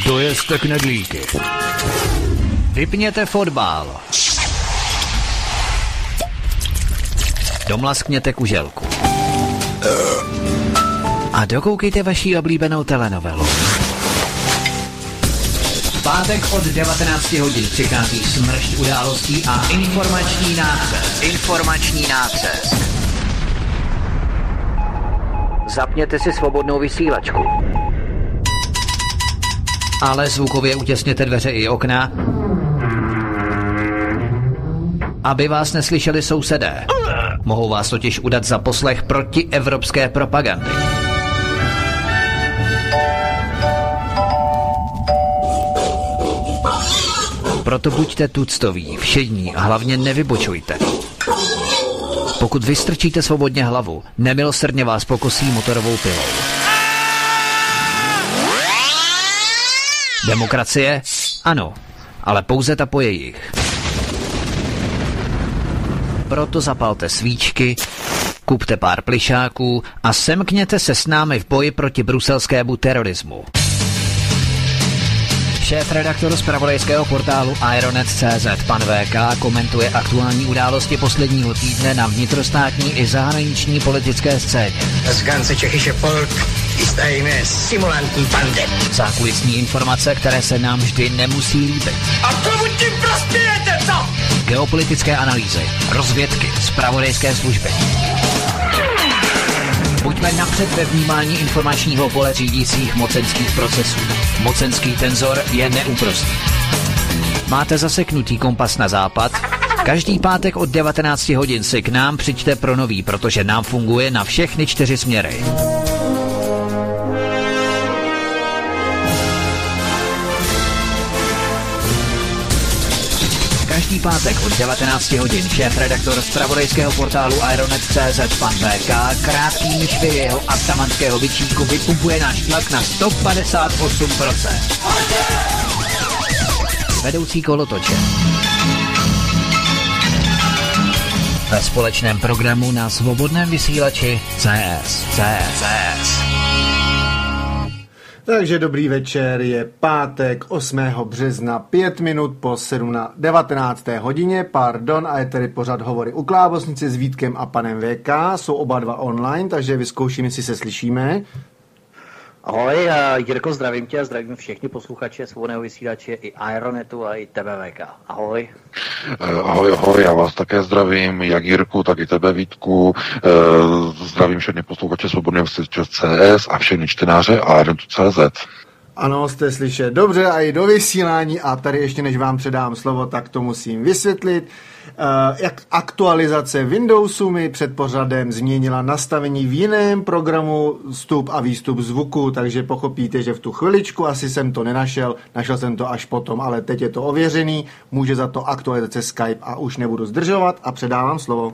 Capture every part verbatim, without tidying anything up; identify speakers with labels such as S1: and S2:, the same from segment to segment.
S1: Dojezte knedlíky. Vypněte fotbal. Domlaskněte kuželku. A dokoukejte vaši oblíbenou telenovelu. V pátek od devatenácti hodin přichází smršť událostí a informační nácest. Informační nácest. Zapněte si svobodnou vysílačku. Ale zvukově utěsněte dveře i okna, aby vás neslyšeli sousedé. Mohou vás totiž udat za poslech protievropské propagandy. Proto buďte tuctoví, všední a hlavně nevybočujte. Pokud vystrčíte svobodně hlavu, nemilosrdně vás pokosí motorovou pilou. Demokracie? Ano, ale pouze ta po jejich. Proto zapalte svíčky, kupte pár plišáků a semkněte se s námi v boji proti bruselskému terorismu. Šéf-redaktor zpravodajského portálu Ironet tečka cé zet pan vé ká komentuje aktuální události posledního týdne na vnitrostátní i zahraniční politické scéně.
S2: Das ganze tschechische Volk ist eine simulantní bande.
S1: Zákulisní informace, které se nám vždy nemusí líbit.
S2: A komu tím prospějete, co?
S1: Geopolitické analýzy, rozvědky, zpravodajské služby. Buďme napřed ve vnímání informačního pole řídících mocenských procesů. Mocenský tenzor je neúprostný. Máte zaseknutý kompas na západ? Každý pátek od devatenácti hodin si k nám přijďte pro nový, protože nám funguje na všechny čtyři směry. Každý pátek od devatenácti hodin šéf-redaktor zpravodajského portálu Ironet tečka cé zet pan vé ká krátký myšvy jeho atamanského bičíku vypumpuje náš tlak na sto padesát osm procent. Vedoucí kolotoče. Ve společném programu na svobodném vysílači C S. C S.
S3: Takže dobrý večer, je pátek osmého března, pět minut po devatenácté hodině, pardon, a je tady pořad Hovory u klávesnice s Vítkem a panem vé ká, jsou oba dva online, takže vyzkouším, jestli se slyšíme.
S4: Ahoj, Jirko, zdravím tě a zdravím všechny posluchače svobodného vysílače i Ironetu a i tebe, vé ká. Ahoj.
S5: Ahoj, ahoj, já vás také zdravím, jak Jirku, tak i tebe, Vítku. Zdravím všechny posluchače svobodného vysílače C S a všechny čtenáře Ironetu tečka cé zet.
S3: Ano, jste slyšet dobře a i do vysílání a tady ještě než vám předám slovo, tak to musím vysvětlit. Uh, jak aktualizace Windowsu mi před pořadem změnila nastavení v jiném programu vstup a výstup zvuku, takže pochopíte, že v tu chviličku asi jsem to nenašel, našel jsem to až potom, ale teď je to ověřený, může za to aktualizace Skype a už nebudu zdržovat a předávám slovo.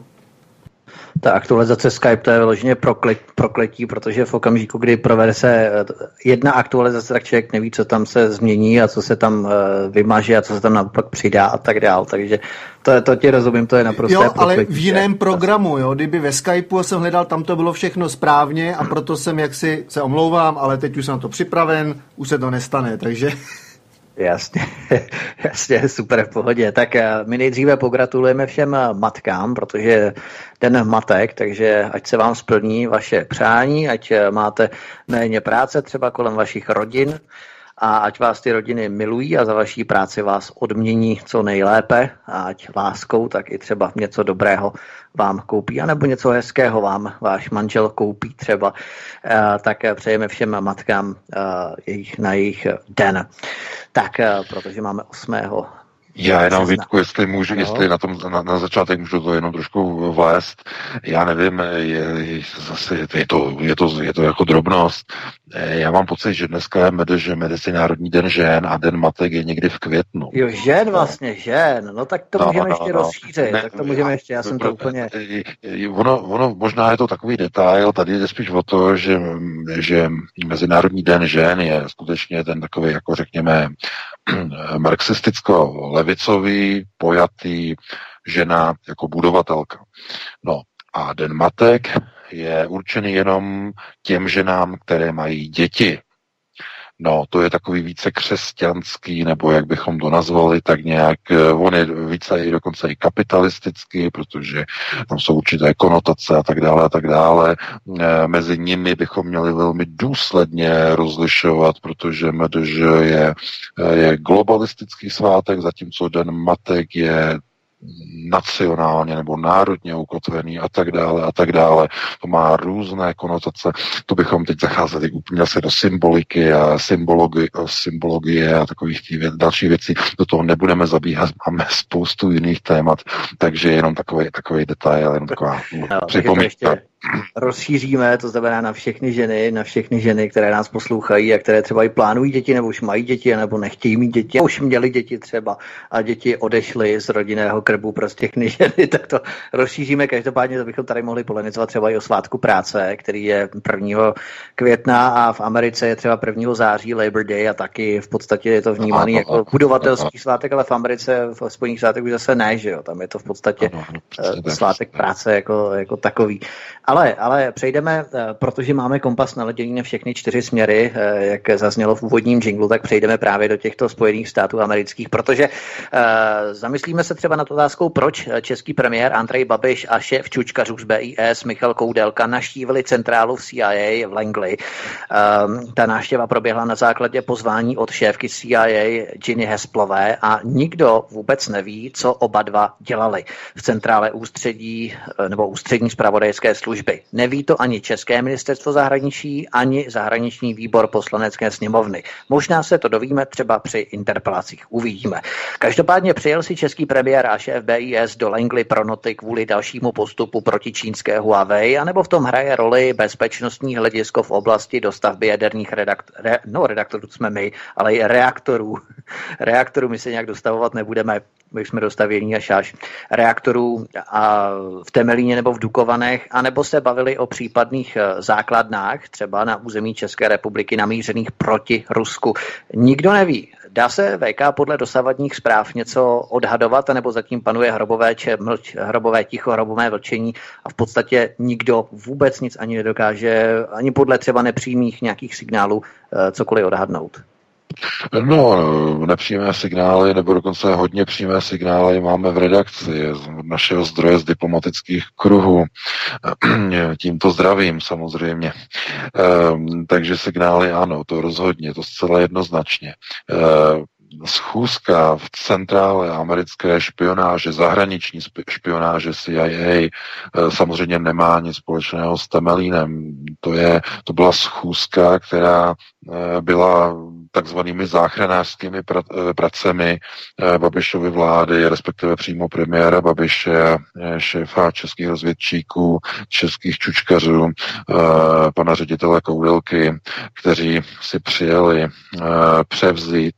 S4: Ta aktualizace Skype, to je vyloženě prokletí, protože v okamžiku, kdy provede se jedna aktualizace, tak člověk neví, co tam se změní a co se tam vymaže a co se tam naopak přidá a tak dál. Takže to, to ti rozumím, to je naprosto
S3: jo,
S4: prokletí.
S3: Ale v jiném programu, jo, kdyby ve Skypeu jsem hledal, tam to bylo všechno správně a proto jsem jaksi se omlouvám, ale teď už jsem na to připraven, už se to nestane, takže...
S4: Jasně, jasně, super, v pohodě. Tak my nejdříve pogratulujeme všem matkám, protože den matek, takže ať se vám splní vaše přání, ať máte méně práce třeba kolem vašich rodin a ať vás ty rodiny milují a za vaší práci vás odmění co nejlépe a ať láskou, tak i třeba něco dobrého vám koupí, anebo něco hezkého vám váš manžel koupí třeba, tak přejeme všem matkám jejich, na jejich den. Tak, protože máme osmého
S5: Já jenom, Vítku, jestli můžu, ano. jestli na, tom, na, na začátek můžu to jenom trošku vlézt. Já nevím, je, je, zase je to, je, to, je to jako drobnost. Já mám pocit, že dneska je mede, že Mezinárodní den žen a den matek je někdy v květnu.
S4: Jo, žen vlastně, žen. No tak to
S5: no,
S4: můžeme
S5: no,
S4: ještě
S5: no,
S4: rozšířit.
S5: ne,
S4: tak to můžeme ještě, já jsem to úplně...
S5: Ono, ono možná je to takový detail, tady jde spíš o to, že, že Mezinárodní den žen je skutečně ten takový, jako řekněme, marxisticko-levicový, pojatý žena jako budovatelka. No a den matek je určený jenom těm ženám, které mají děti. No, to je takový více křesťanský, nebo jak bychom to nazvali, tak nějak, on je více i dokonce i kapitalistický, protože tam jsou určité konotace a tak dále a tak dále. E, mezi nimi bychom měli velmi důsledně rozlišovat, protože M D Ž je, je globalistický svátek, zatímco Den matek je nacionálně nebo národně ukotvený a tak dále a tak dále. To má různé konotace. To bychom teď zacházeli úplně zase do symboliky a symbologie, symbologie a takových věc, dalších věcí. Do toho nebudeme zabíhat, máme spoustu jiných témat, takže jenom takový, takový detail, jenom taková
S4: no, připomínka. Rozšíříme, to znamená na všechny ženy, na všechny ženy, které nás poslouchají a které třeba i plánují děti, nebo už mají děti, nebo nechtějí mít děti, už měli děti třeba a děti odešly z rodinného krbu pro všechny ženy, tak to rozšíříme. Každopádně to bychom tady mohli polemizovat třeba i o svátku práce, který je prvního května a v Americe je třeba prvního září Labor Day a taky v podstatě je to vnímaný ano, jako ano, budovatelský ano. svátek, ale v Americe, v Spojených státech už zase ne, že jo, tam je to v podstatě ano, ano, svátek práce jako, jako takový. Ale, ale přejdeme, protože máme kompas naladěný na všechny čtyři směry, jak zaznělo v úvodním jinglu, tak přejdeme právě do těchto Spojených států amerických, protože uh, zamyslíme se třeba nad otázkou, proč český premiér Andrej Babiš a šéf čučkařů z B I S Michal Koudelka navštívili centrálu v C I A v Langley. Um, ta návštěva proběhla na základě pozvání od šéfky C I A Ginny Hesplové a nikdo vůbec neví, co oba dva dělali v centrále ústředí nebo ústřední zpravodajské služby. Neví to ani České ministerstvo zahraničí, ani zahraniční výbor Poslanecké sněmovny. Možná se to dovíme třeba při interpelacích. Uvidíme. Každopádně přijel si český premiér a šéf B I S do Langley pro noty kvůli dalšímu postupu proti čínské Huawei, anebo v tom hraje roli bezpečnostní hledisko v oblasti dostavby jaderných redakt- re- no, redaktorů jsme my, ale i reaktorů. Reaktorů my se nějak dostavovat nebudeme, my jsme dostavění až až. Reaktorů a v Temelíně nebo v Dukovanech, anebo se bavili o případných základnách, třeba na území České republiky namířených proti Rusku. Nikdo neví. Dá se V K podle dosavadních zpráv něco odhadovat, nebo zatím panuje hrobové, če, mlč, hrobové ticho, hrobové mlčení a v podstatě nikdo vůbec nic ani nedokáže, ani podle třeba nepřímých nějakých signálů cokoliv odhadnout?
S5: No, nepřímé signály, nebo dokonce hodně přímé signály máme v redakci z našeho zdroje z diplomatických kruhů. Tímto zdravím samozřejmě. Takže signály ano, to rozhodně, to zcela jednoznačně. Schůzka v centrále americké špionáže, zahraniční špionáže C I A samozřejmě nemá nic společného s Temelínem. To, je, to byla schůzka, která byla takzvanými záchranářskými pra- pracemi Babišovy vlády, respektive přímo premiéra Babiše, šéfa českých rozvědčíků, českých čučkařů, pana ředitele Koudelky, kteří si přijeli převzít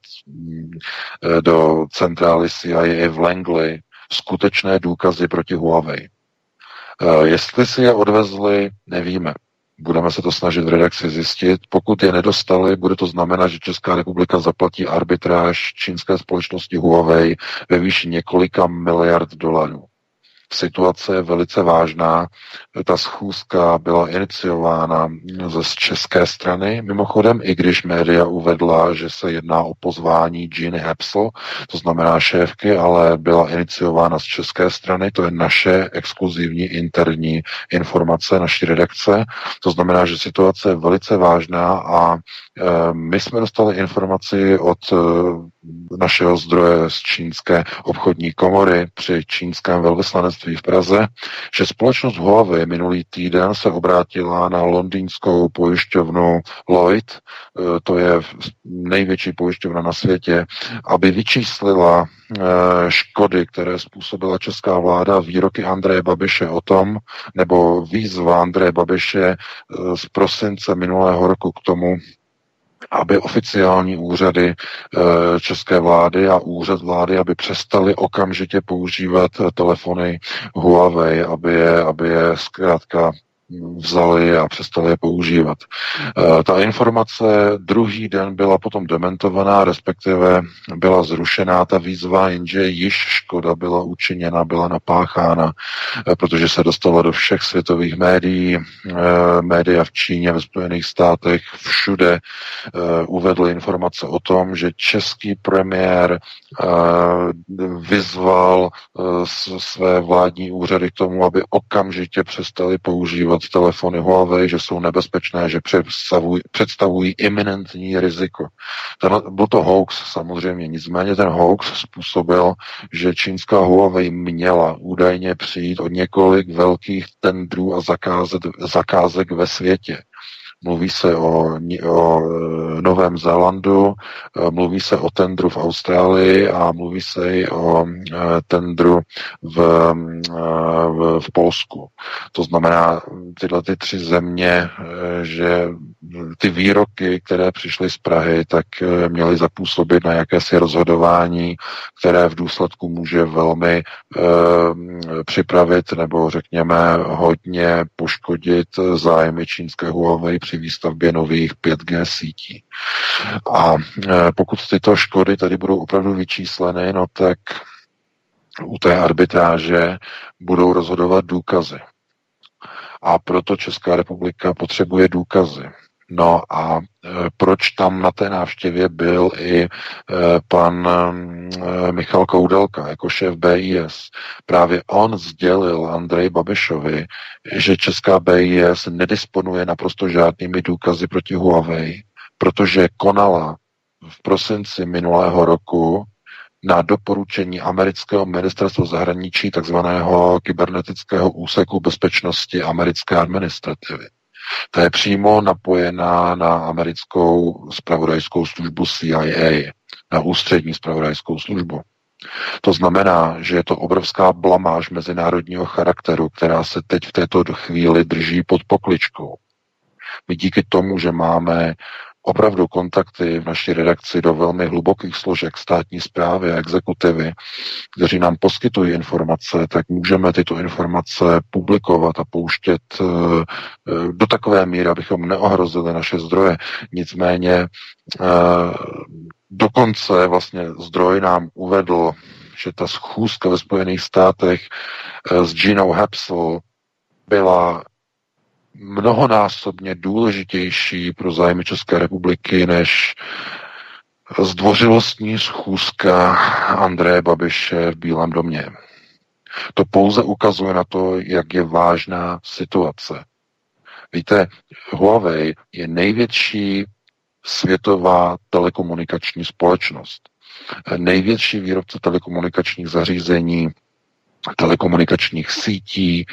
S5: do centrály C I A v Langley skutečné důkazy proti Huawei. Jestli si je odvezli, nevíme. Budeme se to snažit v redakci zjistit. Pokud je nedostali, bude to znamenat, že Česká republika zaplatí arbitráž čínské společnosti Huawei ve výši několika miliard dolarů. Situace je velice vážná. Ta schůzka byla iniciována ze české strany. Mimochodem, i když média uvedla, že se jedná o pozvání Ginny Hapsel, to znamená šéfky, ale byla iniciována z české strany. To je naše exkluzivní interní informace, naší redakce. To znamená, že situace je velice vážná a e, my jsme dostali informaci od e, našeho zdroje z čínské obchodní komory při čínském velvyslanectví v Praze, že společnost Huawei minulý týden se obrátila na londýnskou pojišťovnu Lloyd, to je největší pojišťovna na světě, aby vyčíslila škody, které způsobila česká vláda, výroky Andreje Babiše o tom, nebo výzva Andreje Babiše z prosince minulého roku k tomu, aby oficiální úřady české vlády a úřad vlády, aby přestali okamžitě používat telefony Huawei, aby je, aby je zkrátka vzali a přestali je používat. E, ta informace druhý den byla potom dementovaná, respektive byla zrušená ta výzva, jenže již škoda byla učiněna, byla napáchána, e, protože se dostala do všech světových médií, e, média v Číně, ve Spojených státech, všude e, uvedly informace o tom, že český premiér e, vyzval e, své vládní úřady k tomu, aby okamžitě přestali používat telefony Huawei, že jsou nebezpečné, že představují, představují iminentní riziko. Ten, byl to hoax samozřejmě, nicméně ten hoax způsobil, že čínská Huawei měla údajně přijít od několik velkých tendrů a zakázek, zakázek ve světě. Mluví se o, o Novém Zélandu, mluví se o tendru v Austrálii a mluví se i o tendru v, v, v Polsku. To znamená, tyhle ty tři země, že ty výroky, které přišly z Prahy, tak měly zapůsobit na jakési rozhodování, které v důsledku může velmi e, připravit nebo řekněme hodně poškodit zájmy čínské Huawei při výstavbě nových pět G sítí. A pokud tyto škody tady budou opravdu vyčísleny, no tak u té arbitráže budou rozhodovat důkazy. A proto Česká republika potřebuje důkazy. No a proč tam na té návštěvě byl i pan Michal Koudelka jako šéf B I S? Právě on sdělil Andreji Babišovi, že česká B I S nedisponuje naprosto žádnými důkazy proti Huawei, protože konala v prosinci minulého roku na doporučení amerického ministerstva zahraničí takzvaného kybernetického úseku bezpečnosti americké administrativy. To je přímo napojená na americkou zpravodajskou službu C I A, na ústřední zpravodajskou službu. To znamená, že je to obrovská blamáž mezinárodního charakteru, která se teď v této chvíli drží pod pokličkou. My díky tomu, že máme opravdu kontakty v naší redakci do velmi hlubokých složek státní správy a exekutivy, kteří nám poskytují informace, tak můžeme tyto informace publikovat a pouštět do takové míry, abychom neohrozili naše zdroje. Nicméně dokonce vlastně zdroj nám uvedl, že ta schůzka ve Spojených státech s Ginou Hapsel byla mnohonásobně důležitější pro zájmy České republiky než zdvořilostní schůzka Andreje Babiše v Bílém domě. To pouze ukazuje na to, jak je vážná situace. Víte, Huawei je největší světová telekomunikační společnost. Největší výrobce telekomunikačních zařízení, telekomunikačních sítí,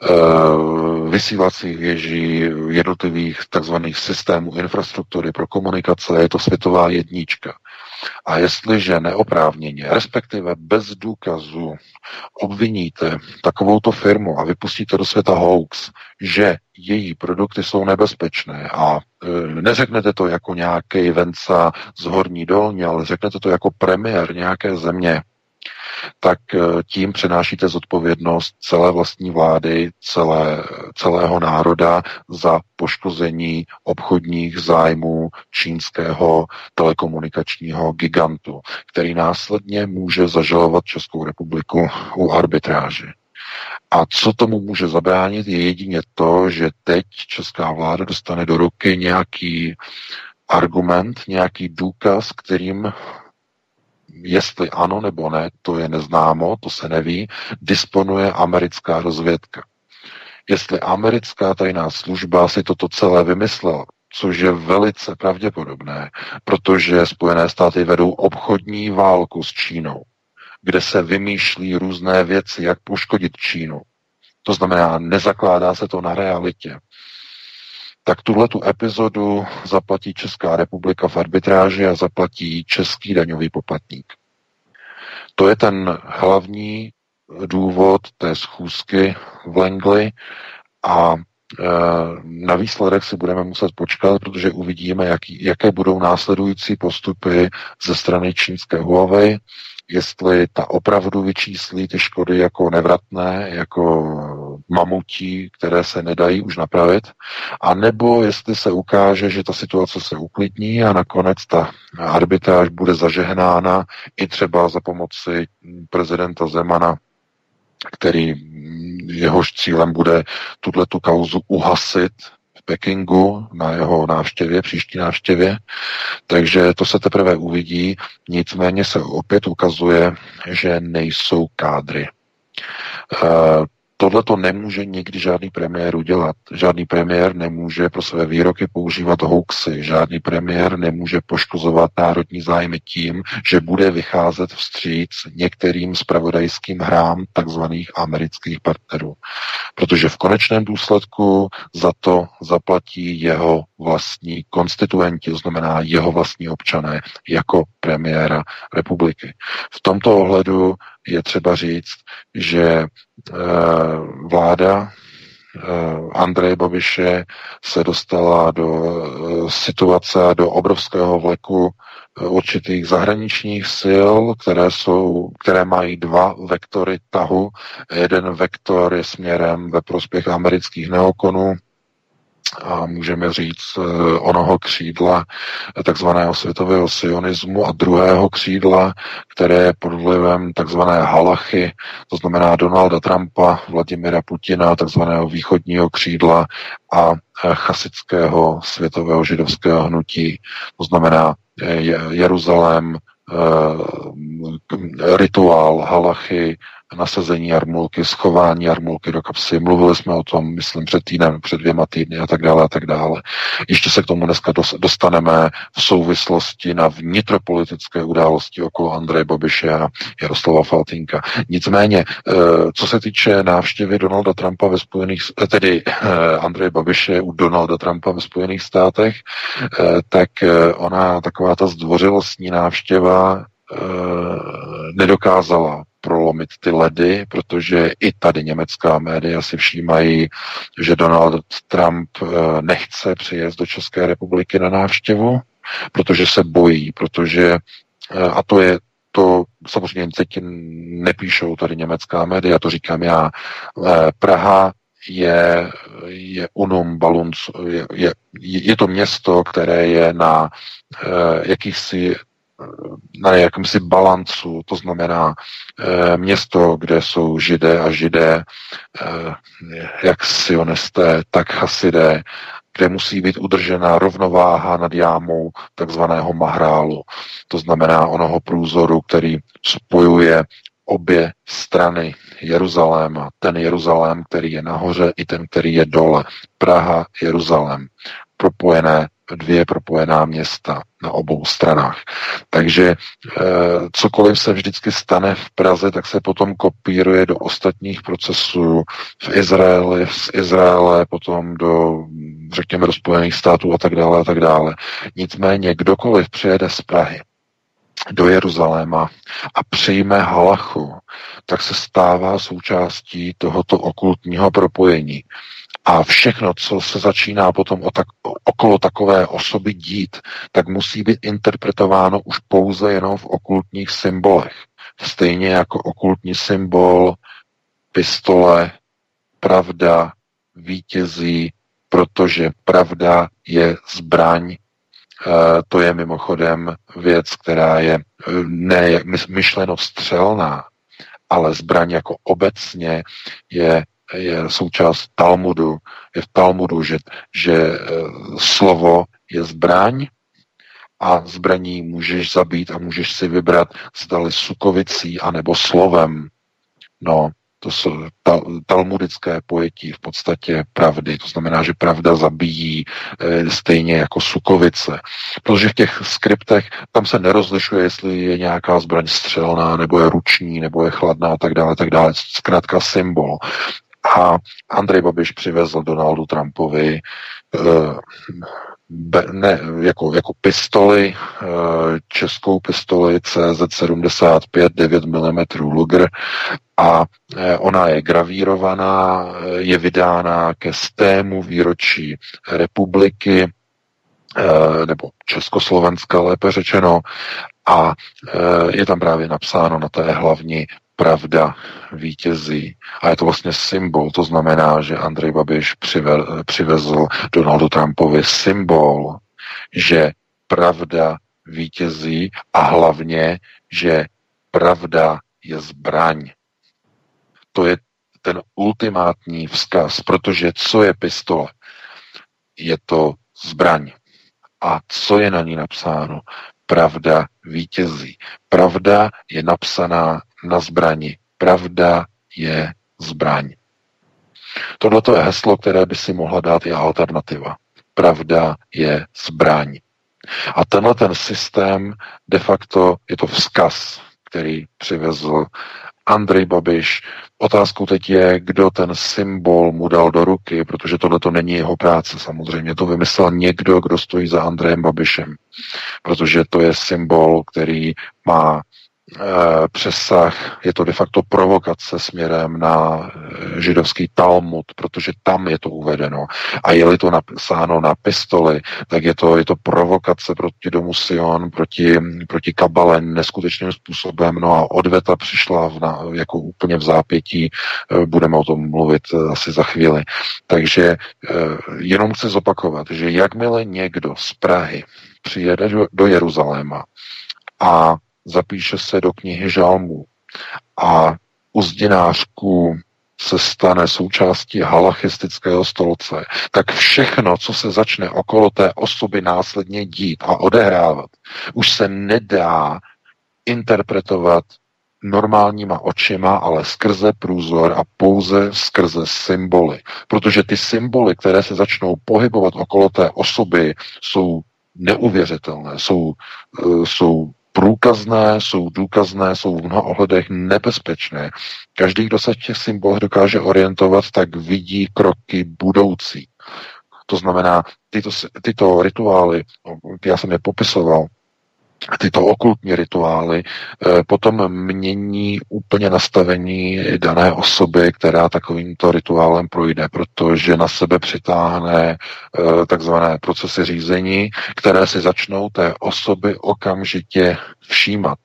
S5: vysílacích věží, jednotlivých takzvaných systémů infrastruktury pro komunikace, je to světová jednička. A jestliže neoprávněně, respektive bez důkazu obviníte takovouto firmu a vypustíte do světa hoax, že její produkty jsou nebezpečné a e, neřeknete to jako nějaký Venca z Horní Dolní, ale řeknete to jako premiér nějaké země, tak tím přenášíte zodpovědnost celé vlastní vlády, celé, celého národa za poškození obchodních zájmů čínského telekomunikačního gigantu, který následně může zažalovat Českou republiku u arbitráže. A co tomu může zabránit, je jedině to, že teď česká vláda dostane do ruky nějaký argument, nějaký důkaz, kterým jestli ano nebo ne, to je neznámo, to se neví, disponuje americká rozvědka. Jestli americká tajná služba si toto celé vymyslela, což je velice pravděpodobné, protože Spojené státy vedou obchodní válku s Čínou, kde se vymýšlí různé věci, jak poškodit Čínu. To znamená, nezakládá se to na realitě. Tak tuhletu epizodu zaplatí Česká republika v arbitráži a zaplatí český daňový poplatník. To je ten hlavní důvod té schůzky v Langley a e, na výsledek si budeme muset počkat, protože uvidíme, jaký, jaké budou následující postupy ze strany čínské Huawei, jestli ta opravdu vyčíslí ty škody jako nevratné, jako mamutí, které se nedají už napravit, a nebo jestli se ukáže, že ta situace se uklidní a nakonec ta arbitráž bude zažehnána i třeba za pomoci prezidenta Zemana, který jehož cílem bude tuto kauzu uhasit v Pekingu na jeho návštěvě, příští návštěvě. Takže to se teprve uvidí. Nicméně se opět ukazuje, že nejsou kádry. Tohle to nemůže nikdy žádný premiér udělat. Žádný premiér nemůže pro své výroky používat hoaxy. Žádný premiér nemůže poškozovat národní zájmy tím, že bude vycházet vstříc některým zpravodajským hrám takzvaných amerických partnerů. Protože v konečném důsledku za to zaplatí jeho vlastní konstituenti, to znamená jeho vlastní občané, jako premiéra republiky. V tomto ohledu je třeba říct, že e, vláda e, Andreje Babiše se dostala do e, situace, do obrovského vleku e, určitých zahraničních sil, které, jsou, které mají dva vektory tahu. Jeden vektor je směrem ve prospěch amerických neokonů, a můžeme říct onoho křídla takzvaného světového sionismu a druhého křídla, které je pod vlivem takzvané halachy, to znamená Donalda Trumpa, Vladimira Putina, takzvaného východního křídla a chasického světového židovského hnutí, to znamená Jeruzalém, rituál halachy, nasazení jarmulky, schování jarmulky do kapsy. Mluvili jsme o tom, myslím, před týdnem, před dvěma týdny a tak dále a tak dále. Ještě se k tomu dneska dostaneme v souvislosti na vnitropolitické události okolo Andreje Babiše a Jaroslava Faltýnka. Nicméně, co se týče návštěvy Donalda Trumpa ve Spojených, tedy Andreje Babiše u Donalda Trumpa ve Spojených státech, tak ona taková ta zdvořilostní návštěva nedokázala prolomit ty ledy, protože i tady německá média si všímají, že Donald Trump nechce přijet do České republiky na návštěvu, protože se bojí, protože, a to je to, samozřejmě teď nepíšou tady německá média, to říkám já, Praha je, je unum baluns, je, je, je to město, které je na jakýchsi na jakémsi balancu, to znamená e, město, kde jsou židé a židé, e, jak sionisté, tak chasidé, kde musí být udržena rovnováha nad jámou takzvaného mahrálu, to znamená onoho průzoru, který spojuje obě strany Jeruzaléma, ten Jeruzalém, který je nahoře, i ten, který je dole. Praha, Jeruzalém, propojené, dvě propojená města na obou stranách. Takže e, cokoliv se vždycky stane v Praze, tak se potom kopíruje do ostatních procesů v Izraeli, z Izraele potom do, řekněme, do Spojených států a tak dále a tak dále. Nicméně kdokoliv přijede z Prahy do Jeruzaléma a přijme halachu, tak se stává součástí tohoto okultního propojení. A všechno, co se začíná potom o tak, okolo takové osoby dít, tak musí být interpretováno už pouze jenom v okultních symbolech. Stejně jako okultní symbol pistole, pravda vítězí, protože pravda je zbraň. To je mimochodem věc, která je ne myšleno střelná, ale zbraň jako obecně je je součást Talmudu, je v Talmudu, že, že slovo je zbraň a zbraní můžeš zabít a můžeš si vybrat, zdali sukovicí anebo slovem. No, to jsou ta, talmudické pojetí v podstatě pravdy. To znamená, že pravda zabíjí e, stejně jako sukovice. Protože v těch skriptech tam se nerozlišuje, jestli je nějaká zbraň střelná, nebo je ruční, nebo je chladná a tak dále, tak dále. Zkrátka symbol. A Andrej Babiš přivezl Donaldu Trumpovi uh, be, ne, jako, jako pistoli, uh, českou pistoli C Z sedmdesát pět devět milimetrů Luger a uh, ona je gravírovaná, je vydána ke stému výročí republiky, uh, nebo Československa lépe řečeno, a je tam právě napsáno na té hlavní pravda vítězí. A je to vlastně symbol, to znamená, že Andrej Babiš přive, přivezl Donaldu Trumpovi symbol, že pravda vítězí a hlavně, že pravda je zbraň. To je ten ultimátní vzkaz, protože co je pistole? Je to zbraň. A co je na ní napsáno? Pravda vítězí. Pravda je napsaná na zbrani. Pravda je zbraň. Tohle je heslo, které by si mohla dát i alternativa. Pravda je zbraň. A tenhle ten systém de facto je to vzkaz, který přivezl Andrej Babiš. Otázkou teď je, kdo ten symbol mu dal do ruky, protože tohle to není jeho práce samozřejmě. To vymyslel někdo, kdo stojí za Andrejem Babišem. Protože to je symbol, který má e, přesah, je to de facto provokace směrem na e, židovský Talmud, protože tam je to uvedeno. A je-li to napsáno na pistoli, tak je to, je to provokace proti domu Sion, proti, proti Kabale neskutečným způsobem. No a odveta přišla v, na, jako úplně v zápětí, e, budeme o tom mluvit e, asi za chvíli. Takže e, jenom chci zopakovat, že jakmile někdo z Prahy přijede do, do Jeruzaléma a zapíše se do knihy Žalmů a u zdinářků se stane součástí halachistického stolce, tak všechno, co se začne okolo té osoby následně dít a odehrávat, už se nedá interpretovat normálníma očima, ale skrze průzor a pouze skrze symboly. Protože ty symboly, které se začnou pohybovat okolo té osoby, jsou neuvěřitelné, jsou, jsou průkazné, jsou důkazné, jsou v mnoha ohledech nebezpečné. Každý, kdo se v těch symbolech dokáže orientovat, tak vidí kroky budoucí. To znamená, tyto, tyto rituály, já jsem je popisoval, tyto okultní rituály potom mění úplně nastavení dané osoby, která takovýmto rituálem projde, protože na sebe přitáhne takzvané procesy řízení, které si začnou té osoby okamžitě všímat.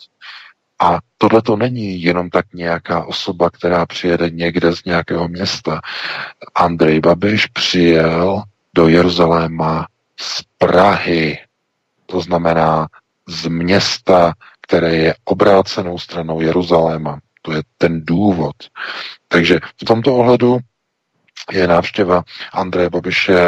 S5: A tohle to není jenom tak nějaká osoba, která přijede někde z nějakého města. Andrej Babiš přijel do Jeruzaléma z Prahy. To znamená z města, které je obrácenou stranou Jeruzaléma. To je ten důvod. Takže v tomto ohledu je návštěva Andreje Babiše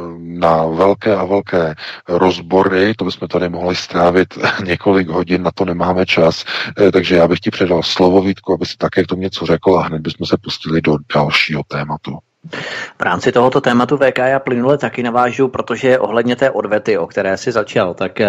S5: na velké a velké rozbory. To bychom tady mohli strávit několik hodin, na to nemáme čas. Takže já bych ti předal slovo, Vítku, aby si také k tomu něco řekl a hned bychom se pustili do dalšího tématu.
S4: V rámci tohoto tématu V K já plynule taky navážu, protože ohledně té odvety, o které jsi začal, tak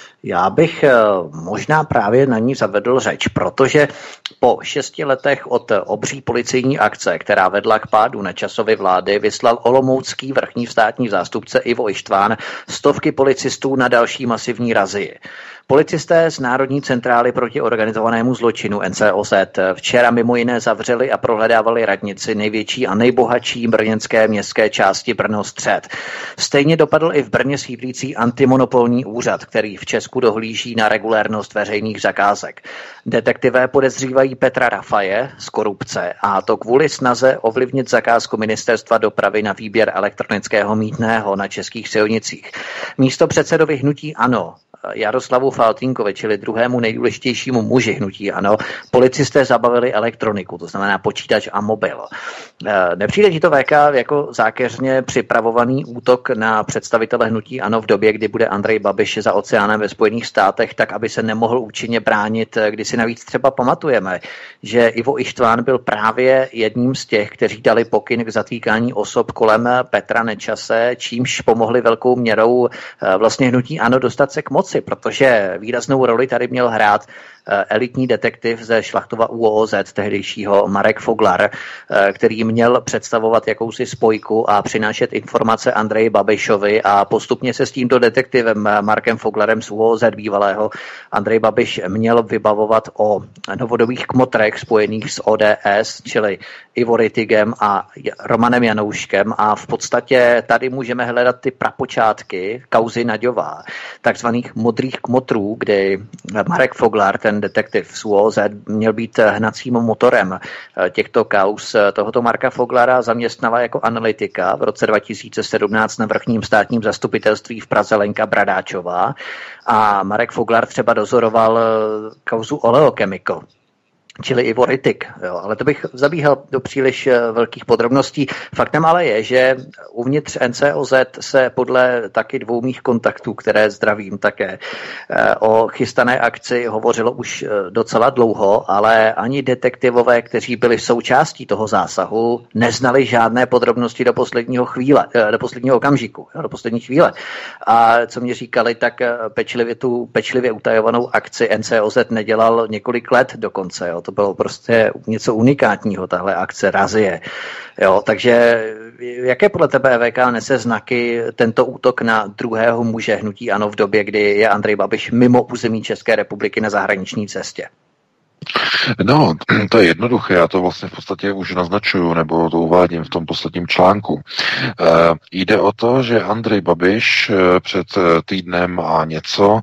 S4: já bych možná právě na ní zavedl řeč, protože po šesti letech od obří policejní akce, která vedla k pádu Nečasovy vlády, vyslal olomoucký vrchní státní zástupce Ivo Ištván stovky policistů na další masivní razii. Policisté z Národní centrály proti organizovanému zločinu N C O Z včera mimo jiné zavřeli a prohledávali radnici největší a nejbohatší brněnské městské části Brno střed. Stejně dopadl i v Brně sídlící antimonopolní úřad, který v Česku dohlíží na regulérnost veřejných zakázek. Detektivé podezřívají Petra Rafaje z korupce, a to kvůli snaze ovlivnit zakázku ministerstva dopravy na výběr elektronického mýtného na českých silnicích. Místo předsedovi hnutí ANO Jaroslavu Faltýnkovi, čili druhému nejdůležitějšímu muži hnutí ANO, policisté zabavili elektroniku, to znamená počítač a mobil. Nepřijde ti to V K jako zákeřně připravovaný útok na představitele hnutí ANO v době, kdy bude Andrej Babiš za oceánem ve Spojených státech, tak aby se nemohl účinně bránit, kdy si navíc třeba pamatujeme, že Ivo Ištván byl právě jedním z těch, kteří dali pokyn k zatýkání osob kolem Petra Nečase, čímž pomohli velkou měrou vlastně hnutí ANO dostat se k moci, protože výraznou roli tady měl hrát elitní detektiv ze Šlachtova U O Z, tehdejšího Marek Foglar, který měl představovat jakousi spojku a přinášet informace Andreji Babišovi, a postupně se s tímto detektivem Markem Foglarem z U O Z bývalého Andrej Babiš měl vybavovat o novodobých kmotrech spojených s O D S, čili Ivo Rittigem a Romanem Janouškem, a v podstatě tady můžeme hledat ty prapočátky kauzy Naďová, takzvaných modrých kmotrů, kdy Marek Foglar, ten ten detektiv z U O Z měl být hnacím motorem těchto kauz. Tohoto Marka Foglera zaměstnala jako analytika v roce dva tisíce sedmnáct na vrchním státním zastupitelství v Praze Lenka Bradáčová a Marek Foglar třeba dozoroval kauzu Oleochemical, čili i Voritik, jo, ale to bych zabíhal do příliš velkých podrobností. Faktem ale je, že uvnitř N C O Z se podle taky dvou mých kontaktů, které zdravím také, o chystané akci hovořilo už docela dlouho, ale ani detektivové, kteří byli součástí toho zásahu, neznali žádné podrobnosti do posledního chvíle, do posledního okamžiku, do poslední chvíle. A co mě říkali, tak pečlivě tu pečlivě utajovanou akci N C O Z nedělal několik let dokonce, jo. To bylo prostě něco unikátního, tahle akce Razie. Jo, takže jaké podle tebe V K nese znaky tento útok na druhého muže hnutí ANO v době, kdy je Andrej Babiš mimo území České republiky na zahraniční cestě?
S5: No, to je jednoduché, já to vlastně v podstatě už naznačuju, nebo to uvádím v tom posledním článku. E, jde o to, že Andrej Babiš e, před týdnem a něco e,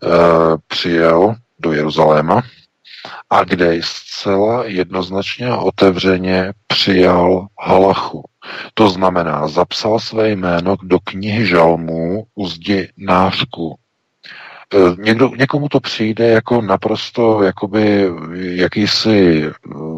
S5: přijel do Jeruzaléma, a kde zcela jednoznačně a otevřeně přijal halachu. To znamená, zapsal své jméno do knihy žalmů u zdi nářku. Někdo, někomu to přijde jako naprosto jakoby jakýsi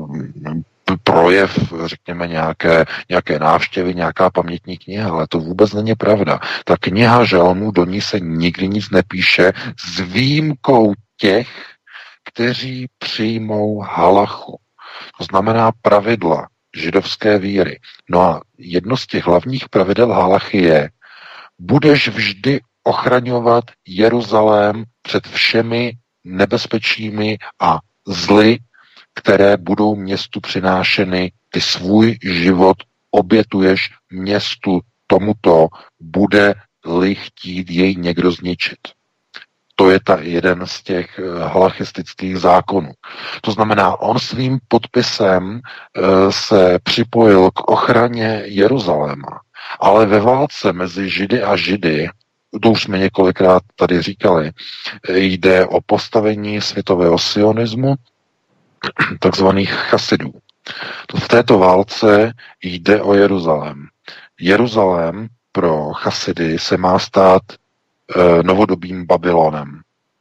S5: projev, řekněme, nějaké, nějaké návštěvy, nějaká pamětní kniha, ale to vůbec není pravda. Ta kniha žalmů, do ní se nikdy nic nepíše s výjimkou těch, kteří přijmou halachu. To znamená pravidla židovské víry. No a jedno z těch hlavních pravidel halachy je, budeš vždy ochraňovat Jeruzalém před všemi nebezpečími a zly, které budou městu přinášeny. Ty svůj život obětuješ městu tomuto, bude-li chtít jej někdo zničit. To je ta jeden z těch halachistických zákonů. To znamená, on svým podpisem se připojil k ochraně Jeruzaléma, ale ve válce mezi Židy a Židy, to už jsme několikrát tady říkali, jde o postavení světového sionismu, takzvaných chasidů. To v této válce jde o Jeruzalém. Jeruzalém pro chasidy se má stát novodobým Babylonem,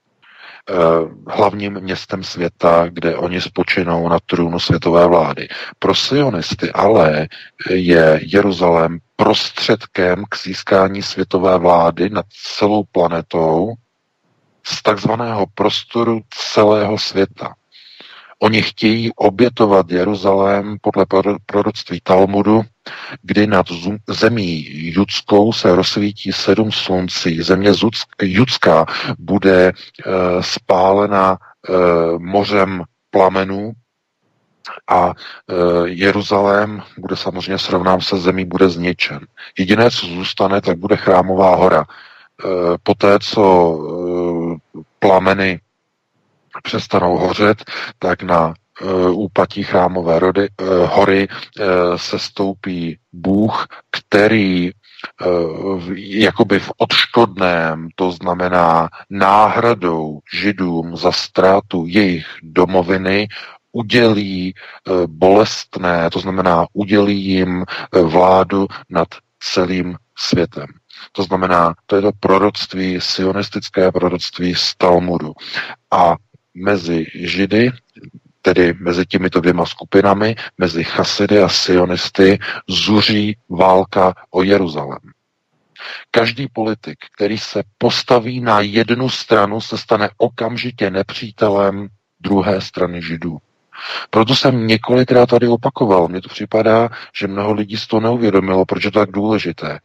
S5: hlavním městem světa, kde oni spočinou na trůnu světové vlády. Pro sionisty ale je Jeruzalém prostředkem k získání světové vlády nad celou planetou z takzvaného prostoru celého světa. Oni chtějí obětovat Jeruzalém podle proroctví Talmudu, kdy nad zemí judskou se rozsvítí sedm sluncí. Země judská bude e, spálena e, mořem plamenů a e, Jeruzalém bude samozřejmě srovnám se zemí, bude zničen. Jediné, co zůstane, tak bude Chrámová hora. E, poté, co e, plameny přestanou hořet, tak na uh, úpatí Chrámové rody, uh, hory uh, se stoupí Bůh, který uh, jakoby v odškodném, to znamená náhradou Židům za ztrátu jejich domoviny, udělí uh, bolestné, to znamená udělí jim uh, vládu nad celým světem. To znamená, to je to proroctví, sionistické proroctví z Talmudu. A mezi Židy, tedy mezi těmito dvěma skupinami, mezi chasidy a sionisty, zuří válka o Jeruzalém. Každý politik, který se postaví na jednu stranu, se stane okamžitě nepřítelem druhé strany Židů. Proto jsem několikrát tady opakoval, mně to připadá, že mnoho lidí z toho neuvědomilo, proč je to tak důležité.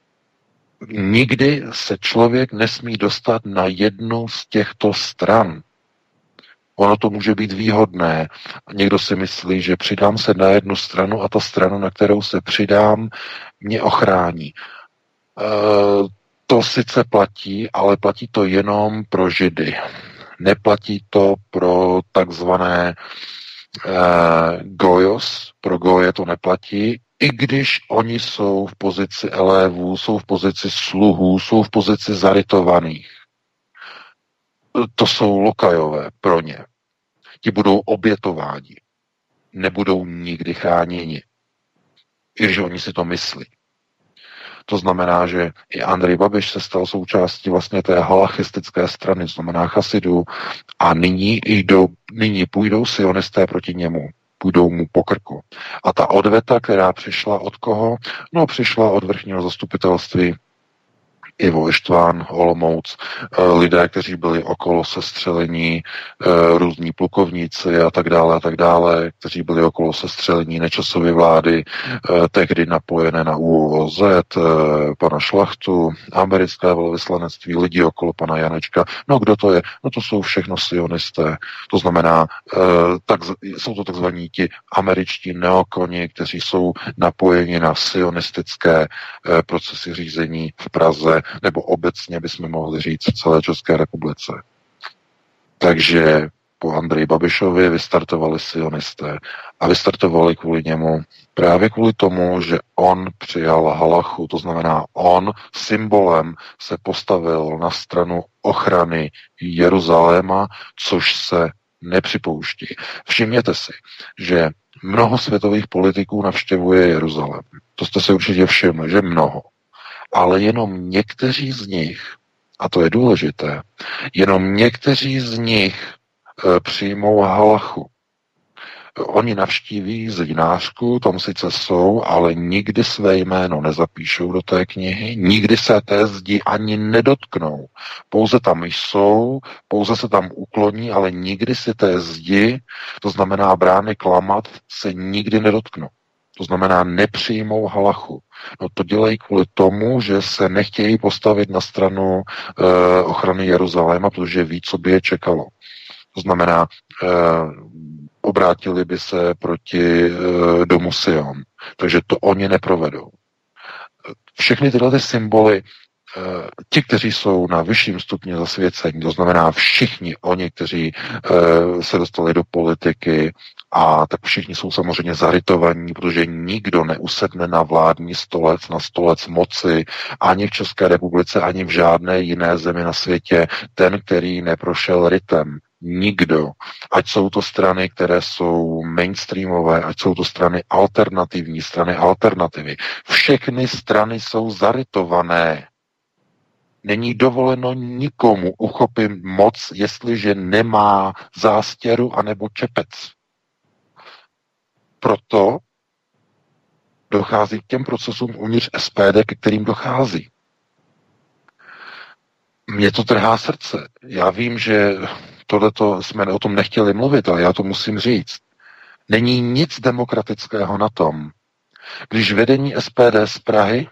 S5: Nikdy se člověk nesmí dostat na jednu z těchto stran. Ono to může být výhodné. Někdo si myslí, že přidám se na jednu stranu a ta strana, na kterou se přidám, mě ochrání. E, to sice platí, ale platí to jenom pro Židy. Neplatí to pro takzvané e, gojos. Pro goje to neplatí, i když oni jsou v pozici elévů, jsou v pozici sluhů, jsou v pozici zarytovaných. To jsou lokajové pro ně. Ti budou obětováni. Nebudou nikdy chráněni. I když oni si to myslí. To znamená, že i Andrej Babiš se stal součástí vlastně té halachistické strany, to znamená chasidů, a nyní, jdou, nyní půjdou sionisté proti němu. Půjdou mu po krku. A ta odveta, která přišla od koho? No, přišla od vrchního zastupitelství Ivo Ištván, Olomouc, lidé, kteří byli okolo sestřelení, různí plukovníci a tak dále a tak dále, kteří byli okolo sestřelení Nečasovy vlády, tehdy napojené na U O Z, pana Šlachtu, americké velvyslanectví, lidi okolo pana Janečka. No kdo to je? No to jsou všechno sionisté. To znamená, tak, jsou to takzvaní ti američtí neokoni, kteří jsou napojeni na sionistické procesy řízení v Praze, nebo obecně bychom mohli říct v celé České republice. Takže po Andreji Babišovi vystartovali sionisté a vystartovali kvůli němu právě kvůli tomu, že on přijal halachu, to znamená on symbolem se postavil na stranu ochrany Jeruzaléma, což se nepřipouští. Všimněte si, že mnoho světových politiků navštěvuje Jeruzalém. To jste si určitě všimli, že mnoho. Ale jenom někteří z nich, a to je důležité, jenom někteří z nich e, přijmou halachu. Oni navštíví zednářku, tam sice jsou, ale nikdy své jméno nezapíšou do té knihy, nikdy se té zdi ani nedotknou. Pouze tam jsou, pouze se tam ukloní, ale nikdy si té zdi, to znamená brány klamat, se nikdy nedotknou. To znamená, nepřijmou halachu. No to dělají kvůli tomu, že se nechtějí postavit na stranu e, ochrany Jeruzaléma, protože ví, co by je čekalo. To znamená, e, obrátili by se proti e, domu Sion. Takže to oni neprovedou. Všechny tyhle ty symboly, e, ti, kteří jsou na vyšším stupni zasvěcení, to znamená všichni oni, kteří e, se dostali do politiky, a tak všichni jsou samozřejmě zarytovaní, protože nikdo neusedne na vládní stolec, na stolec moci, ani v České republice, ani v žádné jiné zemi na světě, ten, který neprošel ritem. Nikdo. Ať jsou to strany, které jsou mainstreamové, ať jsou to strany alternativní, strany alternativy. Všechny strany jsou zarytované. Není dovoleno nikomu uchopit moc, jestliže nemá zástěru anebo čepec. Proto dochází k těm procesům uvnitř S P D, ke kterým dochází. Mě to trhá srdce. Já vím, že tohleto jsme o tom nechtěli mluvit, ale já to musím říct. Není nic demokratického na tom, když vedení S P D z Prahy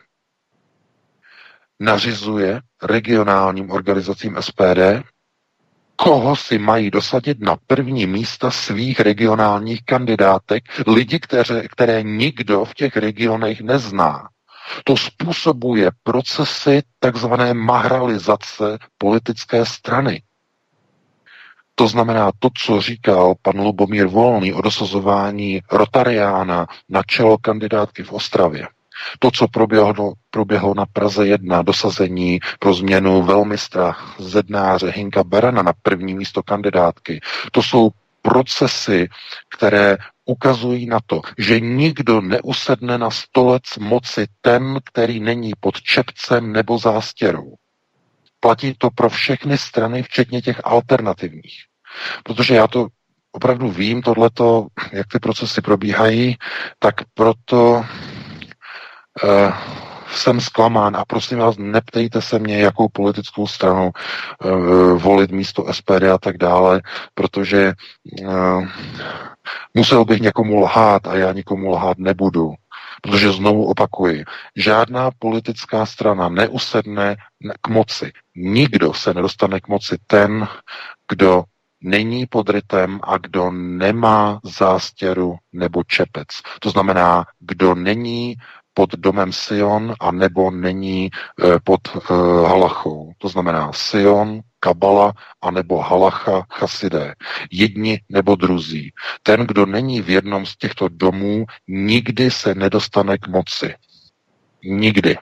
S5: nařizuje regionálním organizacím S P D, koho si mají dosadit na první místa svých regionálních kandidátek, lidi, které, které nikdo v těch regionech nezná. To způsobuje procesy takzvané mahralizace politické strany. To znamená to, co říkal pan Lubomír Volný o dosazování Rotariána na čelo kandidátky v Ostravě. To, co proběhlo, proběhlo na Praze jedna, dosazení pro změnu velmistra zednáře Hinka Berana na první místo kandidátky. To jsou procesy, které ukazují na to, že nikdo neusedne na stolec moci ten, který není pod čepcem nebo zástěrou. Platí to pro všechny strany, včetně těch alternativních. Protože já to opravdu vím, tohleto, jak ty procesy probíhají, tak proto Uh, jsem zklamán a prosím vás, neptejte se mě, jakou politickou stranu uh, volit místo S P D a tak dále, protože uh, musel bych někomu lhát a já nikomu lhát nebudu. Protože znovu opakuji, žádná politická strana neusedne k moci. Nikdo se nedostane k moci ten, kdo není pod rytem a kdo nemá zástěru nebo čepec. To znamená, kdo není pod domem Sion a nebo není e, pod e, halachou. To znamená Sion, Kabala a nebo halacha, chasidé. Jedni nebo druzí. Ten, kdo není v jednom z těchto domů, nikdy se nedostane k moci. Nikdy.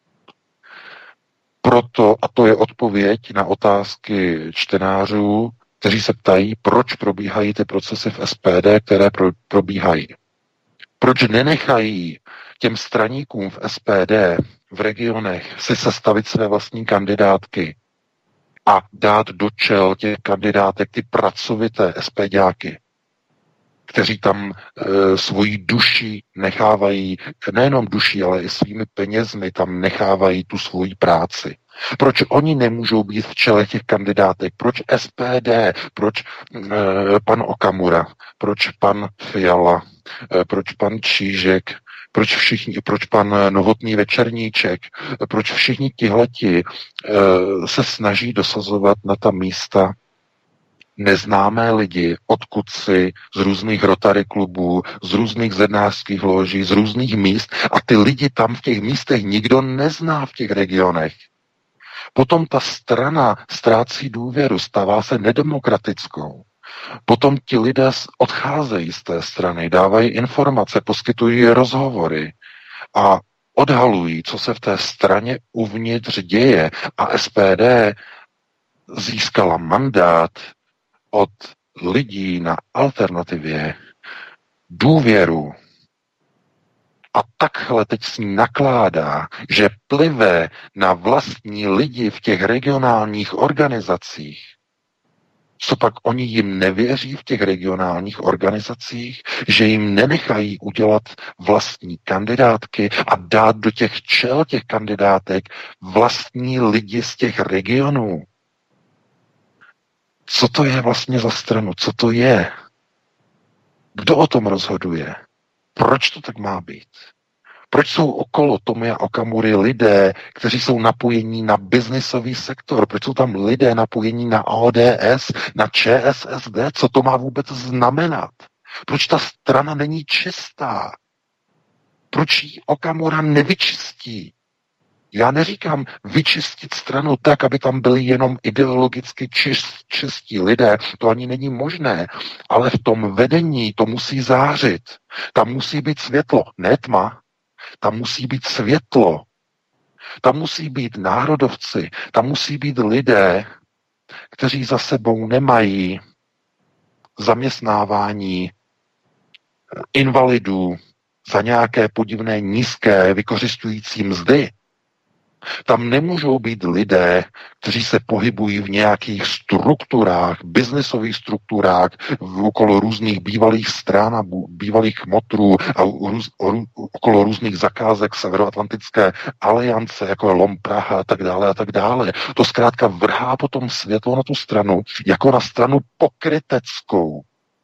S5: Proto, a to je odpověď na otázky čtenářů, kteří se ptají, proč probíhají ty procesy v S P D, které pro, probíhají. Proč nenechají těm straníkům v S P D v regionech si sestavit své vlastní kandidátky a dát do čel těch kandidátek ty pracovité SPďáky, kteří tam e, svoji duši nechávají, nejenom duši, ale i svými penězmi tam nechávají tu svoji práci. Proč oni nemůžou být v čele těch kandidátek? Proč S P D? Proč e, pan Okamura? Proč pan Fiala? E, proč pan Čížek? Proč všichni, proč pan Novotný Večerníček? Proč všichni tihleti e, se snaží dosazovat na ta místa neznámé lidi, odkudci z různých Rotary klubů, z různých zednářských loží, z různých míst a ty lidi tam v těch místech nikdo nezná v těch regionech. Potom ta strana ztrácí důvěru, stává se nedemokratickou. Potom ti lidé odcházejí z té strany, dávají informace, poskytují rozhovory a odhalují, co se v té straně uvnitř děje. A S P D získala mandát od lidí na alternativě, důvěru a takhle teď s ní nakládá, že plive na vlastní lidi v těch regionálních organizacích. Co pak oni jim nevěří v těch regionálních organizacích, že jim nenechají udělat vlastní kandidátky a dát do těch čel těch kandidátek vlastní lidi z těch regionů. Co to je vlastně za stranu? Co to je? Kdo o tom rozhoduje? Proč to tak má být? Proč jsou okolo Tomia Okamury lidé, kteří jsou napojení na biznisový sektor? Proč jsou tam lidé napojení na O D S, na Č S S D? Co to má vůbec znamenat? Proč ta strana není čistá? Proč ji Okamura nevyčistí? Já neříkám vyčistit stranu tak, aby tam byli jenom ideologicky čist, čistí lidé, to ani není možné, ale v tom vedení to musí zářit. Tam musí být světlo, ne tma, tam musí být světlo, tam musí být národovci, tam musí být lidé, kteří za sebou nemají zaměstnávání invalidů za nějaké podivné nízké vykořisťující mzdy. Tam nemůžou být lidé, kteří se pohybují v nějakých strukturách, biznesových strukturách, okolo různých bývalých stran a bývalých motrů a růz, rů, okolo různých zakázek Severoatlantické aliance, jako je Lom Praha a tak dále a tak dále. To zkrátka vrhá potom světlo na tu stranu, jako na stranu pokryteckou.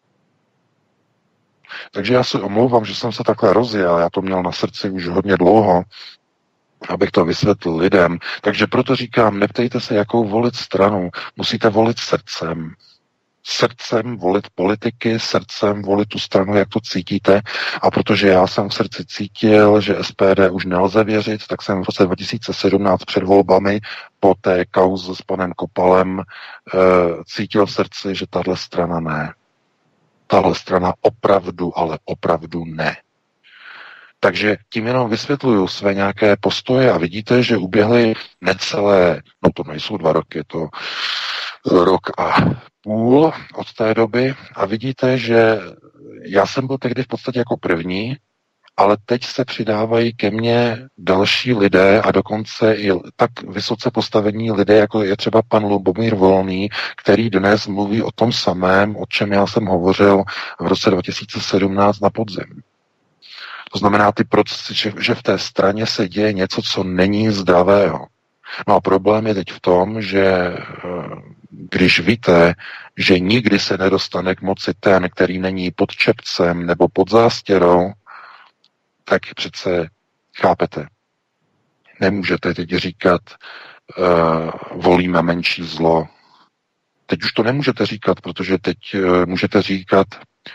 S5: Takže já se omlouvám, že jsem se takhle rozjel, já to měl na srdci už hodně dlouho, abych to vysvětlil lidem. Takže proto říkám, neptejte se, jakou volit stranu. Musíte volit srdcem. Srdcem volit politiky, srdcem volit tu stranu, jak to cítíte. A protože já jsem v srdci cítil, že S P D už nelze věřit, tak jsem v roce dva tisíce sedmnáct před volbami po té kauze s panem Kopalem e, cítil v srdci, že tahle strana ne. Tahle strana opravdu, ale opravdu ne. Takže tím jenom vysvětluju své nějaké postoje a vidíte, že uběhly necelé, no to nejsou dva roky, je to rok a půl od té doby a vidíte, že já jsem byl tehdy v podstatě jako první, ale teď se přidávají ke mně další lidé a dokonce i tak vysoce postavení lidé, jako je třeba pan Lubomír Volný, který dnes mluví o tom samém, o čem já jsem hovořil v roce dva tisíce sedmnáct na podzim. To znamená ty procesy, že, že v té straně se děje něco, co není zdravého. No a problém je teď v tom, že když víte, že nikdy se nedostane k moci ten, který není pod čepcem nebo pod zástěrou, tak přece chápete. Nemůžete teď říkat, uh, volíme menší zlo. Teď už to nemůžete říkat, protože teď uh, můžete říkat,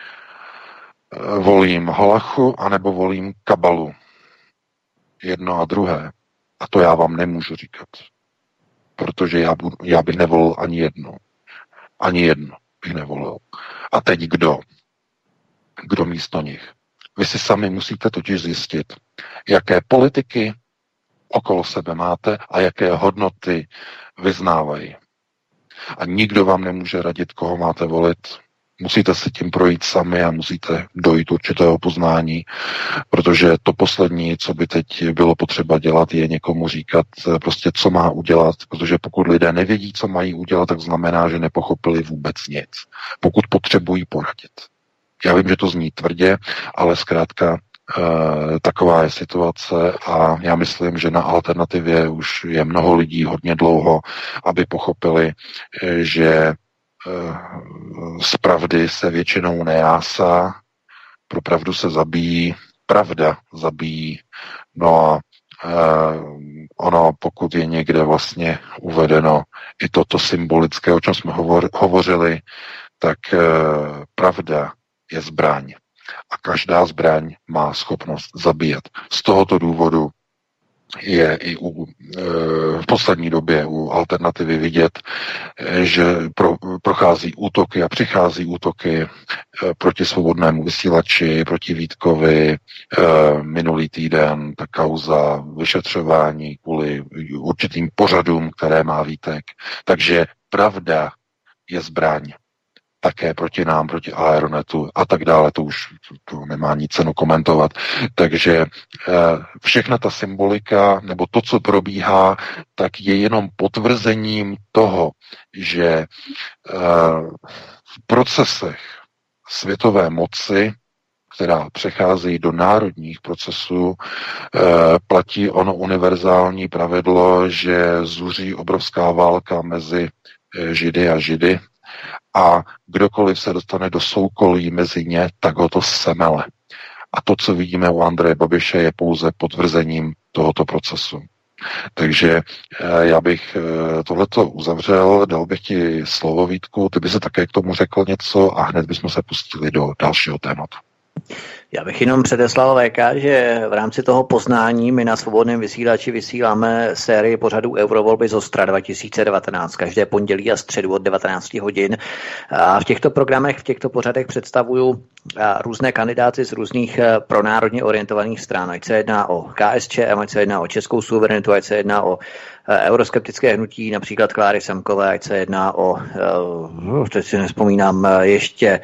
S5: volím halachu, anebo volím kabalu. Jedno a druhé. A to já vám nemůžu říkat. Protože já, budu, já bych nevolil ani jedno. Ani jedno bych nevolil. A teď kdo? Kdo místo nich? Vy si sami musíte totiž zjistit, jaké politiky okolo sebe máte a jaké hodnoty vyznávají. A nikdo vám nemůže radit, koho máte volit. Musíte si tím projít sami a musíte dojít určitého poznání, protože to poslední, co by teď bylo potřeba dělat, je někomu říkat prostě, co má udělat, protože pokud lidé nevědí, co mají udělat, tak znamená, že nepochopili vůbec nic. Pokud potřebují poradit. Já vím, že to zní tvrdě, ale zkrátka e, taková je situace a já myslím, že na alternativě už je mnoho lidí hodně dlouho, aby pochopili, e, že z pravdy se většinou nejásá, pro pravdu se zabíjí, pravda zabíjí. No a eh, ono, pokud je někde vlastně uvedeno i toto symbolické, o čem jsme hovor, hovořili, tak eh, pravda je zbraň. A každá zbraň má schopnost zabíjet. Z tohoto důvodu je i u, v poslední době u alternativy vidět, že pro, prochází útoky a přichází útoky proti svobodnému vysílači, proti Vítkovi. Minulý týden ta kauza vyšetřování kvůli určitým pořadům, které má Vítek. Takže pravda je zbraň. Také proti nám, proti Aeronetu a tak dále, to už to nemá nic cenu komentovat. Takže všechna ta symbolika, nebo to, co probíhá, tak je jenom potvrzením toho, že v procesech světové moci, která přechází do národních procesů, platí ono univerzální pravidlo, že zuří obrovská válka mezi Židy a Židy, a kdokoliv se dostane do soukolí mezi ně, tak ho to semele. A to, co vidíme u Andreje Babiše, je pouze potvrzením tohoto procesu. Takže já bych tohleto uzavřel, dal bych ti slovo, Vítku, ty by se také k tomu řekl něco a hned bychom se pustili do dalšího tématu.
S4: Já bych jenom předeslal V K, že v rámci toho poznání my na Svobodném vysílači vysíláme sérii pořadů Eurovolby z Ostra dva tisíce devatenáct, každé pondělí a středu od devatenáct hodin. A v těchto programech, v těchto pořadech představuju různé kandidáty z různých pronárodně orientovaných stran. Ať se jedná o K S Č M, ať se jedná o českou suverenitu, ať se jedná o euroskeptické hnutí, například Kláry Semkové, ať se jedná o, teď si nespomínám, ještě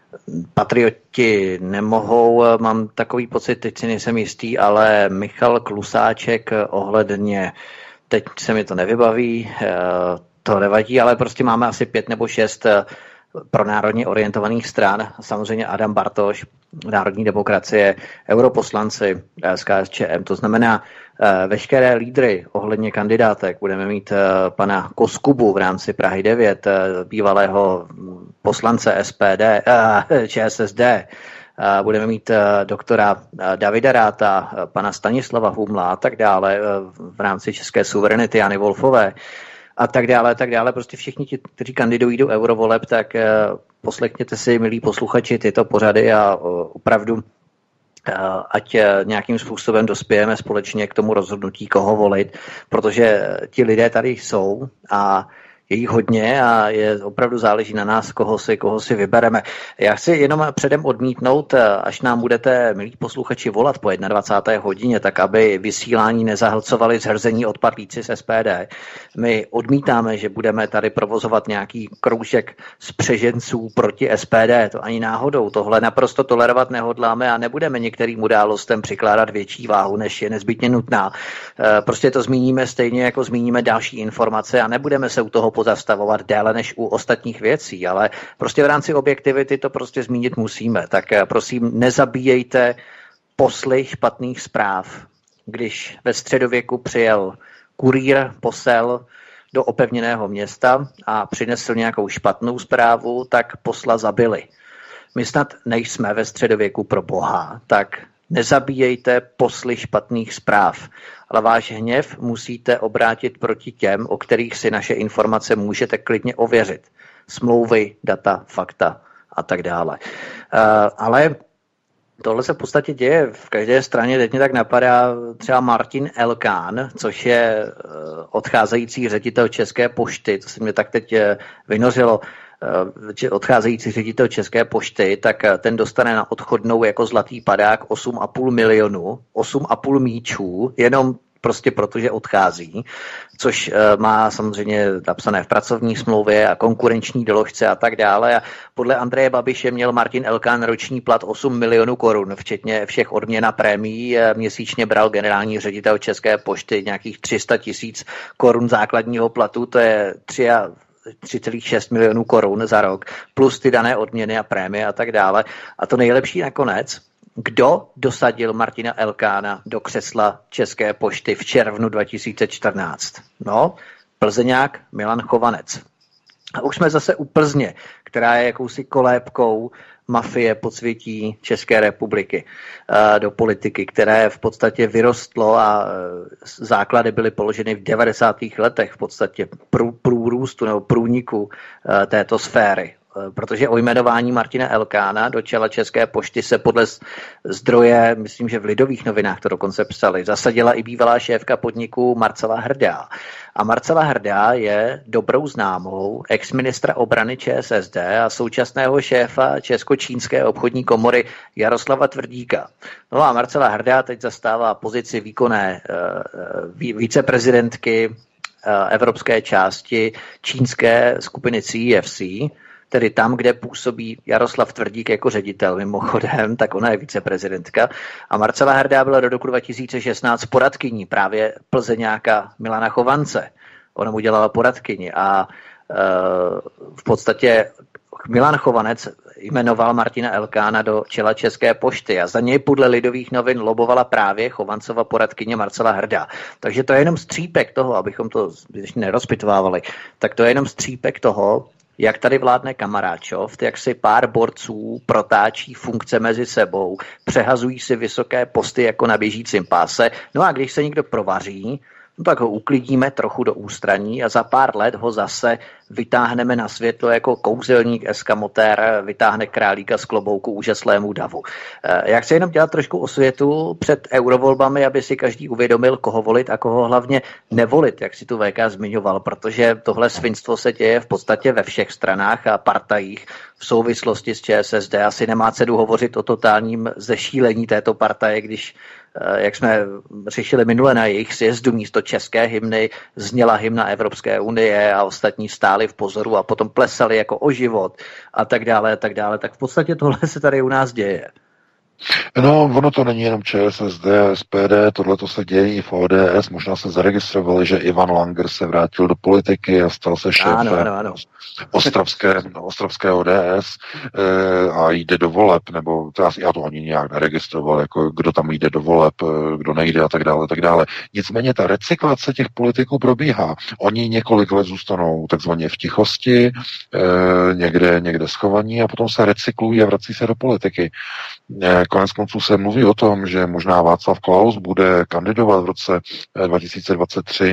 S4: Patrioti nemohou, mám takový pocit, teď si nejsem jistý, ale Michal Klusáček ohledně, teď se mi to nevybaví, to nevadí, ale prostě máme asi pět nebo šest pronárodně orientovaných stran, samozřejmě Adam Bartoš, Národní demokracie, europoslanci z K S Č M, to znamená veškeré lídry ohledně kandidátek. Budeme mít pana Koskubu v rámci Prahy devět, bývalého poslance S P D, Č S S D, budeme mít doktora Davida Ráta, pana Stanislava Humla a tak dále v rámci České suverenity, Jany Wolfové a tak dále, tak dále. Prostě všichni ti, kteří kandidují do eurovoleb, tak poslechněte si, milí posluchači, tyto pořady a opravdu ať nějakým způsobem dospějeme společně k tomu rozhodnutí, koho volit, protože ti lidé tady jsou a je jich hodně a je opravdu záleží na nás, koho si, koho si vybereme. Já chci jenom předem odmítnout, až nám budete, milí posluchači, volat po dvacáté jedné hodině, tak aby vysílání nezahlcovali zhrzení odpadlíci z S P D. My odmítáme, že budeme tady provozovat nějaký kroužek spřeženců proti S P D. To ani náhodou. Tohle naprosto tolerovat nehodláme a nebudeme některým událostem přikládat větší váhu, než je nezbytně nutná. Prostě to zmíníme stejně, jako zmíníme další informace a nebudeme se u toho pozastavovat déle než u ostatních věcí, ale prostě v rámci objektivity to prostě zmínit musíme. Tak prosím, nezabíjejte posly špatných zpráv. Když ve středověku přijel kurýr, posel do opevněného města a přinesl nějakou špatnou zprávu, tak posla zabili. My snad nejsme ve středověku pro Boha, tak nezabíjejte posly špatných zpráv, ale váš hněv musíte obrátit proti těm, o kterých si naše informace můžete klidně ověřit. Smlouvy, data, fakta a tak dále. Uh, ale tohle se v podstatě děje v každé straně. Teď mě tak napadá třeba Martin Elkán, což je uh, odcházející ředitel České pošty, to se mě tak teď uh, vynořilo. Odcházející ředitel České pošty, tak ten dostane na odchodnou jako zlatý padák osm a půl milionu, osm a půl míčů, jenom prostě proto, že odchází, což má samozřejmě napsané v pracovní smlouvě a konkurenční doložce a tak dále. A podle Andreje Babiše měl Martin Elkán roční plat osm milionů korun, včetně všech odměn a prémií. Měsíčně bral generální ředitel České pošty nějakých tři sta tisíc korun základního platu, to je tři celá šest milionů korun za rok, plus ty dané odměny a prémie a tak dále. A to nejlepší nakonec, kdo dosadil Martina Elkána do křesla České pošty v červnu dva tisíce čtrnáct? No, Plzeňák Milan Chovanec. A už jsme zase u Plzně, která je jakousi kolébkou mafie podsvětí České republiky do politiky, které v podstatě vyrostlo a základy byly položeny v devadesátých letech v podstatě prů, průrůstu nebo průniku této sféry. Protože o jmenování Martina Elkána do čela České pošty se podle zdroje, myslím, že v Lidových novinách to dokonce psali, zasadila i bývalá šéfka podniku Marcela Hrdá. A Marcela Hrdá je dobrou známou ex-ministra obrany ČSSD a současného šéfa Česko-čínské obchodní komory Jaroslava Tvrdíka. No a Marcela Hrdá teď zastává pozici výkonné uh, viceprezidentky uh, evropské části čínské skupiny C F C, tedy tam, kde působí Jaroslav Tvrdík jako ředitel, mimochodem, tak ona je viceprezidentka. A Marcela Hrdá byla do roku dva tisíce šestnáct poradkyní právě Plzeňáka Milana Chovance. Ona mu dělala poradkyni a e, v podstatě Milan Chovanec jmenoval Martina Elkána do čela České pošty a za něj podle Lidových novin lobovala právě Chovancova poradkyně Marcela Hrdá. Takže to je jenom střípek toho, abychom to nerozpitvávali, tak to je jenom střípek toho, jak tady vládne Kamaráčov, jak si pár borců protáčí funkce mezi sebou, přehazují si vysoké posty jako na běžícím páse, no a když se někdo provaří, no tak ho uklidíme trochu do ústraní a za pár let ho zase vytáhneme na světlo jako kouzelník eskamotér, vytáhne králíka z klobouku úžaslému davu. Já chci jenom dělat trošku osvětu před eurovolbami, aby si každý uvědomil, koho volit a koho hlavně nevolit, jak si tu V K zmiňoval, protože tohle svinstvo se děje v podstatě ve všech stranách a partajích v souvislosti s ČSSD. Asi nemá cenu hovořit o totálním zešílení této partaje, když jak jsme řešili minule na jejich sjezdu, místo české hymny zněla hymna Evropské unie a ostatní stáli v pozoru a potom plesali jako o život a tak dále, a tak dále. Tak v podstatě tohle se tady u nás děje.
S5: No, ono to není jenom ČSSD, S P D, tohle to se děje i v O D S. Možná se zaregistrovali, že Ivan Langer se vrátil do politiky a stal se šéfem ostravské, ostravské O D S e, a jde do voleb, nebo to já to ani nějak neregistroval, jako kdo tam jde do voleb, kdo nejde a tak dále, tak dále. Nicméně ta recyklace těch politiků probíhá. Oni několik let zůstanou takzvaně v tichosti, e, někde, někde schovaní a potom se recyklují a vrací se do politiky. E, Konec konců se mluví o tom, že možná Václav Klaus bude kandidovat v roce dva tisíce dvacet tři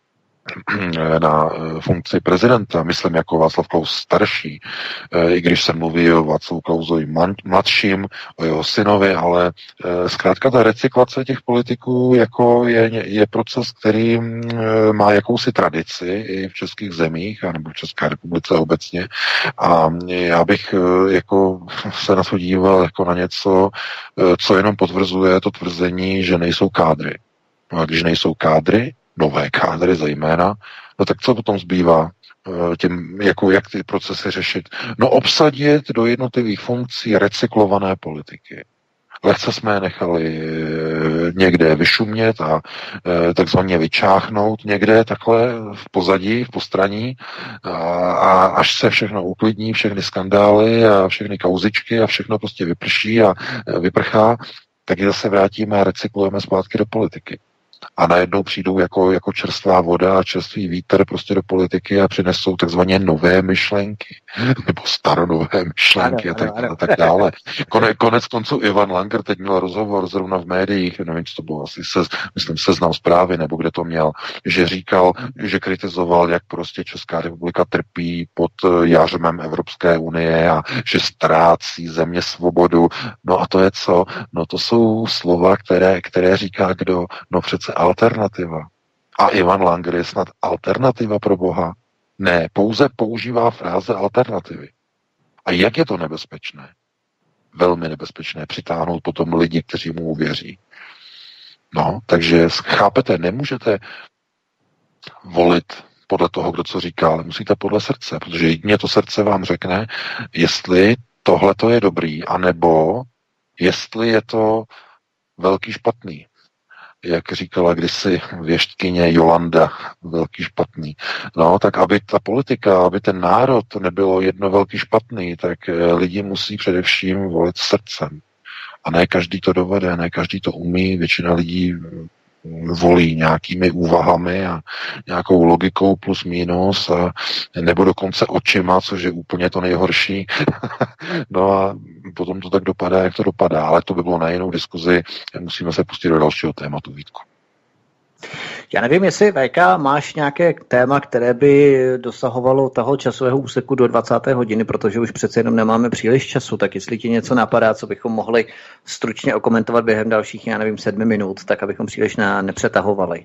S5: na funkci prezidenta, myslím jako Václav Klaus starší, i když se mluví o Václavu Klausovi mladším, o jeho synovi, ale zkrátka ta recyklace těch politiků jako je, je proces, který má jakousi tradici i v českých zemích, anebo v České republice obecně. A já bych jako se na to díval jako na něco, co jenom potvrzuje to tvrzení, že nejsou kádry. No a když nejsou kádry, nové kádry zejména, no tak co potom zbývá tím, jako jak ty procesy řešit? No obsadit do jednotlivých funkcí recyklované politiky. Lehce jsme je nechali někde vyšumět a takzvaně vyčáchnout někde takhle v pozadí, v postraní a, a až se všechno uklidní, všechny skandály a všechny kauzičky a všechno prostě vyprší a vyprchá, tak zase vrátíme a recyklujeme zpátky do politiky. A najednou přijdou jako, jako čerstvá voda a čerstvý vítr prostě do politiky a přinesou takzvaně nové myšlenky. Nebo staronové myšlenky ano, a, tak, ano, ano. a tak dále. Konec, konec konců Ivan Langer teď měl rozhovor zrovna v médiích, nevím, co to bylo, asi se, myslím Seznam Zprávy, nebo kde to měl, že říkal, že kritizoval, jak prostě Česká republika trpí pod jařmem Evropské unie a že ztrácí země svobodu. No a to je co? No to jsou slova, které, které říká kdo? No přece alternativa. A Ivan Langer je snad alternativa pro Boha? Ne, pouze používá fráze alternativy. A jak je to nebezpečné? Velmi nebezpečné přitáhnout potom lidi, kteří mu uvěří. No, takže chápete, nemůžete volit podle toho, kdo co říká, ale musíte podle srdce, protože jedině to srdce vám řekne, jestli tohle to je dobrý, anebo jestli je to velký špatný. Jak říkala kdysi věštkyně Jolanda, velký špatný. No, tak aby ta politika, aby ten národ nebylo jedno velký špatný, tak lidi musí především volit srdcem. A ne každý to dovede, ne každý to umí, většina lidí volí nějakými úvahami a nějakou logikou plus minus a nebo dokonce očima, což je úplně to nejhorší. No a potom to tak dopadá, jak to dopadá. Ale to by bylo na jinou diskuzi. Musíme se pustit do dalšího tématu, Vítku.
S4: Já nevím, jestli, V K, máš nějaké téma, které by dosahovalo toho časového úseku do dvacáté hodiny, protože už přece jenom nemáme příliš času, tak jestli ti něco napadá, co bychom mohli stručně okomentovat během dalších, já nevím, sedmi minut, tak abychom příliš na, nepřetahovali.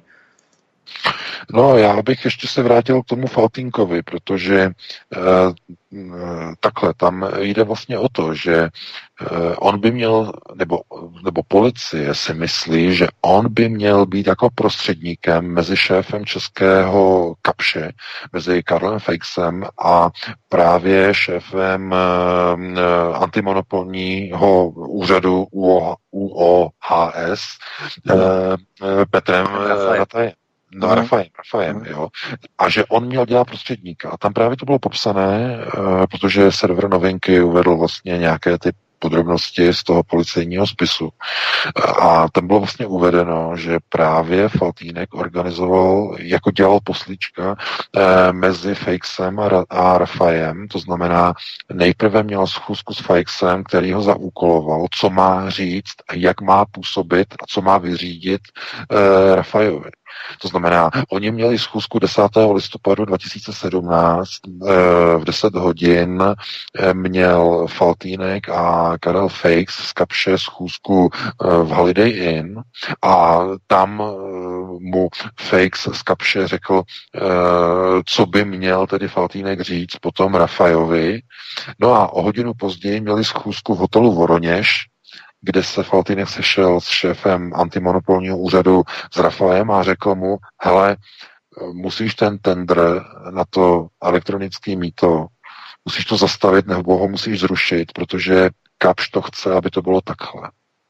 S5: No, já bych ještě se vrátil k tomu Faltýnkovi, protože eh, takhle, tam jde vlastně o to, že eh, on by měl, nebo, nebo policie si myslí, že on by měl být jako prostředníkem mezi šéfem českého Kapsche, mezi Karlem Feixem a právě šéfem eh, antimonopolního úřadu U O H S eh, Petrem Ratajem. No, mm. Rafajem, Rafajem, mm. jo. A že on měl dělat prostředníka. A tam právě to bylo popsané, uh, protože server Novinky uvedl vlastně nějaké ty podrobnosti z toho policejního spisu. A tam bylo vlastně uvedeno, že právě Faltýnek organizoval, jako dělal poslíčka eh, mezi Feixem a, Ra- a Rafajem, to znamená, nejprve měl schůzku s Feixem, který ho zaúkoloval, co má říct, jak má působit a co má vyřídit eh, Rafajovi. To znamená, oni měli schůzku desátého listopadu dva tisíce sedmnáct v deset hodin měl Faltýnek a Karel Feix z Kapsche schůzku v Holiday Inn a tam mu Feix z Kapsche řekl, co by měl tedy Faltýnek říct potom Rafajovi. No a o hodinu později měli schůzku v hotelu Voroněž, kde se Faltýnek sešel s šéfem antimonopolního úřadu s Rafajem a řekl mu, hele, musíš ten tender na to elektronické mýto, musíš to zastavit nebo ho musíš zrušit, protože Kapsch to chce, aby to bylo takhle.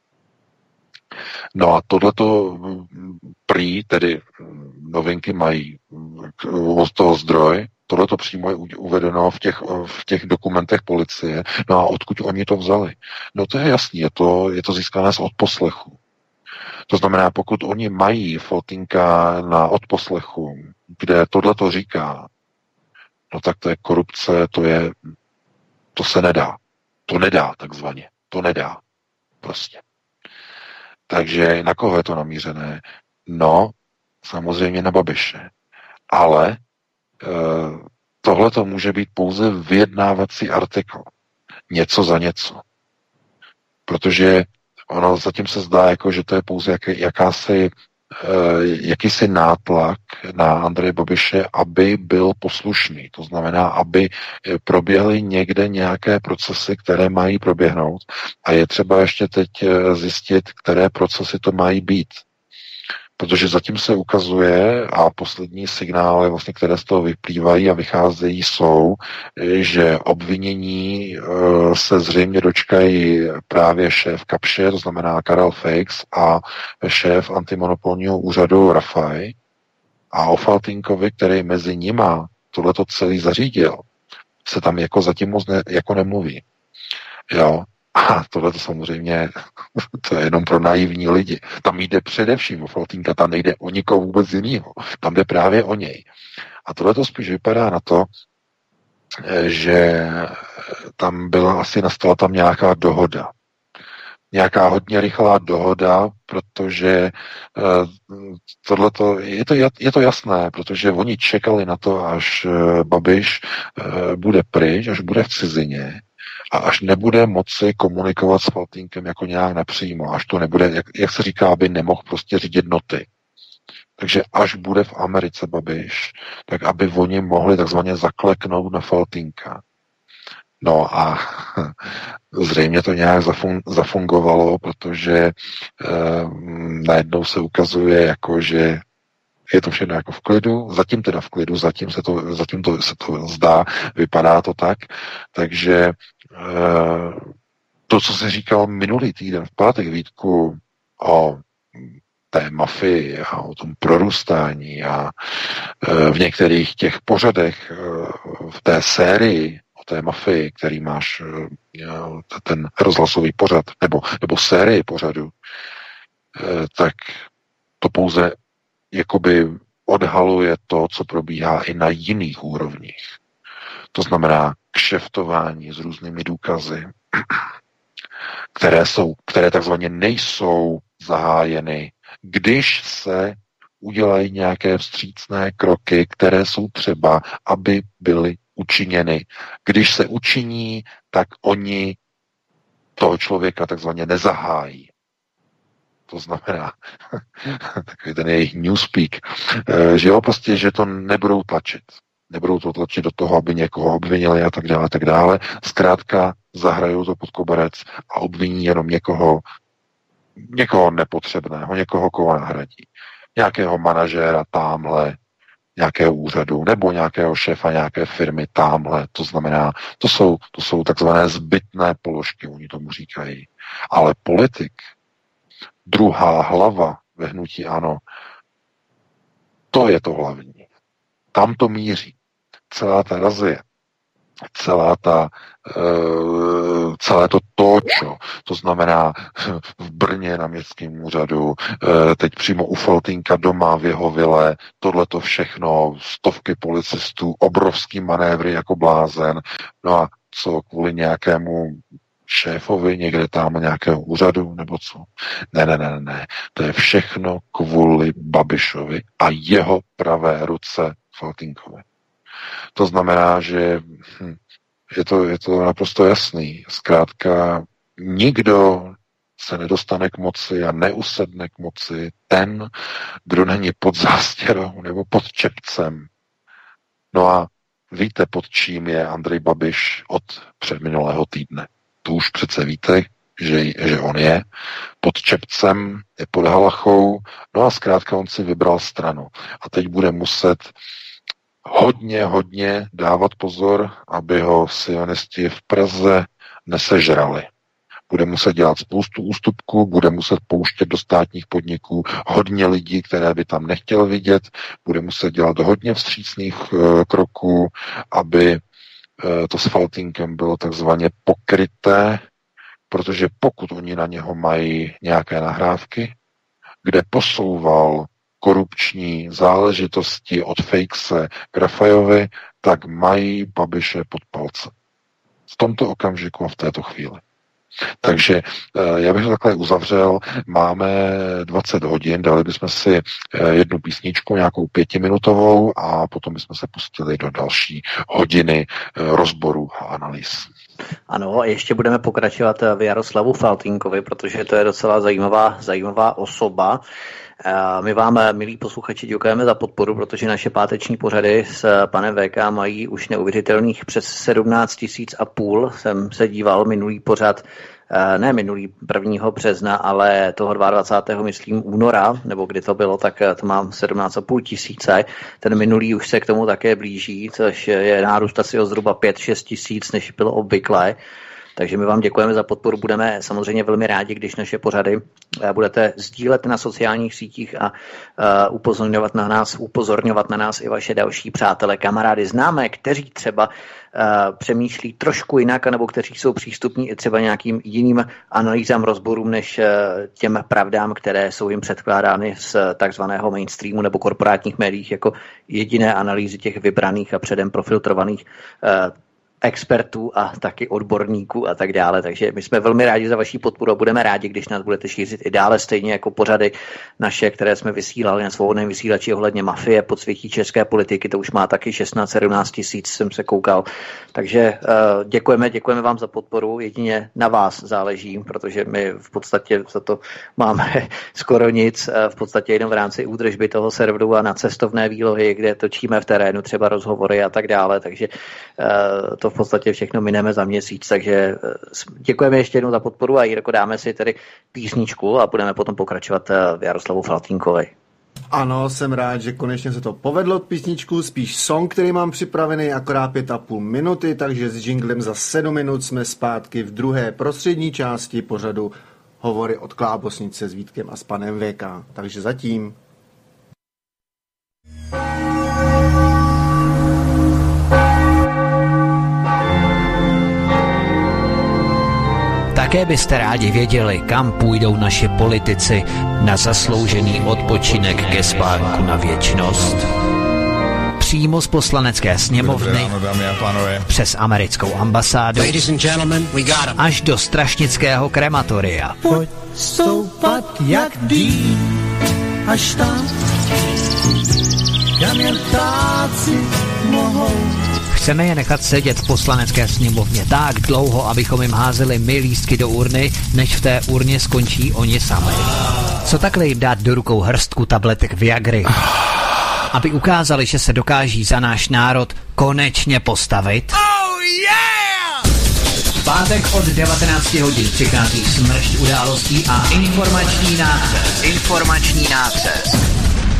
S5: No a tohleto prý, tedy Novinky mají od toho zdroj, tohle to přímo je uvedeno v těch, v těch dokumentech policie. No a odkud oni to vzali? No to je jasný, je to, je to získané z odposlechu. To znamená, pokud oni mají Faltýnka na odposlechu, kde tohle to říká, no tak to je korupce, to je, to se nedá. To nedá takzvaně. To nedá. Prostě. Takže na koho je to namířené? No, samozřejmě na Babiše. Ale tohle to může být pouze vyjednávací artikl. Něco za něco. Protože ono zatím se zdá, jako, že to je pouze jak, jakási, jakýsi nátlak na Andreje Babiše, aby byl poslušný. To znamená, aby proběhly někde nějaké procesy, které mají proběhnout. A je třeba ještě teď zjistit, které procesy to mají být. Protože zatím se ukazuje, a poslední signály, vlastně, které z toho vyplývají a vycházejí, jsou, že obvinění se zřejmě dočkají právě šéf Kapsche, to znamená Karel Feix, a šéf antimonopolního úřadu Rafaj. A o Faltýnkovi, který mezi nima tohleto celý zařídil, se tam jako zatím moc ne, jako nemluví. Jo. A tohle to samozřejmě, to je jenom pro naivní lidi. Tam jde především o Faltýnka, tam nejde o nikoho vůbec jiného. Tam jde právě o něj. A tohle to spíš vypadá na to, že tam byla asi nastala tam nějaká dohoda. Nějaká hodně rychlá dohoda, protože tohleto, je to, je to jasné, protože oni čekali na to, až Babiš bude pryč, až bude v cizině, a až nebude moci komunikovat s Faltýnkem jako nějak napřímo, až to nebude, jak, jak se říká, aby nemohl prostě řídit noty. Takže až bude v Americe Babiš, tak aby oni mohli takzvaně zakleknout na Faltýnka. No a zřejmě to nějak zafun- zafungovalo, protože e, najednou se ukazuje, jako že je to všechno jako v klidu, zatím teda v klidu, zatím se to, zatím to, se to zdá, vypadá to tak, takže e, to, co jsi říkal minulý týden v pátek, Vítku, o té mafii a o tom prorůstání a e, v některých těch pořadech e, v té sérii o té mafii, který máš e, ten rozhlasový pořad nebo, nebo sérii pořadu, e, tak to pouze jakoby odhaluje to, co probíhá i na jiných úrovních. To znamená kšeftování s různými důkazy, které jsou, které takzvaně nejsou zahájeny, když se udělají nějaké vstřícné kroky, které jsou třeba, aby byly učiněny. Když se učiní, tak oni toho člověka takzvaně nezahájí. To znamená, takový ten jejich newspeak, že jo, prostě, že to nebudou tlačit. Nebudou to tlačit do toho, aby někoho obvinili a tak dále, tak dále. Zkrátka zahrajou to pod koberec a obviní jenom někoho, někoho nepotřebného, někoho, koho nahradí. Nějakého manažéra támhle, nějakého úřadu, nebo nějakého šéfa nějaké firmy támhle. To znamená, to jsou, to jsou takzvané zbytné položky, oni tomu říkají. Ale politik, druhá hlava ve hnutí ANO, to je to hlavní. Tam to míří. Celá ta razie, celá ta, uh, celé to točo, to znamená v Brně na městském úřadu, uh, teď přímo u Faltýnka doma v jeho vile, tohleto všechno, stovky policistů, obrovský manévry jako blázen, no a co kvůli nějakému šéfovi někde tam nějakého úřadu, nebo co? Ne, ne, ne, ne. To je všechno kvůli Babišovi a jeho pravé ruce Faltýnkovi. To znamená, že hm, je, to, je to naprosto jasný. Zkrátka nikdo se nedostane k moci a neusedne k moci ten, kdo není pod zástěrou nebo pod čepcem. No a víte, pod čím je Andrej Babiš od předminulého týdne. To už přece víte, že, že on je pod čepcem, je pod halachou, no a zkrátka on si vybral stranu. A teď bude muset hodně, hodně dávat pozor, aby ho sionisti v Praze nesežrali. Bude muset dělat spoustu ústupků, bude muset pouštět do státních podniků hodně lidí, které by tam nechtěl vidět, bude muset dělat hodně vstřícných uh, kroků, aby to s Faltýnkem bylo takzvaně pokryté, protože pokud oni na něho mají nějaké nahrávky, kde posouval korupční záležitosti od Fejkse k Rafajovi, tak mají Babiše pod palce. V tomto okamžiku a v této chvíli. Takže já bych to takhle uzavřel. Máme dvacet hodin, dali bychom si jednu písničku, nějakou pětiminutovou a potom bychom se pustili do další hodiny rozboru a analýz.
S4: Ano, a ještě budeme pokračovat v Jaroslavu Faltýnkovi, protože to je docela zajímavá, zajímavá osoba. My vám, milí posluchači, děkujeme za podporu, protože naše páteční pořady s panem V K mají už neuvěřitelných přes sedmnáct tisíc a půl. Jsem se díval minulý pořad, ne minulý prvního března, ale toho dvacátého druhého myslím února, nebo kdy to bylo, tak to mám sedmnáct a půl tisíce. Ten minulý už se k tomu také blíží, což je nárůst asi o zhruba pět šest tisíc, než bylo obvyklé. Takže my vám děkujeme za podporu, budeme samozřejmě velmi rádi, když naše pořady budete sdílet na sociálních sítích a uh, upozorňovat na nás, upozorňovat na nás i vaše další přátele, kamarády, známé, kteří třeba uh, přemýšlí trošku jinak, nebo kteří jsou přístupní i třeba nějakým jiným analýzám, rozborům, než uh, těm pravdám, které jsou jim předkládány z takzvaného mainstreamu nebo korporátních médiích jako jediné analýzy těch vybraných a předem profiltrovaných uh, expertů a taky odborníků a tak dále. Takže my jsme velmi rádi za vaši podporu a budeme rádi, když nás budete šířit i dále, stejně jako pořady naše, které jsme vysílali na svobodném vysílači ohledně mafie, podsvětí české politiky, to už má taky šestnáct sedmnáct tisíc, jsem se koukal. Takže uh, děkujeme, děkujeme vám za podporu, jedině na vás záleží, protože my v podstatě za to máme skoro nic, v podstatě jenom v rámci údržby toho serveru a na cestovné výlohy, kde točíme v terénu třeba rozhovory a tak dále, takže uh, to v podstatě všechno mineme za měsíc, takže děkujeme ještě jednou za podporu a Jirko, dáme si tedy písničku a budeme potom pokračovat v Jaroslavu Faltýnkovi.
S3: Ano, jsem rád, že konečně se to povedlo písničku, spíš song, který mám připravený, akorát pět a půl minuty, takže s jinglem za sedm minut jsme zpátky v druhé prostřední části pořadu Hovory od Klábosnice s Vítkem a s panem V K. Takže zatím.
S1: Také byste rádi věděli, kam půjdou naši politici na zasloužený odpočinek ke spánku na věčnost? Přímo z poslanecké sněmovny, přes americkou ambasádu, až do strašnického krematoria.
S6: Pojď stoupat jak dým, až tam, kam jen ptáci mohou.
S1: Chceme je nechat sedět v poslanecké sněmovně tak dlouho, abychom jim házeli my lístky do urny, než v té urně skončí oni sami. Co takhle jim dát do rukou hrstku tabletek Viagry, aby ukázali, že se dokáží za náš národ konečně postavit?
S6: Oh yeah!
S1: V pátek od devatenácti hodin přichází smršť událostí a informační nácest. Informační nácest.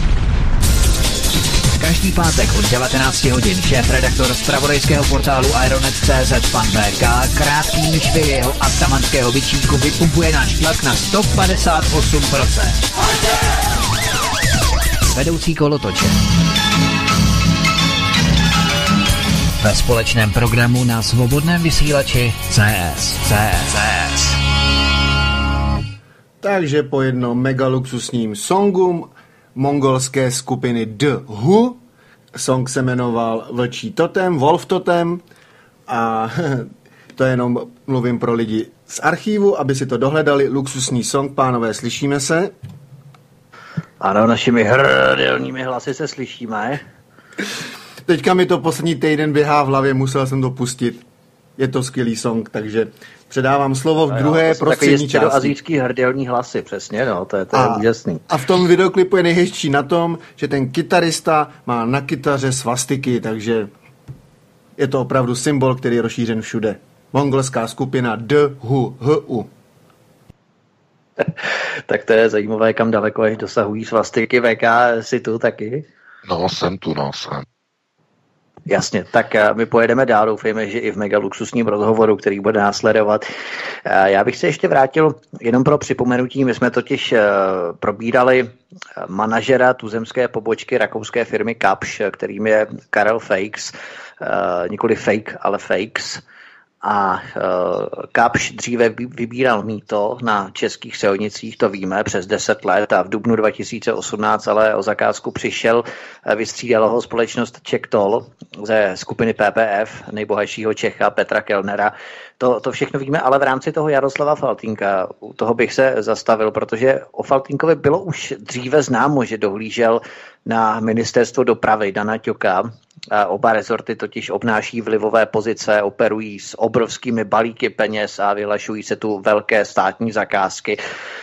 S1: Každý pátek od devatenácti hodin šéf-redaktor zpravodajského portálu Ironet tečka cé zet pan V K krátkým švy jeho atamanského bičíku vypumpuje náš tlak na sto padesát osm procent. Vedoucí kolotoče. Ve společném programu na svobodném vysílači C S. C S.
S3: Takže po jednom megaluxusním songu mongolské skupiny The Who. Song se jmenoval Vlčí totem, Wolf totem a to jenom mluvím pro lidi z archívu, aby si to dohledali. Luxusní song, pánové, slyšíme se?
S4: Ano, našimi hrdelními hlasy se slyšíme.
S3: Teďka mi to poslední týden běhá v hlavě, musel jsem to pustit. Je to skvělý song, takže předávám slovo v no druhé jo, prostřední části.
S4: To azijský hrdelní hlasy, přesně, no, to je, to je a, úžasný.
S3: A v tom videoklipu je nejhezčí na tom, že ten kytarista má na kytaře svastiky, takže je to opravdu symbol, který je rozšířen všude. Mongolská skupina The Who. H-U.
S4: Tak to je zajímavé, kam daleko až dosahují svastiky. V K, jsi tu taky?
S5: No, jsem tu, no, jsem.
S4: Jasně, tak my pojedeme dál, doufejme, že i v megaluxusním rozhovoru, který bude následovat. Já bych se ještě vrátil jenom pro připomenutí, my jsme totiž probírali manažera tuzemské pobočky rakouské firmy Kapsch, kterým je Karel Feix, nikoli fake, ale Feix. A Kapsch dříve vybíral mýto na českých silnicích, to víme, přes deset let a v dubnu dva tisíce osmnáct ale o zakázku přišel, vystřídala ho společnost Czech-Toll ze skupiny P P F, nejbohatšího Čecha Petra Kellnera. To, to všechno víme, ale v rámci toho Jaroslava Faltýnka, u toho bych se zastavil, protože o Faltýnkovi bylo už dříve známo, že dohlížel na ministerstvo dopravy Dana Ťoka. Oba rezorty totiž obnáší vlivové pozice, operují s obrovskými balíky peněz a vyhlašují se tu velké státní zakázky.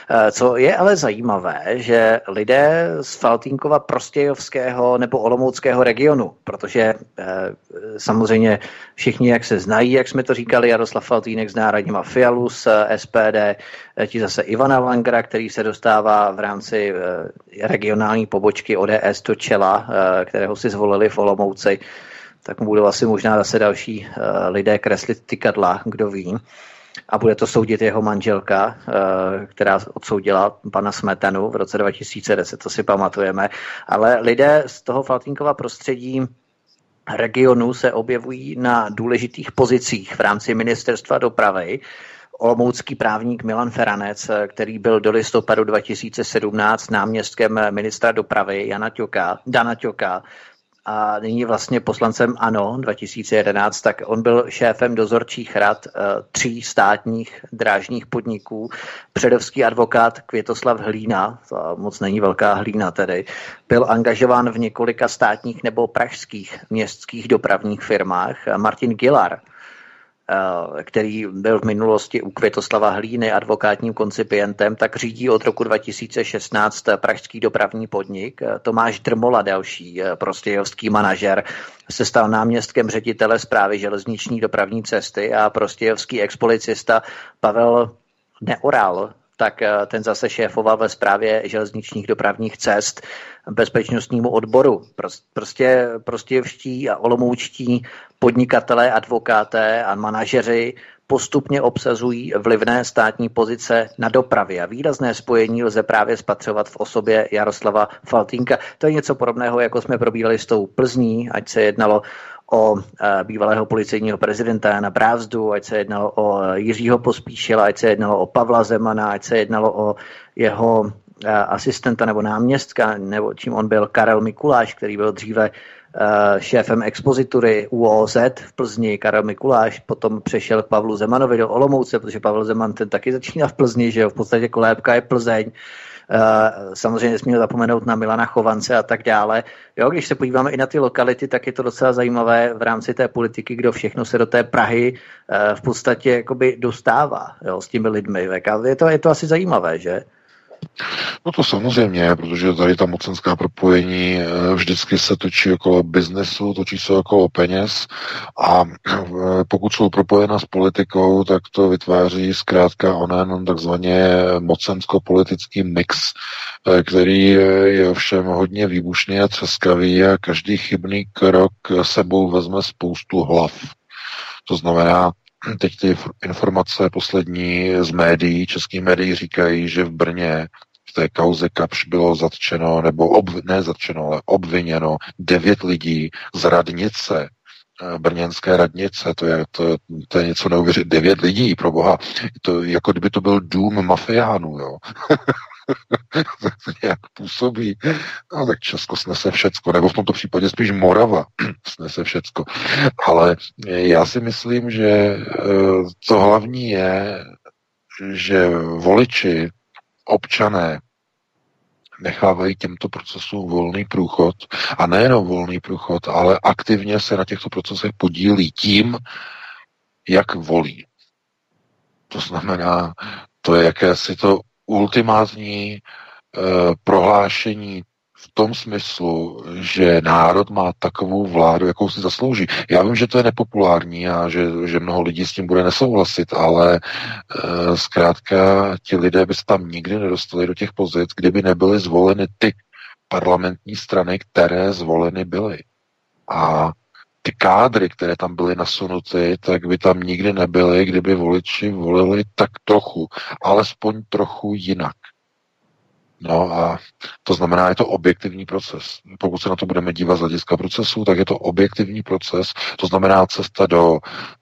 S4: Co je ale zajímavé, že lidé z Faltýnkova prostějovského nebo olomouckého regionu, protože samozřejmě všichni, jak se znají, jak jsme to říkali, Jaroslav Faltýnek zná Radima Fialu z S P D, ti zase Ivana Langera, který se dostává v rámci regionální pobočky O D S do čela, kterého si zvolili v Olomouci, tak mu budou asi možná zase další lidé kreslit tykadla, kdo ví. A bude to soudit jeho manželka, která odsoudila pana Smetanu v roce dva tisíce deset, to si pamatujeme. Ale lidé z toho Faltýnkova prostředí regionu se objevují na důležitých pozicích v rámci ministerstva dopravy. Olomoucký právník Milan Feranec, který byl do listopadu dva tisíce sedmnáct náměstkem ministra dopravy Jana Ťoka, Dana Ťoka, a nyní vlastně poslancem ANO dva tisíce jedenáct, tak on byl šéfem dozorčích rad e, tří státních drážních podniků. Předovský advokát Květoslav Hlína, to moc není velká hlína tedy, byl angažován v několika státních nebo pražských městských dopravních firmách. Martin Gillar, který byl v minulosti u Květoslava Hlíny advokátním koncipientem, tak řídí od roku dva tisíce šestnáct pražský dopravní podnik. Tomáš Drmola, další prostějovský manažer, se stal náměstkem ředitele správy železniční dopravní cesty a prostějovský expolicista Pavel Neoral, tak ten zase šéfoval ve správě železničních dopravních cest bezpečnostnímu odboru. Prostě prostějovští a olomoučtí podnikatelé, advokáté a manažeři postupně obsazují vlivné státní pozice na dopravě a výrazné spojení lze právě spatřovat v osobě Jaroslava Faltýnka. To je něco podobného, jako jsme probírali s tou Plzní, ať se jednalo o bývalého policejního prezidenta Jana Brázdu, ať se jednalo o Jiřího Pospíšila, ať se jednalo o Pavla Zemana, ať se jednalo o jeho asistenta nebo náměstka, nebo čím on byl, Karel Mikuláš, který byl dříve šéfem expozitury U O Z v Plzni. Karel Mikuláš potom přešel k Pavlu Zemanovi do Olomouce, protože Pavel Zeman ten taky začíná v Plzni, že jo, v podstatě kolébka je Plzeň. Samozřejmě nesmíme zapomenout na Milana Chovance a tak dále. Jo, když se podíváme i na ty lokality, tak je to docela zajímavé v rámci té politiky, kdo všechno se do té Prahy v podstatě jakoby dostává, jo, s těmi lidmi. Je to, je to asi zajímavé, že?
S5: No to samozřejmě, protože tady ta mocenská propojení vždycky se točí okolo biznesu, točí se okolo peněz a pokud jsou propojena s politikou, tak to vytváří zkrátka onen takzvaně mocensko-politický mix, který je ovšem hodně výbušný a třeskavý a každý chybný krok sebou vezme spoustu hlav. To znamená, teď ty informace poslední z médií, českých médií říkají, že v Brně v té kauze Kapsch bylo zatčeno, nebo ob, ne zatčeno, ale obviněno devět lidí z radnice, brněnské radnice, to je, to, to je něco neuvěřit. Devět lidí, pro boha, to jako kdyby to byl dům mafiánů, jo. Jak působí, no tak Česko snese všecko, nebo v tomto případě spíš Morava snese všecko. Ale já si myslím, že to hlavní je, že voliči, občané nechávají těmto procesům volný průchod a nejenom volný průchod, ale aktivně se na těchto procesech podílí tím, jak volí. To znamená, to je jakési to ultimátní eh, prohlášení v tom smyslu, že národ má takovou vládu, jakou si zaslouží. Já vím, že to je nepopulární a že, že mnoho lidí s tím bude nesouhlasit, ale eh, zkrátka ti lidé by se tam nikdy nedostali do těch pozic, kdyby nebyly zvoleny ty parlamentní strany, které zvoleny byly. A ty kádry, které tam byly nasunuty, tak by tam nikdy nebyly, kdyby voliči volili tak trochu, alespoň trochu jinak. No a to znamená, je to objektivní proces. Pokud se na to budeme dívat z hlediska procesu, tak je to objektivní proces. To znamená cesta do,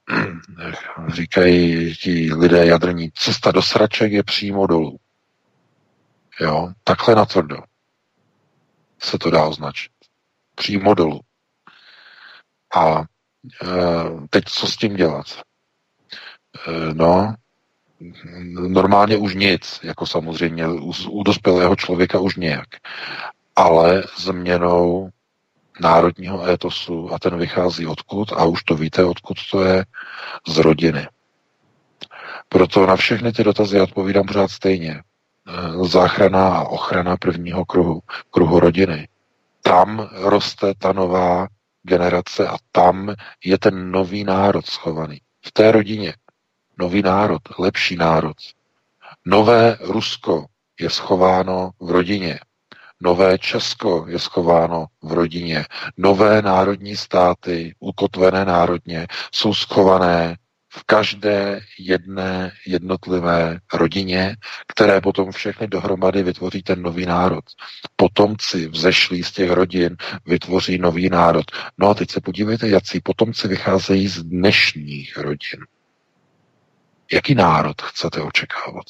S5: říkají ti lidé jadrní, cesta do sraček je přímo dolů. Jo, takhle natvrdo se to dá označit. Přímo dolů. A e, teď co s tím dělat? E, no, normálně už nic, jako samozřejmě u, u dospělého člověka už nějak, ale změnou národního étosu a ten vychází odkud a už to víte, odkud to je, z rodiny. Proto na všechny ty dotazy odpovídám pořád stejně. Záchrana a ochrana prvního kruhu, kruhu rodiny. Tam roste ta nová generace a tam je ten nový národ schovaný. V té rodině. Nový národ, lepší národ. Nové Rusko je schováno v rodině. Nové Česko je schováno v rodině. Nové národní státy, ukotvené národně, jsou schované v každé jedné jednotlivé rodině, které potom všechny dohromady vytvoří ten nový národ. Potomci vzešlí z těch rodin vytvoří nový národ. No a teď se podívejte, jací potomci vycházejí z dnešních rodin. Jaký národ chcete očekávat?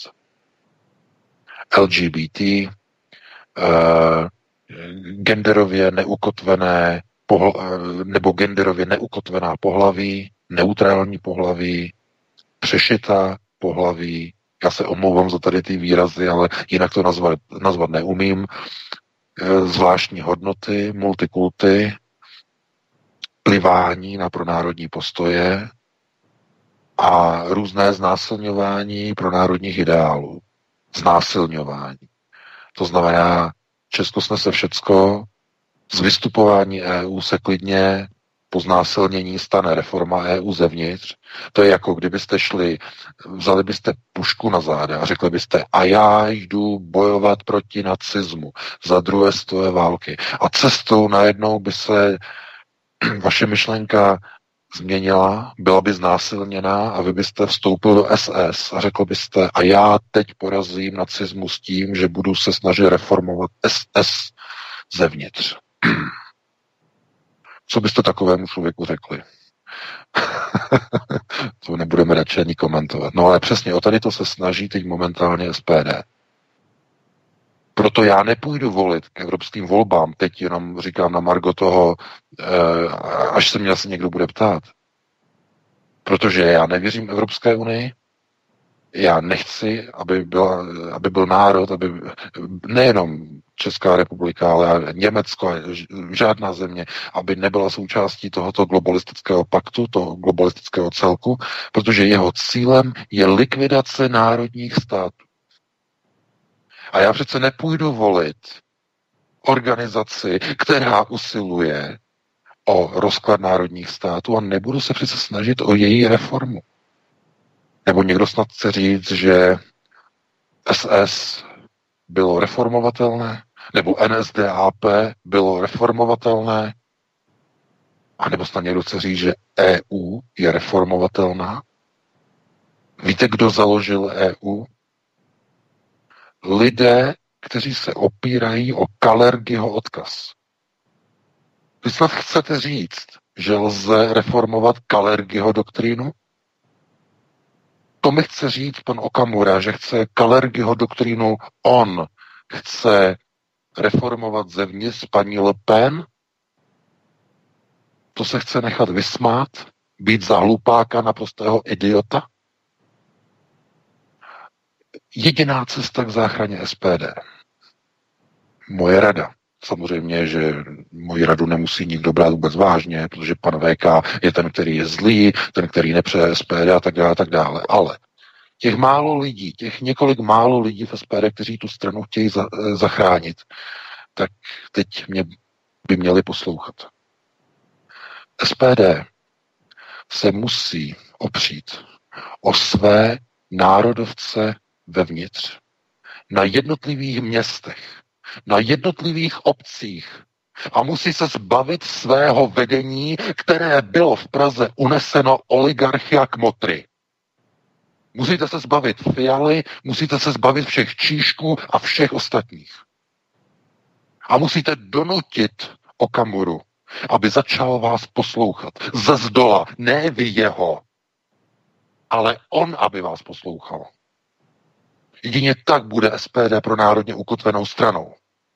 S5: L G B T, uh, genderově neukotvené pohla- nebo genderově neukotvená pohlaví, neutrální pohlaví, přešitá pohlaví. Já se omlouvám za tady ty výrazy, ale jinak to nazvat, nazvat neumím. E, zvláštní hodnoty, multikulty, plivání na pronárodní postoje a různé znásilňování pro národních ideálů. Znásilňování. To znamená, Česko snese všecko, z vystupování E U se klidně po znásilnění stane reforma E U zevnitř. To je jako kdybyste šli, vzali byste pušku na záda a řekli byste, a já jdu bojovat proti nacismu za druhé světové války. A cestou najednou by se vaše myšlenka změnila, byla by znásilněná a vy byste vstoupil do S S a řekl byste, a já teď porazím nacismus tím, že budu se snažit reformovat S S zevnitř. Co byste takovému člověku řekli? To nebudeme radši ani komentovat. No ale přesně o tady to se snaží teď momentálně S P D. Proto já nepůjdu volit k evropským volbám, teď jenom říkám na margo toho, až se mě asi někdo bude ptát. Protože já nevěřím Evropské unii, já nechci, aby, byla, aby byl národ, aby nejenom Česká republika, ale Německo, žádná země, aby nebyla součástí tohoto globalistického paktu, toho globalistického celku, protože jeho cílem je likvidace národních států. A já přece nepůjdu volit organizaci, která usiluje o rozklad národních států a nebudu se přece snažit o její reformu. Nebo někdo snad chce říct, že S S bylo reformovatelné, nebo N S D A P bylo reformovatelné, a nebo snad někdo chce říct, že E U je reformovatelná. Víte, kdo založil E U? Lidé, kteří se opírají o Kalergiho odkaz. Vy snad chcete říct, že lze reformovat Kalergiho doktrínu? To mi chce říct pan Okamura, že chce Kalergiho doktrínu, on chce reformovat zevnitř paní Le Pen? To se chce nechat vysmát? Být za hlupáka, naprostého idiota? Jediná cesta k záchraně S P D. Moje rada. Samozřejmě, že moji radu nemusí nikdo brát vůbec vážně, protože pan V K je ten, který je zlý, ten, který nepřeje S P D a tak dále, a tak dále. Ale těch málo lidí, těch několik málo lidí v S P D, kteří tu stranu chtějí za, zachránit, tak teď mě by měli poslouchat. S P D se musí opřít o své národovce vevnitř, na jednotlivých městech, na jednotlivých obcích a musí se zbavit svého vedení, které bylo v Praze uneseno oligarchy a kmotry. Musíte se zbavit Fialy, musíte se zbavit všech Číšků a všech ostatních. A musíte donutit Okamuru, aby začal vás poslouchat. Ze zdola, ne vy jeho, ale on, aby vás poslouchal. Jedině tak bude S P D pro národně ukotvenou stranou.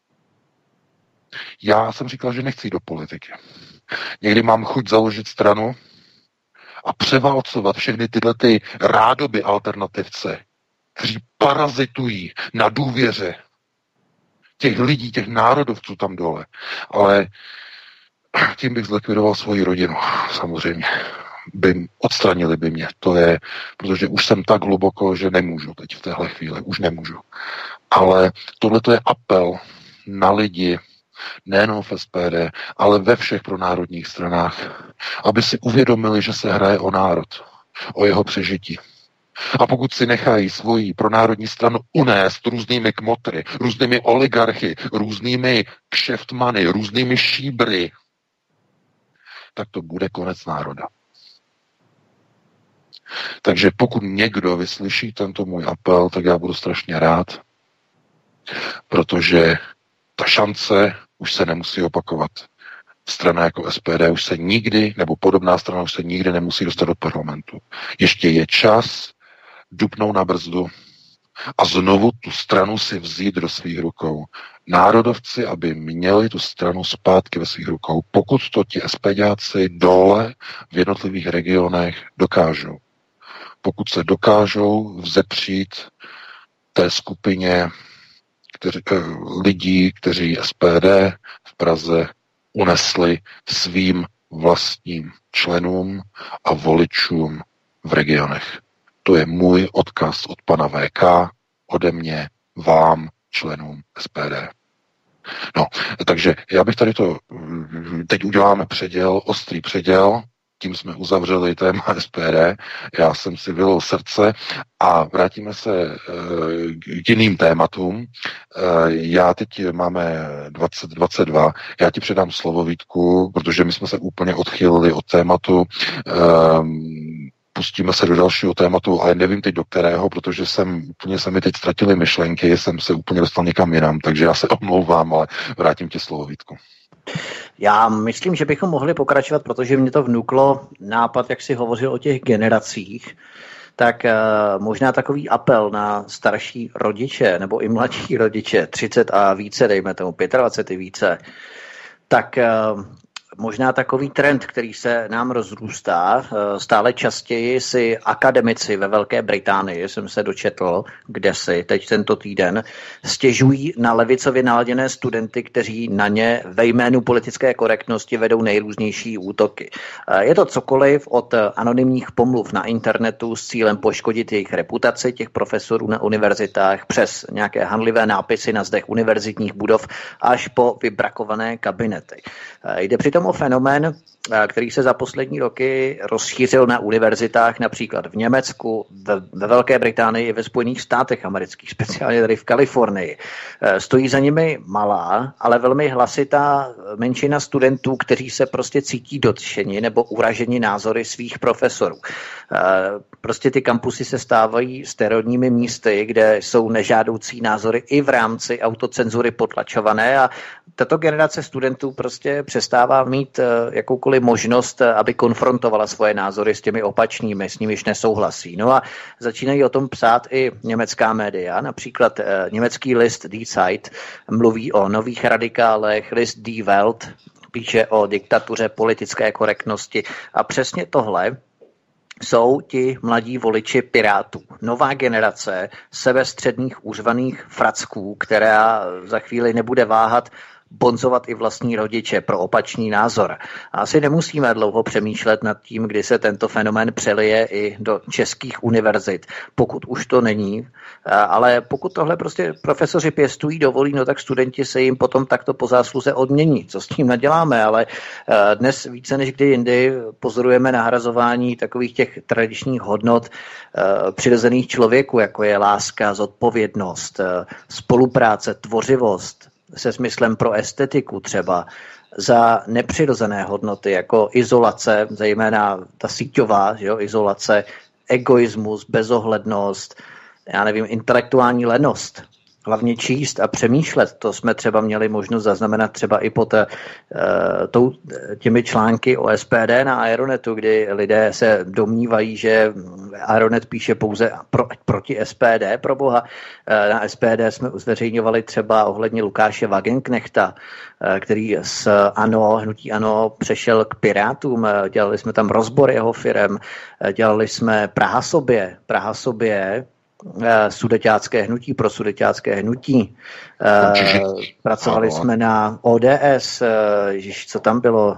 S5: Já jsem říkal, že nechci do politiky. Někdy mám chuť založit stranu a převálcovat všechny tyhle ty rádoby alternativce, kteří parazitují na důvěře těch lidí, těch národovců tam dole. Ale tím bych zlikvidoval svoji rodinu, samozřejmě. By, odstranili by mě. To je, protože už jsem tak hluboko, že nemůžu teď v téhle chvíli. Už nemůžu. Ale tohle to je apel na lidi, nejenom v S P D, ale ve všech pronárodních stranách, aby si uvědomili, že se hraje o národ, o jeho přežití. A pokud si nechají svoji pronárodní stranu unést různými kmotry, různými oligarchy, různými kšeftmany, různými šíbry, tak to bude konec národa. Takže pokud někdo vyslyší tento můj apel, tak já budu strašně rád, protože ta šance už se nemusí opakovat. Strana jako S P D už se nikdy, nebo podobná strana už se nikdy nemusí dostat do parlamentu. Ještě je čas dupnout na brzdu a znovu tu stranu si vzít do svých rukou. Národovci, aby měli tu stranu zpátky ve svých rukou, pokud to ti SPDáci dole v jednotlivých regionech dokážou. Pokud se dokážou vzepřít té skupině kteři, lidí, kteří S P D v Praze unesli svým vlastním členům a voličům v regionech. To je můj odkaz od pana V K, ode mě, vám, členům S P D. No, takže já bych tady to, teď uděláme předěl, ostrý předěl, tím jsme uzavřeli téma S P D, já jsem si vylil srdce a vrátíme se e, k jiným tématům. E, já teď máme dvacet dvacet dva, já ti předám slovo, Vítku, protože my jsme se úplně odchylili od tématu, e, pustíme se do dalšího tématu, ale nevím teď do kterého, protože jsem úplně se mi teď ztratily myšlenky, jsem se úplně dostal někam jinam, takže já se omlouvám, ale vrátím ti slovo, Vítku.
S4: Já myslím, že bychom mohli pokračovat, protože mě to vnuklo nápad, jak jsi hovořil o těch generacích, tak uh, možná takový apel na starší rodiče, nebo i mladší rodiče, třicet a více, dejme tomu dvacet pět i více, tak uh, možná takový trend, který se nám rozrůstá, stále častěji si akademici ve Velké Británii, jsem se dočetl, kde si teď tento týden, stěžují na levicově naladěné studenty, kteří na ně ve jménu politické korektnosti vedou nejrůznější útoky. Je to cokoliv od anonymních pomluv na internetu s cílem poškodit jejich reputaci těch profesorů na univerzitách přes nějaké hanlivé nápisy na zdech univerzitních budov až po vybrakované kabinety. Jde přitom o fenomén, který se za poslední roky rozšířil na univerzitách například v Německu, ve, ve Velké Británii i ve Spojených státech amerických, speciálně tady v Kalifornii. Stojí za nimi malá, ale velmi hlasitá menšina studentů, kteří se prostě cítí dotčeni nebo uraženi názory svých profesorů. Prostě ty kampusy se stávají sterilními místy, kde jsou nežádoucí názory i v rámci autocenzury potlačované a tato generace studentů prostě přestává mít jakoukoliv možnost, aby konfrontovala svoje názory s těmi opačnými, s nimiž nesouhlasí. No a začínají o tom psát i německá média, například eh, německý list Die Zeit mluví o nových radikálech, list Die Welt píše o diktatuře politické korektnosti a přesně tohle jsou ti mladí voliči Pirátů. Nová generace sebestředních úřvaných fracků, která za chvíli nebude váhat bonzovat i vlastní rodiče pro opačný názor. Asi nemusíme dlouho přemýšlet nad tím, kdy se tento fenomén přelije i do českých univerzit, pokud už to není. Ale pokud tohle prostě profesoři pěstují, dovolí, no tak studenti se jim potom takto po zásluze odmění. Co s tím naděláme? Ale dnes více než kdy jindy pozorujeme nahrazování takových těch tradičních hodnot přirozených člověku, jako je láska, zodpovědnost, spolupráce, tvořivost, se smyslem pro estetiku třeba, za nepřirozené hodnoty, jako izolace, zejména ta síťová, že jo, izolace, egoismus, bezohlednost, já nevím, intelektuální lenost. Hlavně číst a přemýšlet, to jsme třeba měli možnost zaznamenat třeba i pod uh, tou, těmi články o S P D na Aeronetu, kdy lidé se domnívají, že Aeronet píše pouze pro, proti S P D, pro boha. Uh, na S P D jsme zveřejňovali třeba ohledně Lukáše Wagenknechta, uh, který z ANO, hnutí ANO přešel k Pirátům, uh, dělali jsme tam rozbor jeho firem, uh, dělali jsme Praha sobě, Praha sobě, sudeťácké hnutí, pro sudeťácké hnutí. Pracovali jsme na O D S, ježiš, co tam bylo.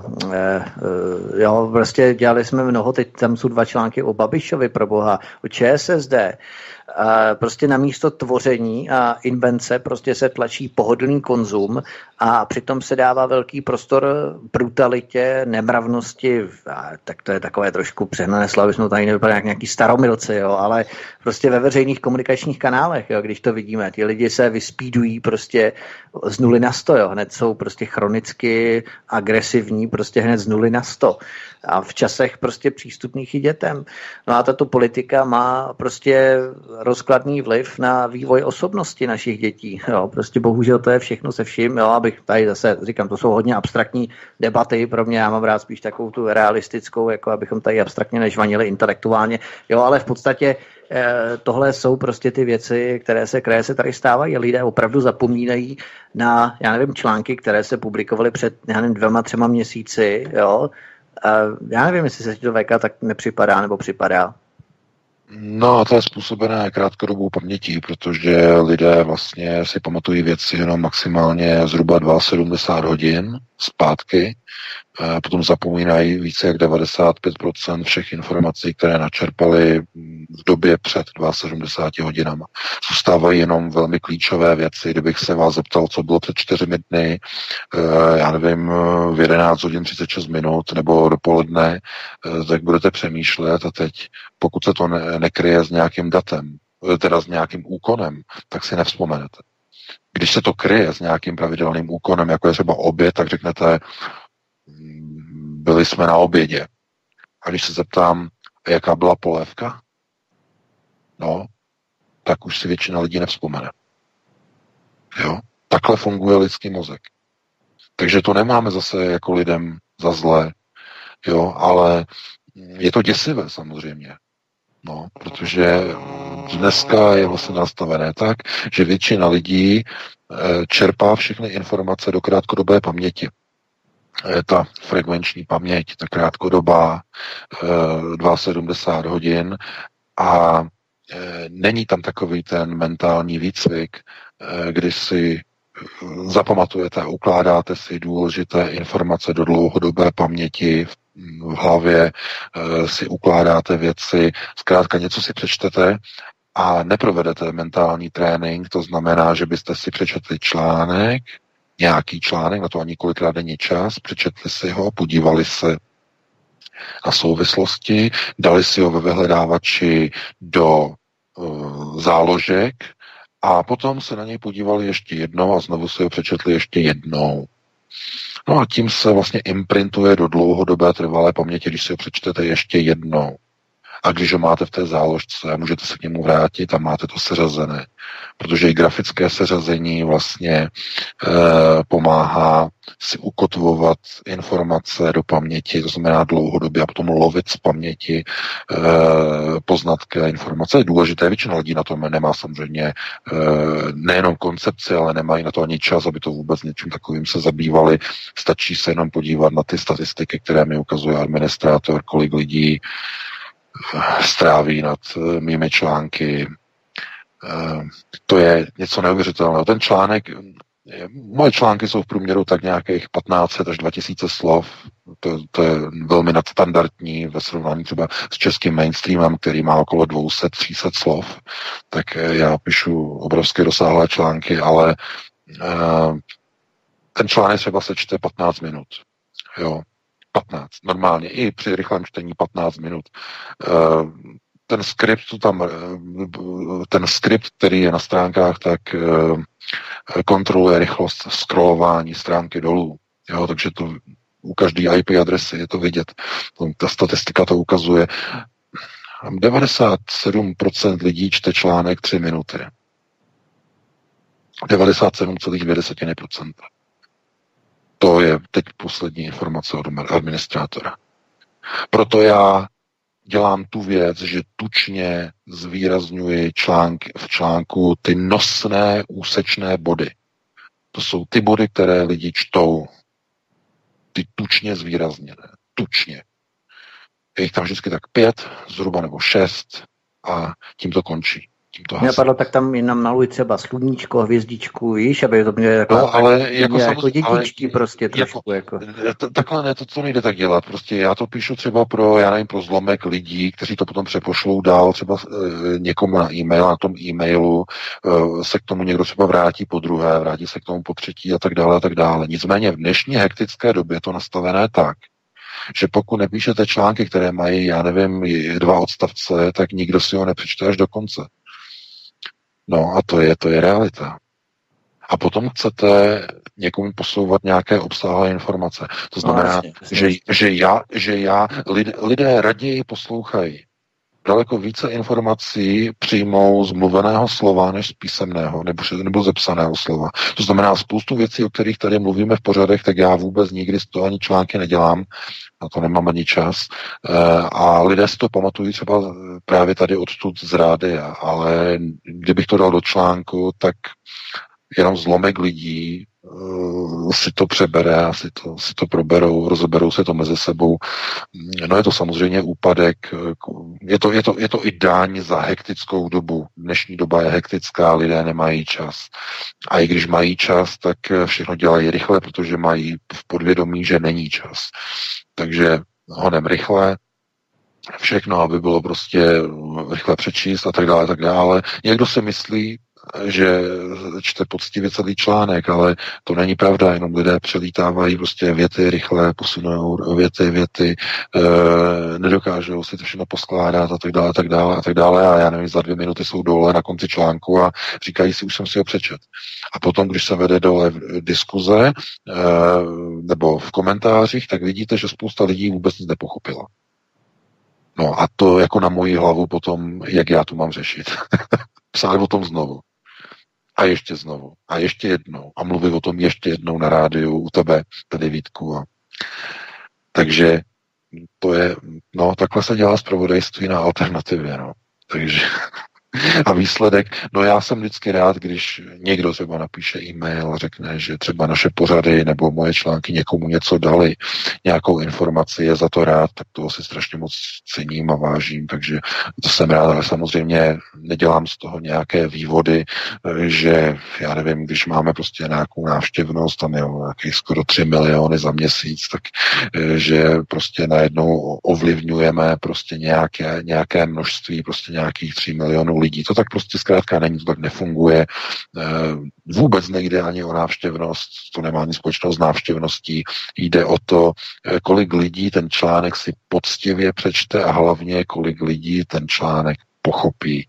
S4: Jo, prostě dělali jsme mnoho, teď tam jsou dva články o Babišovi, pro boha, o Č S S D. Prostě na místo tvoření a invence prostě se tlačí pohodlný konzum a přitom se dává velký prostor brutalitě, nemravnosti, tak to je takové trošku přehnané slovo, jsme tady nevypadali jak nějaký staromilci, jo, ale prostě ve veřejných komunikačních kanálech, jo, když to vidíme, ty lidi se vyspídují prostě z nuly na sto, jo, hned jsou prostě chronicky agresivní, prostě hned z nuly na sto. A v časech prostě přístupných i dětem. No a tato politika má prostě rozkladný vliv na vývoj osobnosti našich dětí. Jo, prostě bohužel to je všechno se vším. Jo, abych tady zase říkám, to jsou hodně abstraktní debaty pro mě. Já mám rád spíš takovou tu realistickou, jako abychom tady abstraktně nežvanili intelektuálně. Jo, ale v podstatě eh, tohle jsou prostě ty věci, které se, které se tady stávají. Lidé opravdu zapomínají na, já nevím, články, které se publikovaly před, já nevím, dvěma, třema měsíci, jo. Uh, já nevím, jestli se to V K tak nepřipadá nebo připadá.
S5: No, to je způsobené krátkodobou pamětí, protože lidé vlastně si pamatují věci jenom maximálně zhruba sedmdesát dva hodin zpátky. potom zapomínají více jak devadesát pět procent všech informací, které načerpali v době před sedmdesát dva hodinama. Zůstávají jenom velmi klíčové věci. Kdybych se vás zeptal, co bylo před čtyřmi dny, já nevím, v jedenáct hodin třicet šest minut nebo dopoledne, tak budete přemýšlet a teď, pokud se to ne- nekryje s nějakým datem, teda s nějakým úkonem, tak si nevzpomenete. Když se to kryje s nějakým pravidelným úkonem, jako je třeba oběd, tak řeknete, byli jsme na obědě. A když se zeptám, jaká byla polévka, no, tak už si většina lidí nevzpomene. Jo? Takhle funguje lidský mozek. Takže to nemáme zase jako lidem za zlé, jo, ale je to děsivé samozřejmě. No, protože dneska je vlastně nastavené tak, že většina lidí čerpá všechny informace do krátkodobé paměti. Ta frekvenční paměť, ta krátkodobá, sedmdesát dva hodin a není tam takový ten mentální výcvik, kdy si zapamatujete a ukládáte si důležité informace do dlouhodobé paměti v hlavě, si ukládáte věci, zkrátka něco si přečtete a neprovedete mentální trénink, to znamená, že byste si přečetli článek, nějaký článek, na to ani kolikrát není čas, přečetli si ho, podívali se na souvislosti, dali si ho ve vyhledávači do uh, záložek a potom se na něj podívali ještě jednou a znovu si ho přečetli ještě jednou. No a tím se vlastně imprintuje do dlouhodobé trvalé paměti, když si ho přečtete ještě jednou. A když ho máte v té záložce, můžete se k němu vrátit a máte to seřazené. Protože i grafické seřazení vlastně e, pomáhá si ukotvovat informace do paměti, to znamená dlouhodobě a potom lovit z paměti e, poznatky a informace. Je důležité, většina lidí na tom nemá samozřejmě e, nejenom koncepci, ale nemají na to ani čas, aby to vůbec něčím takovým se zabývali. Stačí se jenom podívat na ty statistiky, které mi ukazuje administrátor, kolik lidí stráví nad mými články. To je něco neuvěřitelného. Ten článek, moje články jsou v průměru tak nějakých patnáct set až dva tisíce slov. To, to je velmi nadstandardní ve srovnání třeba s českým mainstreamem, který má okolo dvě stě tři sta slov. Tak já píšu obrovské rozsáhlé články, ale ten článek třeba se čte patnáct minut. Jo. patnáct, normálně, i při rychlém čtení patnáct minut. Ten skript, tam, ten skript, který je na stránkách, tak kontroluje rychlost scrollování stránky dolů. Jo, takže to u každé í pé adresy je to vidět. Ta statistika to ukazuje. devadesát sedm procent lidí čte článek tři minuty. devadesát sedm celá dvě procenta. To je teď poslední informace od administrátora. Proto já dělám tu věc, že tučně zvýrazňuji články, v článku ty nosné úsečné body. To jsou ty body, které lidi čtou. Ty tučně zvýrazněné. Tučně. Je jich tam vždycky tak pět, zhruba nebo šest a tím to končí.
S4: Mě napadlo, tak tam jenom naluj třeba sluníčko, hvězdičku, víš, aby to mělo jako,
S5: no, ale jako,
S4: jako dětičky ale, prostě trošku. Jako,
S5: jako. Takhle ne, to, to nejde tak dělat. Prostě já to píšu třeba pro, já nevím, pro zlomek lidí, kteří to potom přepošlou dál třeba e, někomu na e-mail, na tom e-mailu e, se k tomu někdo třeba vrátí po druhé, vrátí se k tomu po třetí a tak dále a tak dále. Nicméně v dnešní hektické době je to nastavené tak, že pokud nepíšete články, které mají, já nevím, dva odstavce, tak nikdo si ho nepřečte až do konce. No a to je, to je realita. A potom chcete někomu posouvat nějaké obsáhlé informace. To znamená, no, jasně, že, že já, že já lidé, lidé raději poslouchají. Daleko více informací přijmou z mluveného slova, než z písemného, nebo, nebo ze psaného slova. To znamená, spoustu věcí, o kterých tady mluvíme v pořadech, tak já vůbec nikdy z toho ani články nedělám, na to nemám ani čas. A lidé si to pamatují třeba právě tady odtud z rádia, ale kdybych to dal do článku, tak jenom zlomek lidí uh, si to přebere, si to, si to proberou, rozeberou se to mezi sebou. No je to samozřejmě úpadek, je to, je to, je to i daň za hektickou dobu. Dnešní doba je hektická, lidé nemají čas. A i když mají čas, tak všechno dělají rychle, protože mají v podvědomí, že není čas. Takže honem rychle, všechno, aby bylo prostě rychle přečíst a tak dále, tak dále. Někdo si myslí, že čte poctivě celý článek, ale to není pravda, jenom lidé přelítávají prostě věty rychle, posunou věty, věty, e, nedokážou si to všechno poskládat a tak dále, a tak dále, a tak dále a já nevím, za dvě minuty jsou dole na konci článku a říkají si, už jsem si ho přečet. A potom, když se vede dole v diskuze e, nebo v komentářích, tak vidíte, že spousta lidí vůbec nic nepochopila. No a to jako na moji hlavu potom, jak já to mám řešit. Psát o tom znovu. A ještě znovu. A ještě jednou. A mluvit o tom ještě jednou na rádiu u tebe, tady Vítku. A... Takže to je, no takhle se dělá zpravodajství na alternativě, no. Takže a výsledek, no já jsem vždycky rád, když někdo třeba napíše e-mail a řekne, že třeba naše pořady nebo moje články někomu něco dali, nějakou informaci, je za to rád, tak toho si strašně moc cením a vážím, takže to jsem rád, ale samozřejmě nedělám z toho nějaké vývody, že já nevím, když máme prostě nějakou návštěvnost, tam je nějakých skoro tři miliony za měsíc, tak že prostě najednou ovlivňujeme prostě nějaké, nějaké množství, prostě nějakých tři milionů lidí. To tak prostě zkrátka není, to tak nefunguje. Vůbec nejde ani o návštěvnost, to nemá nic společného s návštěvností. Jde o to, kolik lidí ten článek si poctivě přečte a hlavně kolik lidí ten článek pochopí.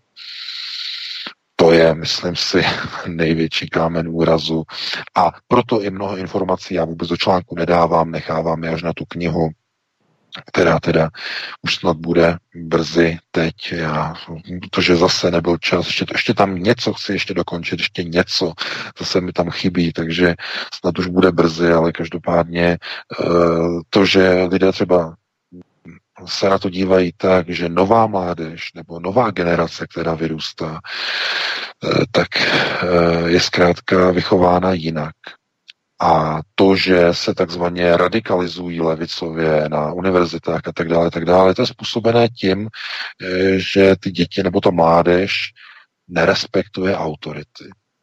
S5: To je, myslím si, největší kámen úrazu. A proto i mnoho informací já vůbec do článku nedávám, nechávám je až na tu knihu, která teda už snad bude brzy teď, já, protože zase nebyl čas, ještě, ještě tam něco chci ještě dokončit, ještě něco, zase mi tam chybí, takže snad už bude brzy, ale každopádně to, že lidé třeba se na to dívají tak, že nová mládež nebo nová generace, která vyrůstá, tak je zkrátka vychována jinak. A to, že se takzvaně radikalizují levicově na univerzitách a tak dále, tak dále, to je způsobené tím, že ty děti nebo ta mládež nerespektuje autority.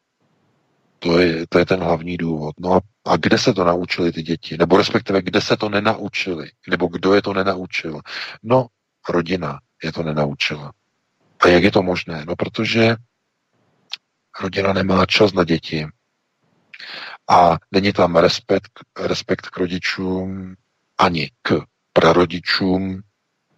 S5: To je, to je ten hlavní důvod. No a, a kde se to naučili ty děti? Nebo respektive, kde se to nenaučili? Nebo kdo je to nenaučil? No, rodina je to nenaučila. A jak je to možné? No, protože rodina nemá čas na děti. A není tam respekt, respekt k rodičům, ani k prarodičům. E,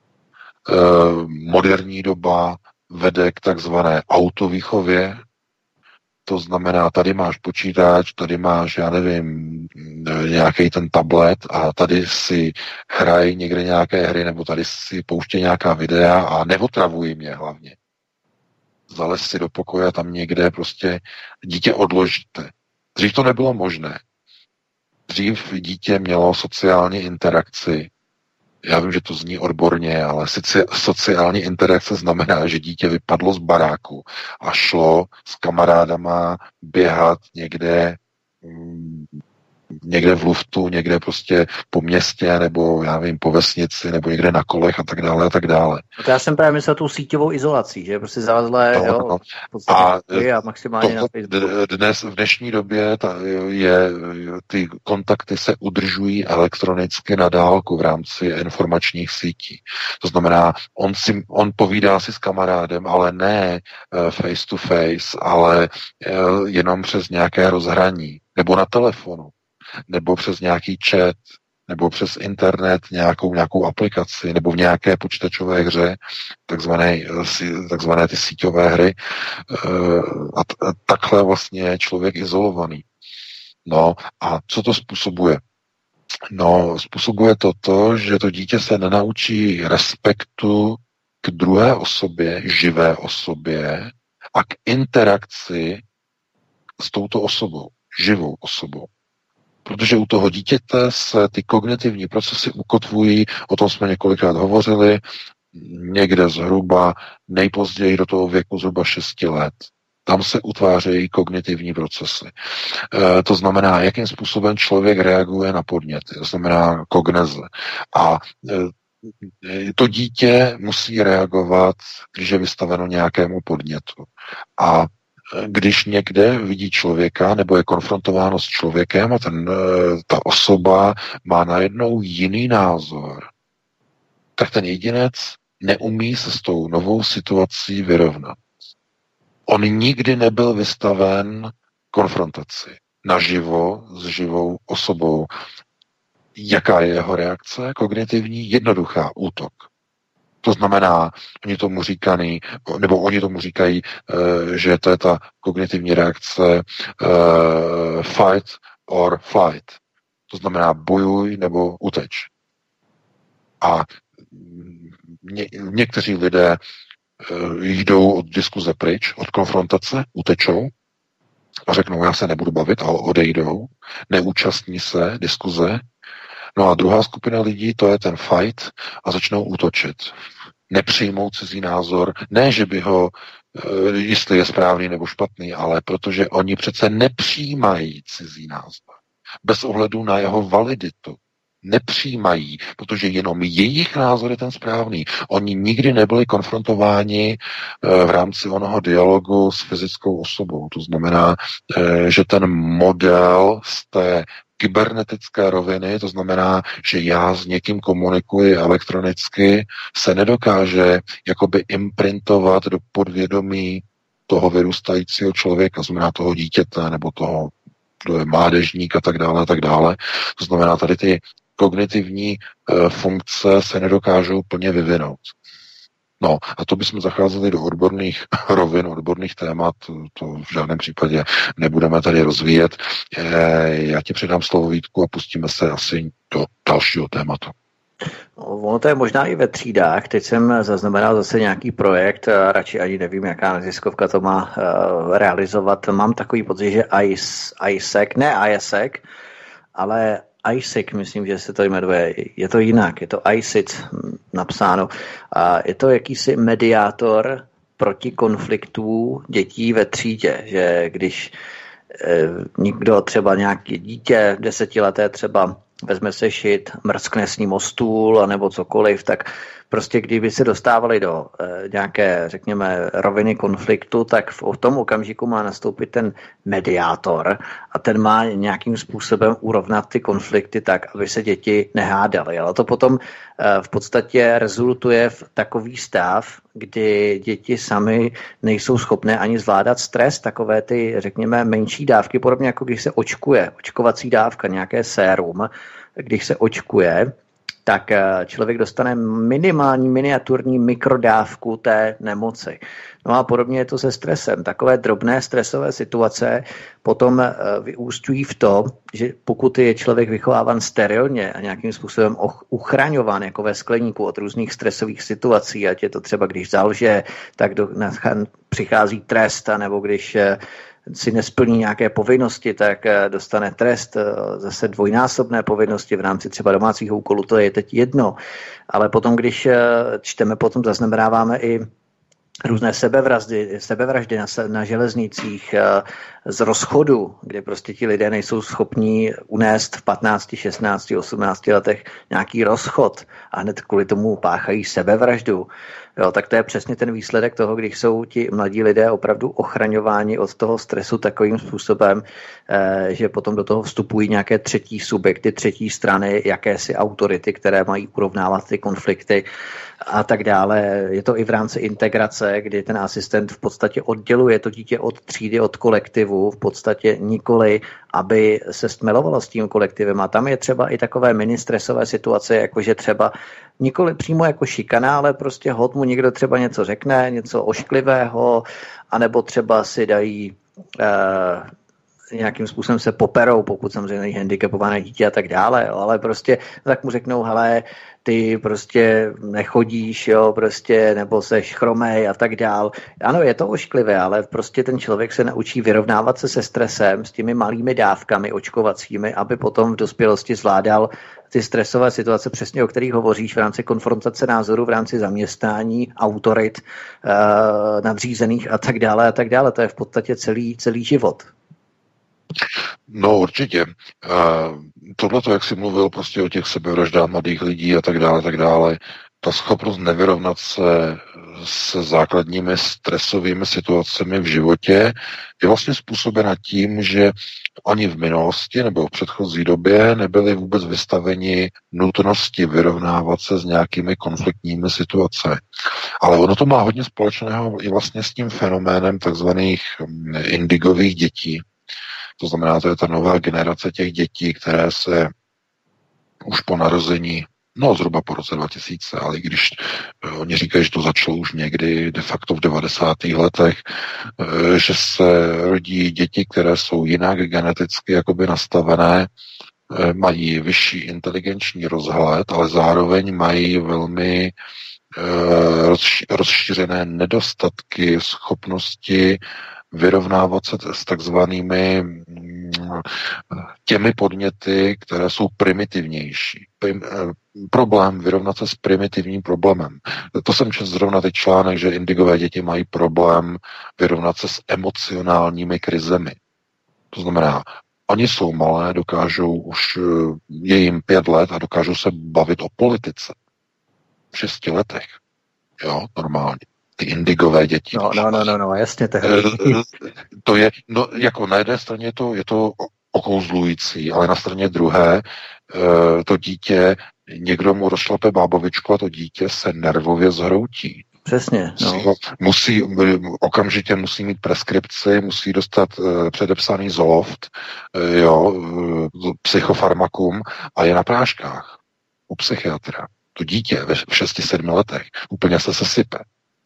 S5: moderní doba vede k takzvané autovýchově. To znamená, tady máš počítač, tady máš, já nevím, nějaký ten tablet a tady si hraj někde nějaké hry, nebo tady si pouště nějaká videa a neotravuj mě hlavně. Zalez si do pokoje, tam někde prostě dítě odložíte. Dřív to nebylo možné. Dřív dítě mělo sociální interakci. Já vím, že to zní odborně, ale sociální interakce znamená, že dítě vypadlo z baráku a šlo s kamarádama běhat někde, někde v luftu, někde prostě po městě, nebo já vím, po vesnici, nebo někde na kolech a tak dále a tak dále.
S4: To já jsem právě myslel tou síťovou izolací, že prostě zalezlé,
S5: no,
S4: jo,
S5: no.
S4: A, a maximálně
S5: to,
S4: na Facebooku.
S5: Dnes, v dnešní době ta, je, ty kontakty se udržují elektronicky na dálku v rámci informačních sítí. To znamená, on, si, on povídá si s kamarádem, ale ne face to face, ale jenom přes nějaké rozhraní, nebo na telefonu, nebo přes nějaký chat, nebo přes internet nějakou, nějakou aplikaci, nebo v nějaké počítačové hře, takzvané, takzvané ty síťové hry. A, t- a takhle vlastně je člověk izolovaný. No a co to způsobuje? No, způsobuje to to, že to dítě se nenaučí respektu k druhé osobě, živé osobě a k interakci s touto osobou, živou osobou. Protože u toho dítěte se ty kognitivní procesy ukotvují, o tom jsme několikrát hovořili, někde zhruba nejpozději do toho věku zhruba šesti let. Tam se utvářejí kognitivní procesy. E, to znamená, jakým způsobem člověk reaguje na podněty, to znamená kogneze. A e, to dítě musí reagovat, když je vystaveno nějakému podnětu. A když někde vidí člověka nebo je konfrontováno s člověkem a ten, ta osoba má najednou jiný názor, tak ten jedinec neumí se s tou novou situací vyrovnat. On nikdy nebyl vystaven konfrontaci naživo s živou osobou. Jaká je jeho reakce kognitivní? Jednoduchá, útok. To znamená, oni tomu říkají, nebo oni tomu říkají, že to je ta kognitivní reakce uh, fight or flight. To znamená bojuj nebo uteč. A ně, někteří lidé uh, jdou od diskuze pryč, od konfrontace, utečou a řeknou, já se nebudu bavit, ale odejdou, neúčastní se diskuze. No a druhá skupina lidí, to je ten fight a začnou útočit. Nepřijmou cizí názor, ne, že by ho, jestli je správný nebo špatný, ale protože oni přece nepřijímají cizí názor. Bez ohledu na jeho validitu. Nepřijímají, protože jenom jejich názor je ten správný. Oni nikdy nebyli konfrontováni v rámci onoho dialogu s fyzickou osobou. To znamená, že ten model z té kybernetické roviny, to znamená, že já s někým komunikuji elektronicky, se nedokáže jakoby imprintovat do podvědomí toho vyrůstajícího člověka, znamená toho dítěte nebo toho, kdo je mládežník a tak dále a tak dále. To znamená, tady ty kognitivní e, funkce se nedokážou plně vyvinout. No a to bychom zacházeli do odborných rovin, odborných témat, to v žádném případě nebudeme tady rozvíjet. Já ti předám slovo, Vítku, a pustíme se asi do dalšího tématu.
S4: Ono to je možná i ve třídách. Teď jsem zaznamenal zase nějaký projekt, radši ani nevím, jaká neziskovka to má uh, realizovat. Mám takový pocit, že I S E C, ne I S E C, ale I S I C, myslím, že se to jmenuje, je to jinak, je to I S I C napsáno. A je to jakýsi mediátor proti konfliktů dětí ve třídě, že když eh, někdo, třeba nějaké dítě, desetileté třeba, vezme se šit, mrskne s ním o stůl, anebo cokoliv, tak prostě kdyby se dostávali do e, nějaké, řekněme, roviny konfliktu, tak v, v tom okamžiku má nastoupit ten mediátor a ten má nějakým způsobem urovnat ty konflikty tak, aby se děti nehádaly. Ale to potom e, v podstatě rezultuje v takový stav, kdy děti sami nejsou schopné ani zvládat stres, takové ty, řekněme, menší dávky, podobně jako když se očkuje, očkovací dávka, nějaké sérum, když se očkuje, tak člověk dostane minimální, miniaturní mikrodávku té nemoci. No a podobně je to se stresem. Takové drobné stresové situace potom vyústňují v to, že pokud je člověk vychováván sterilně a nějakým způsobem uchraňován jako ve skleníku od různých stresových situací, ať je to třeba, když zalže, tak do, přichází trest, nebo když si nesplní nějaké povinnosti, tak dostane trest, zase dvojnásobné povinnosti v rámci třeba domácího úkolu, to je teď jedno. Ale potom, když čteme, potom zaznamenáváme i různé sebevraždy, sebevraždy na, na železnicích z rozchodu, kde prostě ti lidé nejsou schopní unést v patnácti, šestnácti, osmnácti letech nějaký rozchod a hned kvůli tomu páchají sebevraždu. Jo, tak to je přesně ten výsledek toho, když jsou ti mladí lidé opravdu ochraňováni od toho stresu takovým způsobem, eh, že potom do toho vstupují nějaké třetí subjekty, třetí strany, jakési autority, které mají urovnávat ty konflikty a tak dále. Je to i v rámci integrace, kdy ten asistent v podstatě odděluje to dítě od třídy, od kolektivu, v podstatě nikoli, aby se stmelovalo s tím kolektivem. A tam je třeba i takové ministresové situace, jakože třeba nikoli přímo jako šikana, ale prostě hod mu někdo třeba něco řekne, něco ošklivého, anebo třeba si dají, eh, nějakým způsobem se poperou, pokud samozřejmě není handicapované dítě a tak dále, jo, ale prostě tak mu řeknou, hele, ty prostě nechodíš, jo, prostě, nebo seš chromej a tak dál. Ano, je to ošklivé, ale prostě ten člověk se naučí vyrovnávat se se stresem, s těmi malými dávkami očkovacími, aby potom v dospělosti zvládal ty stresové situace, přesně o kterých hovoříš, v rámci konfrontace názorů, v rámci zaměstnání, autorit, eh, nadřízených a tak dále a tak dále. To je v podstatě celý, celý život.
S5: No určitě. Tohleto, jak jsi mluvil prostě o těch sebevraždách mladých lidí a tak dále, tak dále, ta schopnost nevyrovnat se se základními stresovými situacemi v životě je vlastně způsobena tím, že oni v minulosti nebo v předchozí době nebyli vůbec vystaveni nutnosti vyrovnávat se s nějakými konfliktními situacemi. Ale ono to má hodně společného i vlastně s tím fenoménem takzvaných indigových dětí. To znamená, to je ta nová generace těch dětí, které se už po narození, no zhruba po roce dva tisíce, ale i když uh, oni říkají, že to začalo už někdy de facto v devadesátých letech, uh, že se rodí děti, které jsou jinak geneticky jakoby nastavené, uh, mají vyšší inteligenční rozhled, ale zároveň mají velmi uh, rozšířené nedostatky, schopnosti vyrovnávat se s takzvanými těmi podněty, které jsou primitivnější. Problém vyrovnat se s primitivním problémem. To jsem četl zrovna teď článek, že indigové děti mají problém vyrovnat se s emocionálními krizemi. To znamená, oni jsou malé, dokážou už, je jim pět let a dokážou se bavit o politice. V šesti letech. Jo, normálně. Ty indigové děti.
S4: No, no, no, no, no, jasně. To je,
S5: to je, no, jako na jedné straně je to, je to okouzlující, ale na straně druhé to dítě, někdo mu rozšlape bábovičku a to dítě se nervově zhroutí.
S4: Přesně. No.
S5: Musí, okamžitě musí mít preskripci, musí dostat uh, předepsaný Zoloft, uh, jo, uh, psychofarmakum a je na práškách u psychiatra. To dítě ve v šesti sedmi letech úplně se sesype.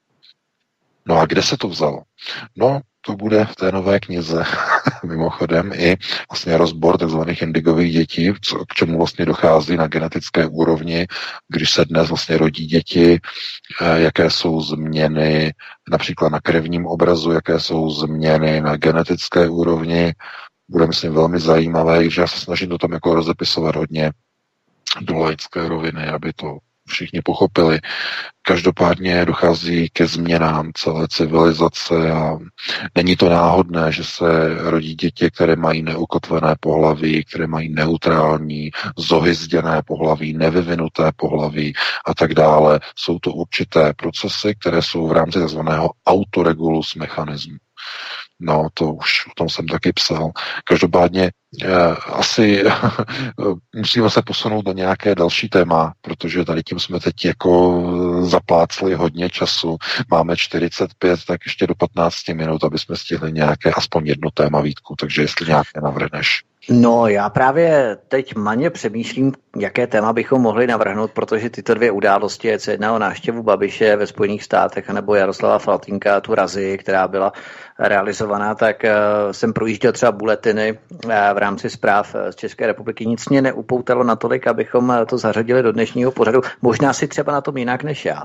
S5: No a kde se to vzalo? No, to bude v té nové knize, mimochodem, i vlastně rozbor takzvaných indigových dětí, co, k čemu vlastně dochází na genetické úrovni, když se dnes vlastně rodí děti, eh, jaké jsou změny například na krevním obrazu, jaké jsou změny na genetické úrovni. Bude, myslím, velmi zajímavé, že já se snažím to tam jako rozepisovat hodně do laické roviny, aby to všichni pochopili. Každopádně dochází ke změnám celé civilizace a není to náhodné, že se rodí děti, které mají neukotvené pohlaví, které mají neutrální, zohyzděné pohlaví, nevyvinuté pohlaví a tak dále. Jsou to určité procesy, které jsou v rámci tzv. Autoregulus mechanismu. No, to už o tom jsem taky psal. Každopádně eh, asi musíme se posunout do nějaké další téma, protože tady tím jsme teď jako zaplácli hodně času. Máme čtyřicet pět, tak ještě do patnácti minut, aby jsme stihli nějaké aspoň jedno téma, Vítku, takže jestli nějaké navrhneš.
S4: No, já právě teď maně přemýšlím, jaké téma bychom mohli navrhnout, protože tyto dvě události, je se jedná o návštěvu Babiše ve Spojených státech nebo Jaroslava Faltýnka, tu razii, která byla realizovaná, tak uh, jsem projížděl třeba buletiny uh, v rámci zpráv z České republiky. Nic mě neupoutalo natolik, abychom to zařadili do dnešního pořadu. Možná si třeba na tom jinak než já.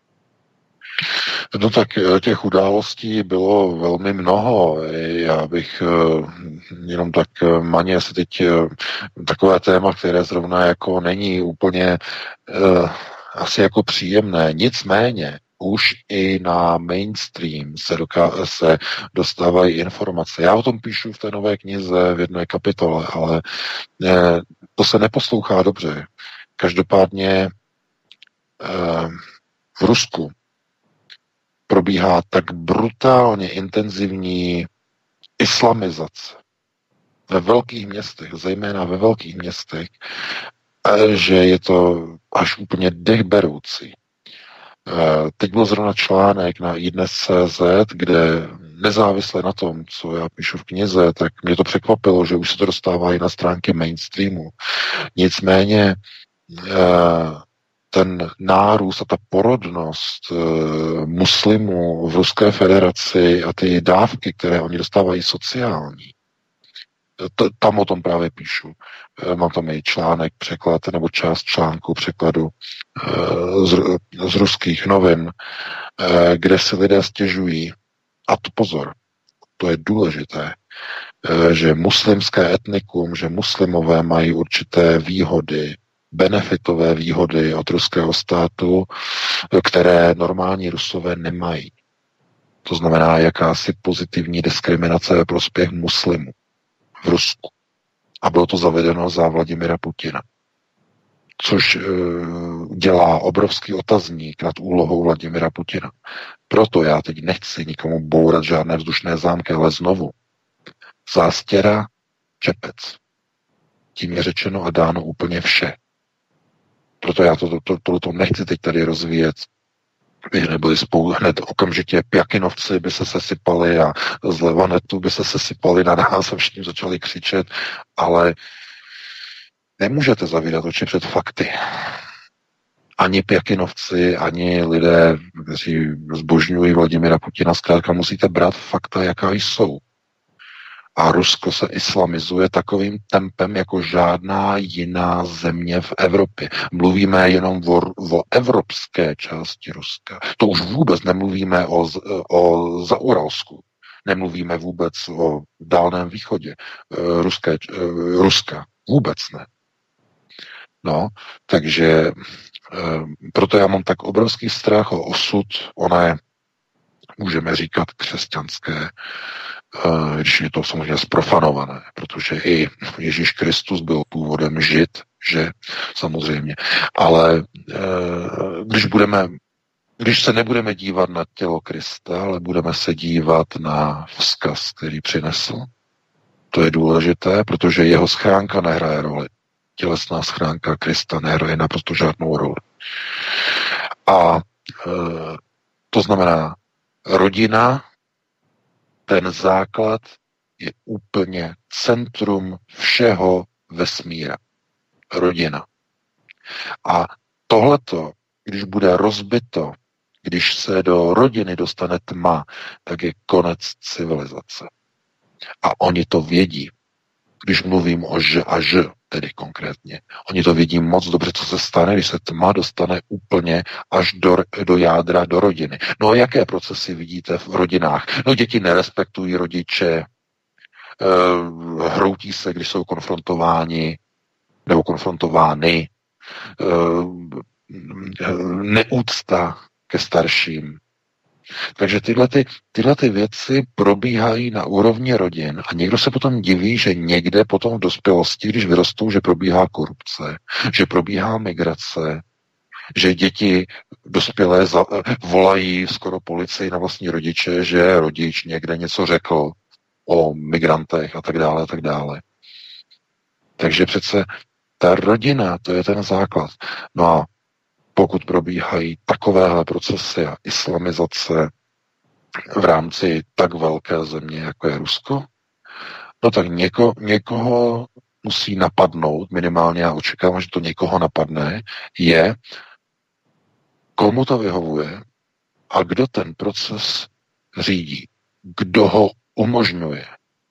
S5: No tak těch událostí bylo velmi mnoho. Já bych jenom tak maně si teď takové téma, které zrovna jako není úplně uh, asi jako příjemné. Nicméně už i na mainstream se, doká- se dostávají informace. Já o tom píšu v té nové knize v jedné kapitole, ale uh, to se neposlouchá dobře. Každopádně uh, v Rusku probíhá tak brutálně intenzivní islamizace ve velkých městech, zejména ve velkých městech, že je to až úplně dechberoucí. Teď byl zrovna článek na iDnes tečka cé zet, kde nezávisle na tom, co já píšu v knize, tak mě to překvapilo, že už se to dostává i na stránky mainstreamu. Nicméně ten nárůst a ta porodnost e, muslimů v Ruské federaci a ty dávky, které oni dostávají sociální, T- tam o tom právě píšu. Mám tam i článek, překlad, nebo část článku překladu z, z ruských novin, kde si lidé stěžují, a to pozor, to je důležité, že muslimské etnikum, že muslimové mají určité výhody, benefitové výhody od ruského státu, které normální Rusové nemají. To znamená jakási pozitivní diskriminace ve prospěch muslimů v Rusku. A bylo to zavedeno za Vladimira Putina. Což e, dělá obrovský otazník nad úlohou Vladimira Putina. Proto já teď nechci nikomu bourat žádné vzdušné zámky, ale znovu. Zástěra, čepec. Tím je řečeno a dáno úplně vše. Proto já to, to, to, to nechci teď tady rozvíjet. Nebyli spolu hned okamžitě Pjakinovci by se sesypali a z Levanetu by se sesypali na nás a všichni začali křičet, ale nemůžete zavírat oči před fakty. Ani Pjakinovci, ani lidé, kteří zbožňují Vladimira Putina, zkrátka musíte brát fakta, jaká jsou. A Rusko se islamizuje takovým tempem jako žádná jiná země v Evropě. Mluvíme jenom o, o evropské části Ruska. To už vůbec nemluvíme o, o Zauralsku. Nemluvíme vůbec o Dálném východě Ruské, Ruska. Vůbec ne. No, takže proto já mám tak obrovský strach o osud oné, můžeme říkat, křesťanské, když je to samozřejmě zprofanované, protože i Ježíš Kristus byl původem Žid, že samozřejmě, ale když budeme, když se nebudeme dívat na tělo Krista, ale budeme se dívat na vzkaz, který přinesl, to je důležité, protože jeho schránka nehraje roli. Tělesná schránka Krista nehraje naprosto žádnou roli. A to znamená, rodina, ten základ je úplně centrum všeho vesmíra. Rodina. A tohleto, když bude rozbito, když se do rodiny dostane tma, tak je konec civilizace. A oni to vědí. Když mluvím o ž a ž, tedy konkrétně. Oni to vědí moc dobře, co se stane, když se tma dostane úplně až do, do jádra, do rodiny. No a jaké procesy vidíte v rodinách? No děti nerespektují rodiče, e, hroutí se, když jsou konfrontováni, nebo konfrontovány, e, neúcta ke starším. Takže tyhle, ty, tyhle ty věci probíhají na úrovni rodin a někdo se potom diví, že někde potom v dospělosti, když vyrostou, že probíhá korupce, že probíhá migrace, že děti dospělé za, volají skoro policii na vlastní rodiče, že rodič někde něco řekl o migrantech a tak dále a tak dále. Takže přece ta rodina, to je ten základ. No a pokud probíhají takovéhle procesy a islamizace v rámci tak velké země, jako je Rusko, no tak něko, někoho musí napadnout, minimálně já očekávám, že to někoho napadne, je, komu to vyhovuje a kdo ten proces řídí, kdo ho umožňuje.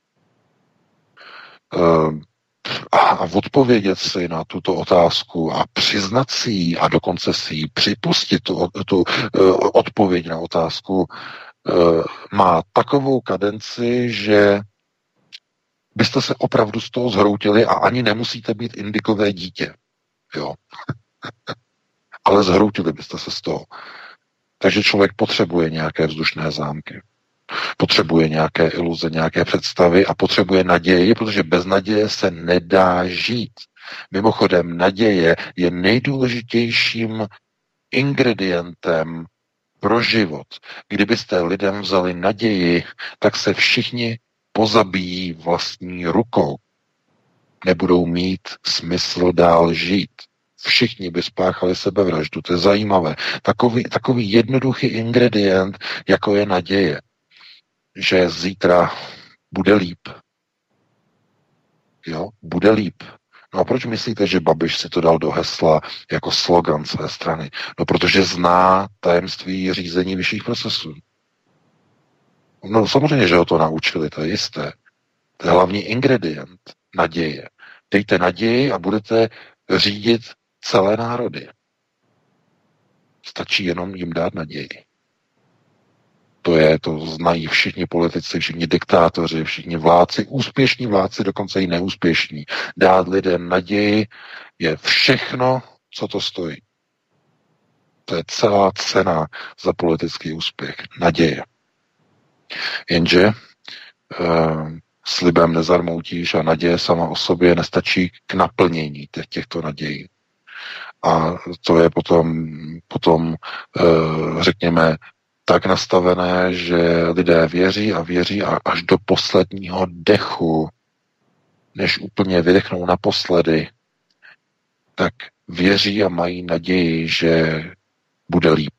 S5: Uh, a odpovědět si na tuto otázku a přiznat si ji a dokonce si ji připustit tu, tu uh, odpověď na otázku uh, má takovou kadenci, že byste se opravdu z toho zhroutili a ani nemusíte být indikové dítě. Jo. Ale zhroutili byste se z toho. Takže člověk potřebuje nějaké vzdušné zámky. Potřebuje nějaké iluze, nějaké představy a potřebuje naději, protože bez naděje se nedá žít. Mimochodem, naděje je nejdůležitějším ingredientem pro život. Kdybyste lidem vzali naději, tak se všichni pozabíjí vlastní rukou. Nebudou mít smysl dál žít. Všichni by spáchali sebevraždu. To je zajímavé. Takový, takový jednoduchý ingredient, jako je naděje, že zítra bude líp. Jo, bude líp. No a proč myslíte, že Babiš si to dal do hesla jako slogan své strany? No protože zná tajemství řízení vyšších procesů. No samozřejmě, že ho to naučili, to je jisté. To je hlavní ingredient naděje. Dejte naději a budete řídit celé národy. Stačí jenom jim dát naději. To je, to znají všichni politici, všichni diktátoři, všichni vládci, úspěšní vládci, dokonce i neúspěšní. Dát lidem naději je všechno, co to stojí. To je celá cena za politický úspěch. Naděje. Jenže eh, slibem nezarmoutíš a naděje sama o sobě nestačí k naplnění těch, těchto nadějí. A to je potom, potom eh, řekněme, tak nastavené, že lidé věří a věří a až do posledního dechu, než úplně vydechnou naposledy, tak věří a mají naději, že bude líp.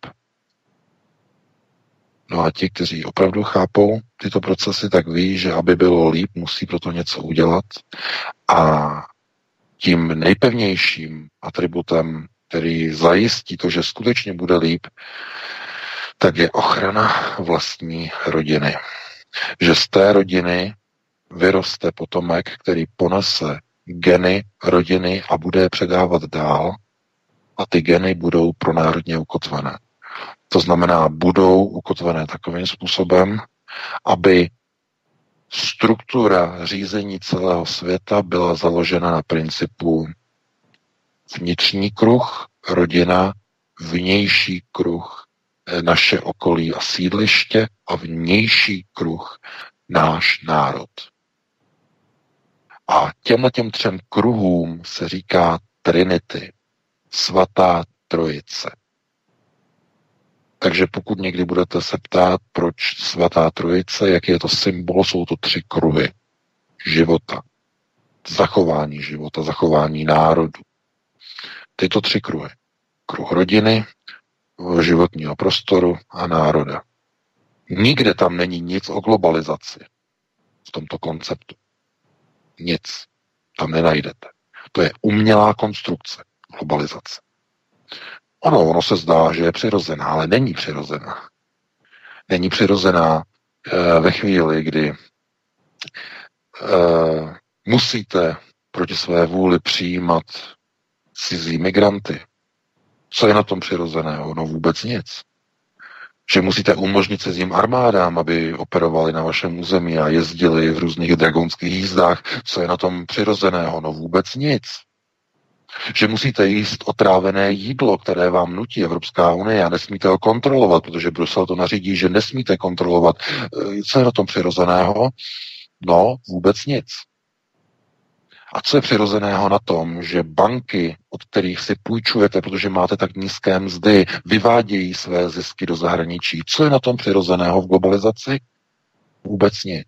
S5: No a ti, kteří opravdu chápou tyto procesy, tak ví, že aby bylo líp, musí proto něco udělat. A tím nejpevnějším atributem, který zajistí to, že skutečně bude líp, tak je ochrana vlastní rodiny. Že z té rodiny vyroste potomek, který ponese geny rodiny a bude je předávat dál a ty geny budou pronárodně ukotvené. To znamená, budou ukotvené takovým způsobem, aby struktura řízení celého světa byla založena na principu vnitřní kruh, rodina, vnější kruh, naše okolí a sídliště a vnější kruh, náš národ. A těmhle těm třem kruhům se říká Trinity, svatá trojice. Takže pokud někdy budete se ptát, proč svatá trojice, jaký je to symbol, jsou to tři kruhy života, zachování života, zachování národu. Tyto tři kruhy. Kruh rodiny, životního prostoru a národa. Nikde tam není nic o globalizaci v tomto konceptu. Nic tam nenajdete. To je umělá konstrukce globalizace. Ono, ono se zdá, že je přirozená, ale není přirozená. Není přirozená e, ve chvíli, kdy e, musíte proti své vůli přijímat cizí migranty. Co je na tom přirozeného? No vůbec nic. Že musíte umožnit cizím armádám, aby operovali na vašem území a jezdili v různých dragonských jízdách. Co je na tom přirozeného? No vůbec nic. Že musíte jíst otrávené jídlo, které vám nutí Evropská unie a nesmíte ho kontrolovat, protože Brusel to nařídí, že nesmíte kontrolovat. Co je na tom přirozeného? No, vůbec nic. A co je přirozeného na tom, že banky, od kterých si půjčujete, protože máte tak nízké mzdy, vyvádějí své zisky do zahraničí? Co je na tom přirozeného v globalizaci? Vůbec nic.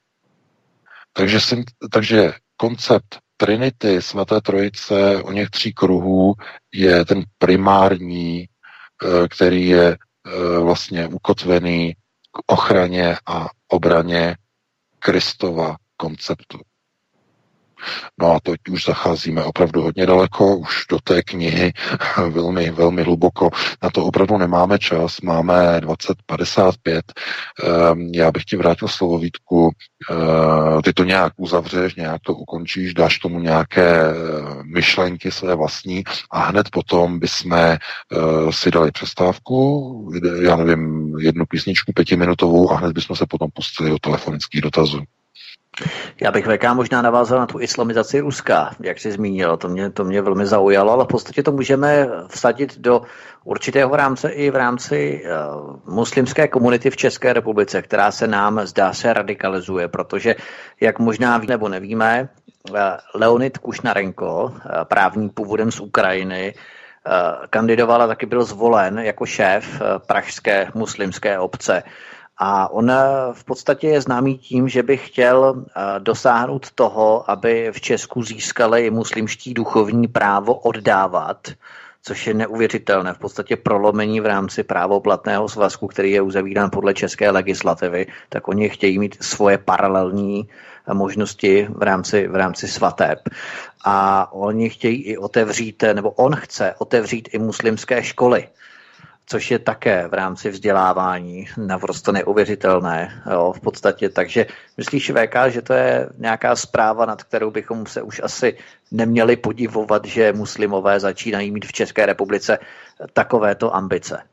S5: Takže, takže koncept Trinity, svaté trojice, o něch tří kruhů je ten primární, který je vlastně ukotvený k ochraně a obraně Kristova konceptu. No a teď už zacházíme opravdu hodně daleko, už do té knihy velmi, velmi hluboko. Na to opravdu nemáme čas, máme dvacet padesát pět. Já bych ti vrátil slovo, Vítku. Ty to nějak uzavřeš, nějak to ukončíš, dáš tomu nějaké myšlenky své vlastní a hned potom bychom si dali přestávku, já nevím, jednu písničku pětiminutovou a hned bychom se potom pustili do telefonických dotazů.
S4: Já bych V K možná navázal na tu islamizaci Ruska, jak jsi zmínil, to mě, to mě velmi zaujalo, ale v podstatě to můžeme vsadit do určitého rámce i v rámci uh, muslimské komunity v České republice, která se nám zdá se radikalizuje, protože jak možná ví nebo nevíme, uh, Leonid Kušnarenko, uh, právník původem z Ukrajiny, uh, kandidoval a taky byl zvolen jako šéf uh, pražské muslimské obce. A on v podstatě je známý tím, že by chtěl dosáhnout toho, aby v Česku získali muslimští duchovní právo oddávat, což je neuvěřitelné. V podstatě prolomení v rámci právoplatného svazku, který je uzavírán podle české legislativy, tak oni chtějí mít svoje paralelní možnosti v rámci, v rámci svateb. A oni chtějí i otevřít, nebo on chce otevřít i muslimské školy. což je také v rámci vzdělávání naprosto neuvěřitelné. Jo, v podstatě, takže myslíš, V K, že to je nějaká zpráva, nad kterou bychom se už asi neměli podivovat, že muslimové začínají mít v České republice takovéto ambice?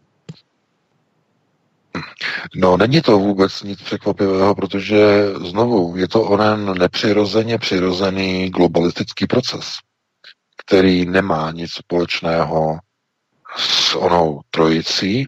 S5: No, není to vůbec nic překvapivého, protože znovu je to onen nepřirozeně přirozený globalistický proces, který nemá nic společného s onou trojicí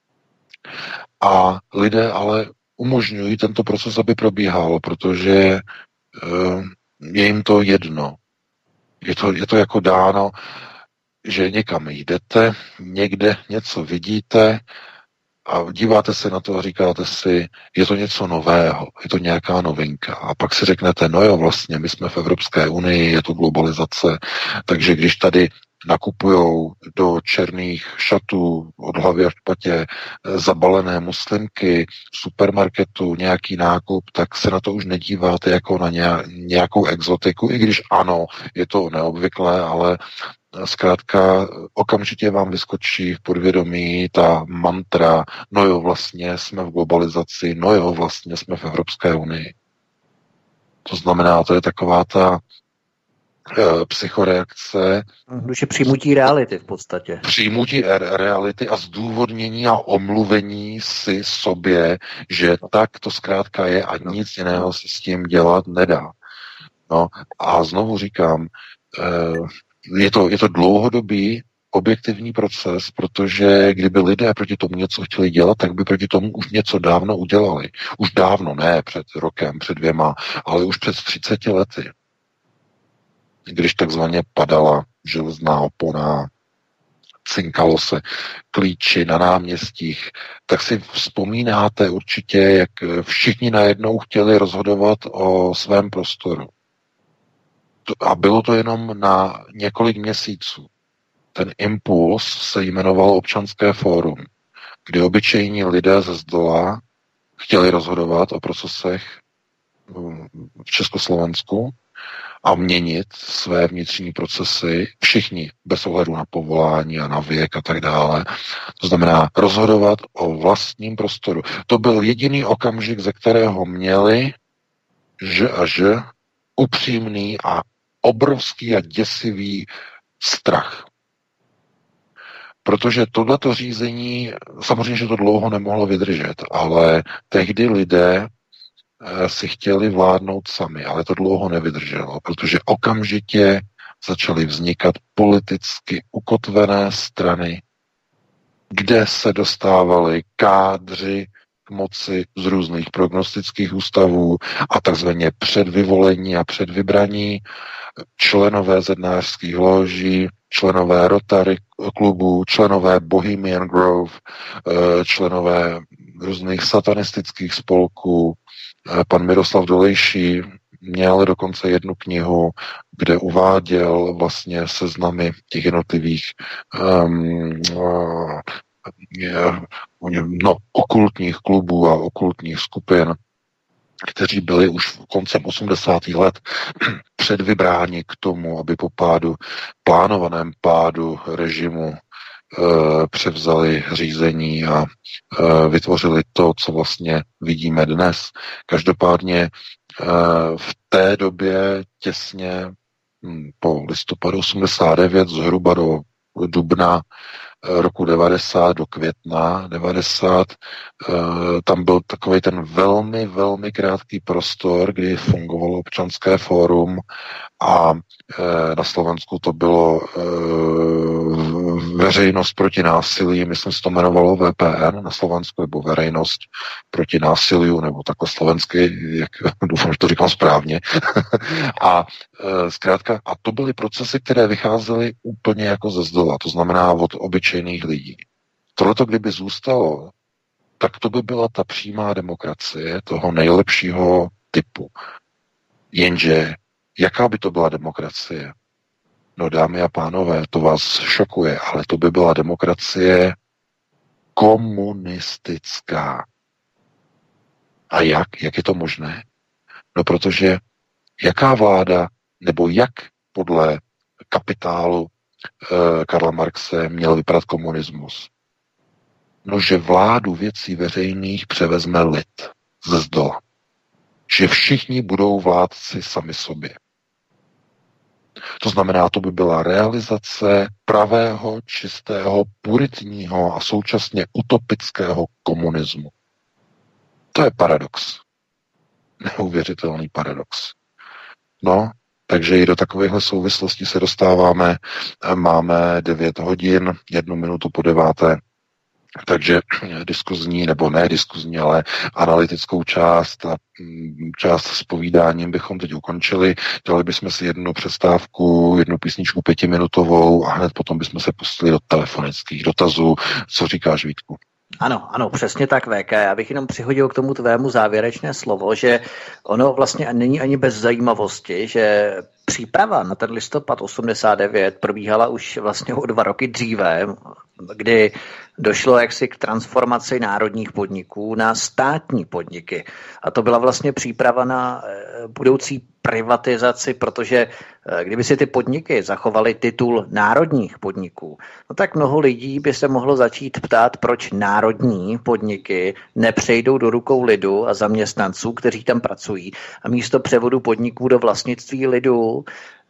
S5: a lidé ale umožňují tento proces, aby probíhal, protože uh, je jim to jedno. Je to, je to jako dáno, že někam jdete, někde něco vidíte a díváte se na to a říkáte si, je to něco nového, je to nějaká novinka. A pak si řeknete, no jo, vlastně, my jsme v Evropské unii, je to globalizace, takže když tady nakupujou do černých šatů od hlavy až k patě zabalené muslimky v supermarketu nějaký nákup, tak se na to už nedíváte jako na nějakou exotiku, i když ano, je to neobvyklé, ale zkrátka okamžitě vám vyskočí v podvědomí ta mantra, no jo, vlastně jsme v globalizaci, no jo, vlastně jsme v Evropské unii. To znamená, to je taková ta e, psychoreakce.
S4: Už je přijmutí reality v podstatě.
S5: Přijmutí reality a zdůvodnění a omluvení si sobě, že tak to zkrátka je a nic jiného se s tím dělat nedá. No a znovu říkám, e, Je to, je to dlouhodobý objektivní proces, protože kdyby lidé proti tomu něco chtěli dělat, tak by proti tomu už něco dávno udělali. Už dávno, ne před rokem, před dvěma, ale už před třiceti lety. Když takzvaně padala železná opona, cinkalo se klíči na náměstích, tak si vzpomínáte určitě, jak všichni najednou chtěli rozhodovat o svém prostoru. A bylo to jenom na několik měsíců. Ten impuls se jmenoval Občanské fórum, kdy obyčejní lidé ze zdola chtěli rozhodovat o procesech v Československu a měnit své vnitřní procesy, všichni, bez ohledu na povolání a na věk a tak dále. To znamená rozhodovat o vlastním prostoru. To byl jediný okamžik, ze kterého měli že a že upřímný a obrovský a děsivý strach. Protože tohleto řízení, samozřejmě, že to dlouho nemohlo vydržet, ale tehdy lidé si chtěli vládnout sami, ale to dlouho nevydrželo, protože okamžitě začaly vznikat politicky ukotvené strany, kde se dostávali kádři k moci z různých prognostických ústavů a takzvaně předvyvolení a předvybraní, členové zednářských loží, členové Rotary klubů, členové Bohemian Grove, členové různých satanistických spolků. Pan Miroslav Dolejší měl dokonce jednu knihu, kde uváděl vlastně seznamy těch jednotlivých um, no, okultních klubů a okultních skupin, kteří byli už koncem osmdesátých let předvybráni k tomu, aby po pádu, plánovaném pádu režimu e, převzali řízení a e, vytvořili to, co vlastně vidíme dnes. Každopádně e, v té době těsně hm, po listopadu osmdesát devět zhruba do dubna roku devadesát do května devadesát, tam byl takový ten velmi, velmi krátký prostor, kdy fungovalo Občanské fórum a na Slovensku to bylo veřejnost proti násilí, myslím, se to jmenovalo V P N na Slovensku, nebo veřejnost proti násiliu, nebo takhle slovensky, jak doufám, že to říkám správně. a zkrátka, a to byly procesy, které vycházely úplně jako ze zdola, to znamená od obyčejných lidí. Tohleto, kdyby zůstalo, tak to by byla ta přímá demokracie toho nejlepšího typu. Jenže jaká by to byla demokracie? No, dámy a pánové, to vás šokuje, ale to by byla demokracie komunistická. A jak? Jak je to možné? No, protože jaká vláda, nebo jak podle Kapitálu eh, Karla Marxe měl vypadat komunismus? No, že vládu věcí veřejných převezme lid ze zdola. Že všichni budou vládci sami sobě. To znamená, to by byla realizace pravého, čistého, puritního a současně utopického komunismu. To je paradox. Neuvěřitelný paradox. No, takže i do takovéhle souvislosti se dostáváme. Máme devět hodin, jednu minutu po deváté. Takže diskuzní, nebo ne diskuzní, ale analytickou část a část s povídáním bychom teď ukončili. Dali bychom si jednu přestávku, jednu písničku pětiminutovou a hned potom bychom se pustili do telefonických dotazů. Co říkáš, Vítku?
S4: Ano, ano, přesně tak, V K. Já bych jenom přihodil k tomu tvému závěrečné slovo, že ono vlastně není ani bez zajímavosti, že příprava na ten listopad osmdesát devět probíhala už vlastně o dva roky dříve, kdy došlo jaksi k transformaci národních podniků na státní podniky. A to byla vlastně příprava na budoucí privatizaci, protože kdyby si ty podniky zachovaly titul národních podniků, no tak mnoho lidí by se mohlo začít ptát, proč národní podniky nepřejdou do rukou lidu a zaměstnanců, kteří tam pracují, a místo převodu podniků do vlastnictví lidu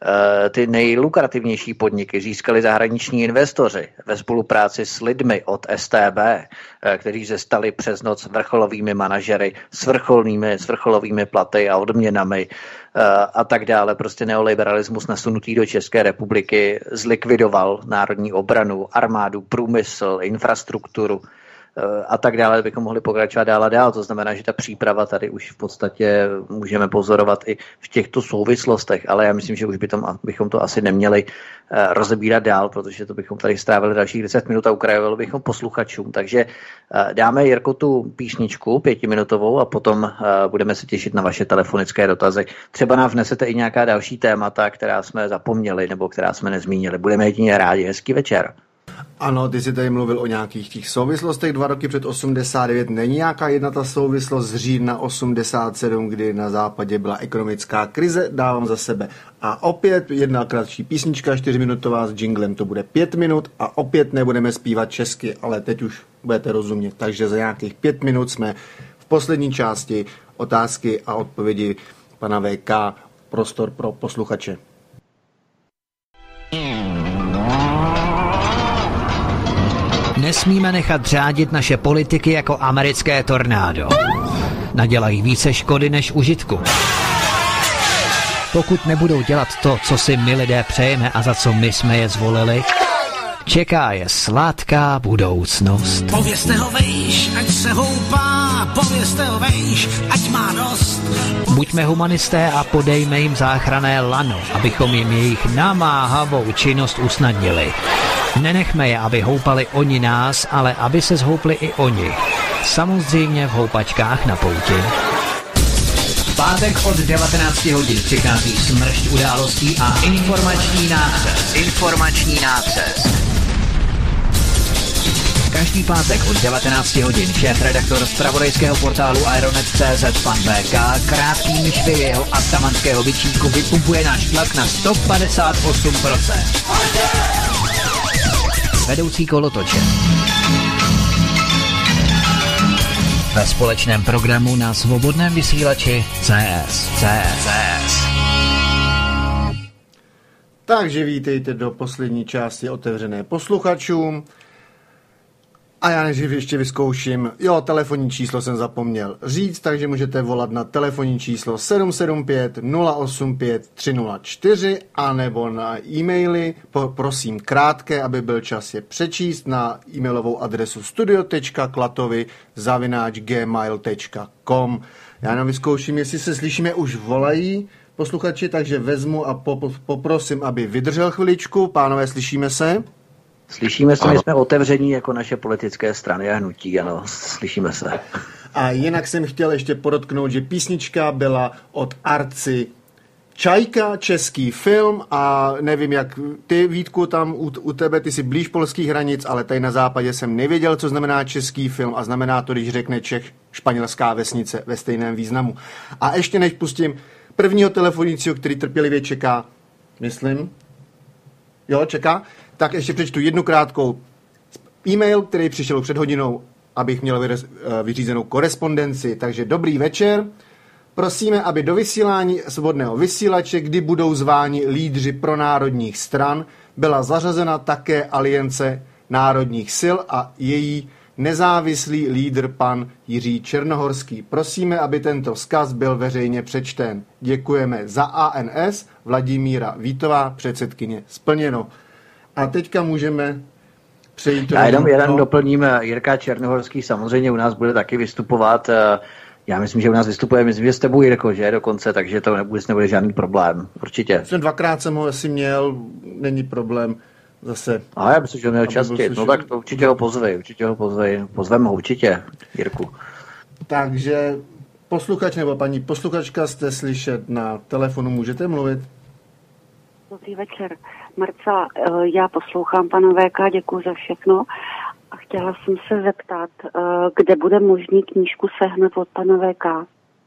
S4: ty nejlukrativnější podniky získali zahraniční investoři ve spolupráci s lidmi od S T B, kteří se stali přes noc vrcholovými manažery s vrcholnými, s vrcholovými platy a odměnami a tak dále. Prostě neoliberalismus nasunutý do České republiky zlikvidoval národní obranu, armádu, průmysl, infrastrukturu a tak dále, bychom mohli pokračovat dál a dál. To znamená, že ta příprava tady už v podstatě můžeme pozorovat i v těchto souvislostech, ale já myslím, že už by tom, bychom to asi neměli rozebírat dál, protože to bychom tady strávili dalších deset minut a ukrajovali bychom posluchačům. Takže dáme, Jirko, tu písničku pětiminutovou a potom budeme se těšit na vaše telefonické dotazy. Třeba nám vnesete i nějaká další témata, která jsme zapomněli nebo která jsme nezmínili. Budeme jedině rádi. Hezký večer.
S3: Ano, ty jsi tady mluvil o nějakých těch souvislostech. Dva roky před osmdesát devět není nějaká jedna ta souvislost z října osmdesát sedm, kdy na západě byla ekonomická krize, dávám za sebe. A opět jedna kratší písnička, čtyřminutová s jinglem, to bude pět minut a opět nebudeme zpívat česky, ale teď už budete rozumět. Takže za nějakých pět minut jsme v poslední části otázky a odpovědi pana V K. Prostor pro posluchače.
S1: Nesmíme nechat řádit naše politiky jako americké tornádo. Nadělají více škody než užitku. Pokud nebudou dělat to, co si my lidé přejeme a za co my jsme je zvolili, čeká je sladká budoucnost.
S6: Povězte ho vejš, ať se houpá, povězte ho vejš, ať má dost.
S1: Buďme humanisté a podejme jim záchranné lano, abychom jim jejich namáhavou činnost usnadnili. Nenechme je, aby houpali oni nás, ale aby se zhoupli i oni. Samozřejmě v houpačkách na pouti. V pátek od devatenácti hodin přichází smršť událostí a informační nácest. Informační nácest. Každý pátek od devatenácti hodin šéf-redaktor zpravodajského portálu Aeronet tečka cé zet pan V K krátkými švy jeho atamanského bičíku vypumpuje náš tlak na sto padesát osm procent. Vedoucí kolotoče. Ve společném programu na svobodném vysílači C S. C S.
S3: Takže vítejte do poslední části otevřené posluchačům. A já než ještě vyzkouším, jo, telefonní číslo jsem zapomněl říct, takže můžete volat na telefonní číslo sedm sedm pět nula osm pět tři nula čtyři anebo na e-maily, prosím krátké, aby byl čas je přečíst, na e-mailovou adresu studio tečka klatovy zavináč gmail tečka com. Já jenom vyzkouším, jestli se slyšíme, už volají posluchači, takže vezmu a poprosím, aby vydržel chviličku. Pánové, slyšíme se?
S4: Slyšíme se, my jsme otevření jako naše politické strany a hnutí, ano, slyšíme se.
S3: A jinak jsem chtěl ještě podotknout, že písnička byla od Arci Čajka, český film, a nevím, jak ty, Vítku, tam u, u tebe, ty jsi blíž polských hranic, ale tady na západě jsem nevěděl, co znamená český film, a znamená to, když řekne Čech, španělská vesnice ve stejném významu. A ještě než pustím prvního telefonícího, který trpělivě čeká, myslím, jo, čeká, tak ještě přečtu jednu krátkou e-mail, který přišel před hodinou, abych měl vyřízenou korespondenci. Takže dobrý večer. Prosíme, aby do vysílání svobodného vysílače, kdy budou zváni lídři pronárodních stran, byla zařazena také Aliance národních sil a její nezávislý lídr pan Jiří Černohorský. Prosíme, aby tento vzkaz byl veřejně přečten. Děkujeme za A N S, Vladimíra Vítová, předsedkyně. Splněno. A teďka můžeme přejít...
S4: Já jenom jeden doplním. Jirka Černohorský samozřejmě u nás bude taky vystupovat. Já myslím, že u nás vystupuje, myslím, že s tebou, Jirko, že dokonce, takže to nebude, nebude žádný problém. Určitě.
S3: Jsem dvakrát jsem ho asi měl, není problém. Zase.
S4: A já myslím, že měl častěji. No tak to určitě ho pozvej, určitě ho pozvej. Pozvem ho určitě, Jirku.
S3: Takže posluchač nebo paní posluchačka, jste slyšet na telefonu, můžete mluvit?
S7: Dobrý večer. Marcela, já poslouchám pana V K, děkuji za všechno. A chtěla jsem se zeptat, kde bude možný knížku sehnat od pana V K?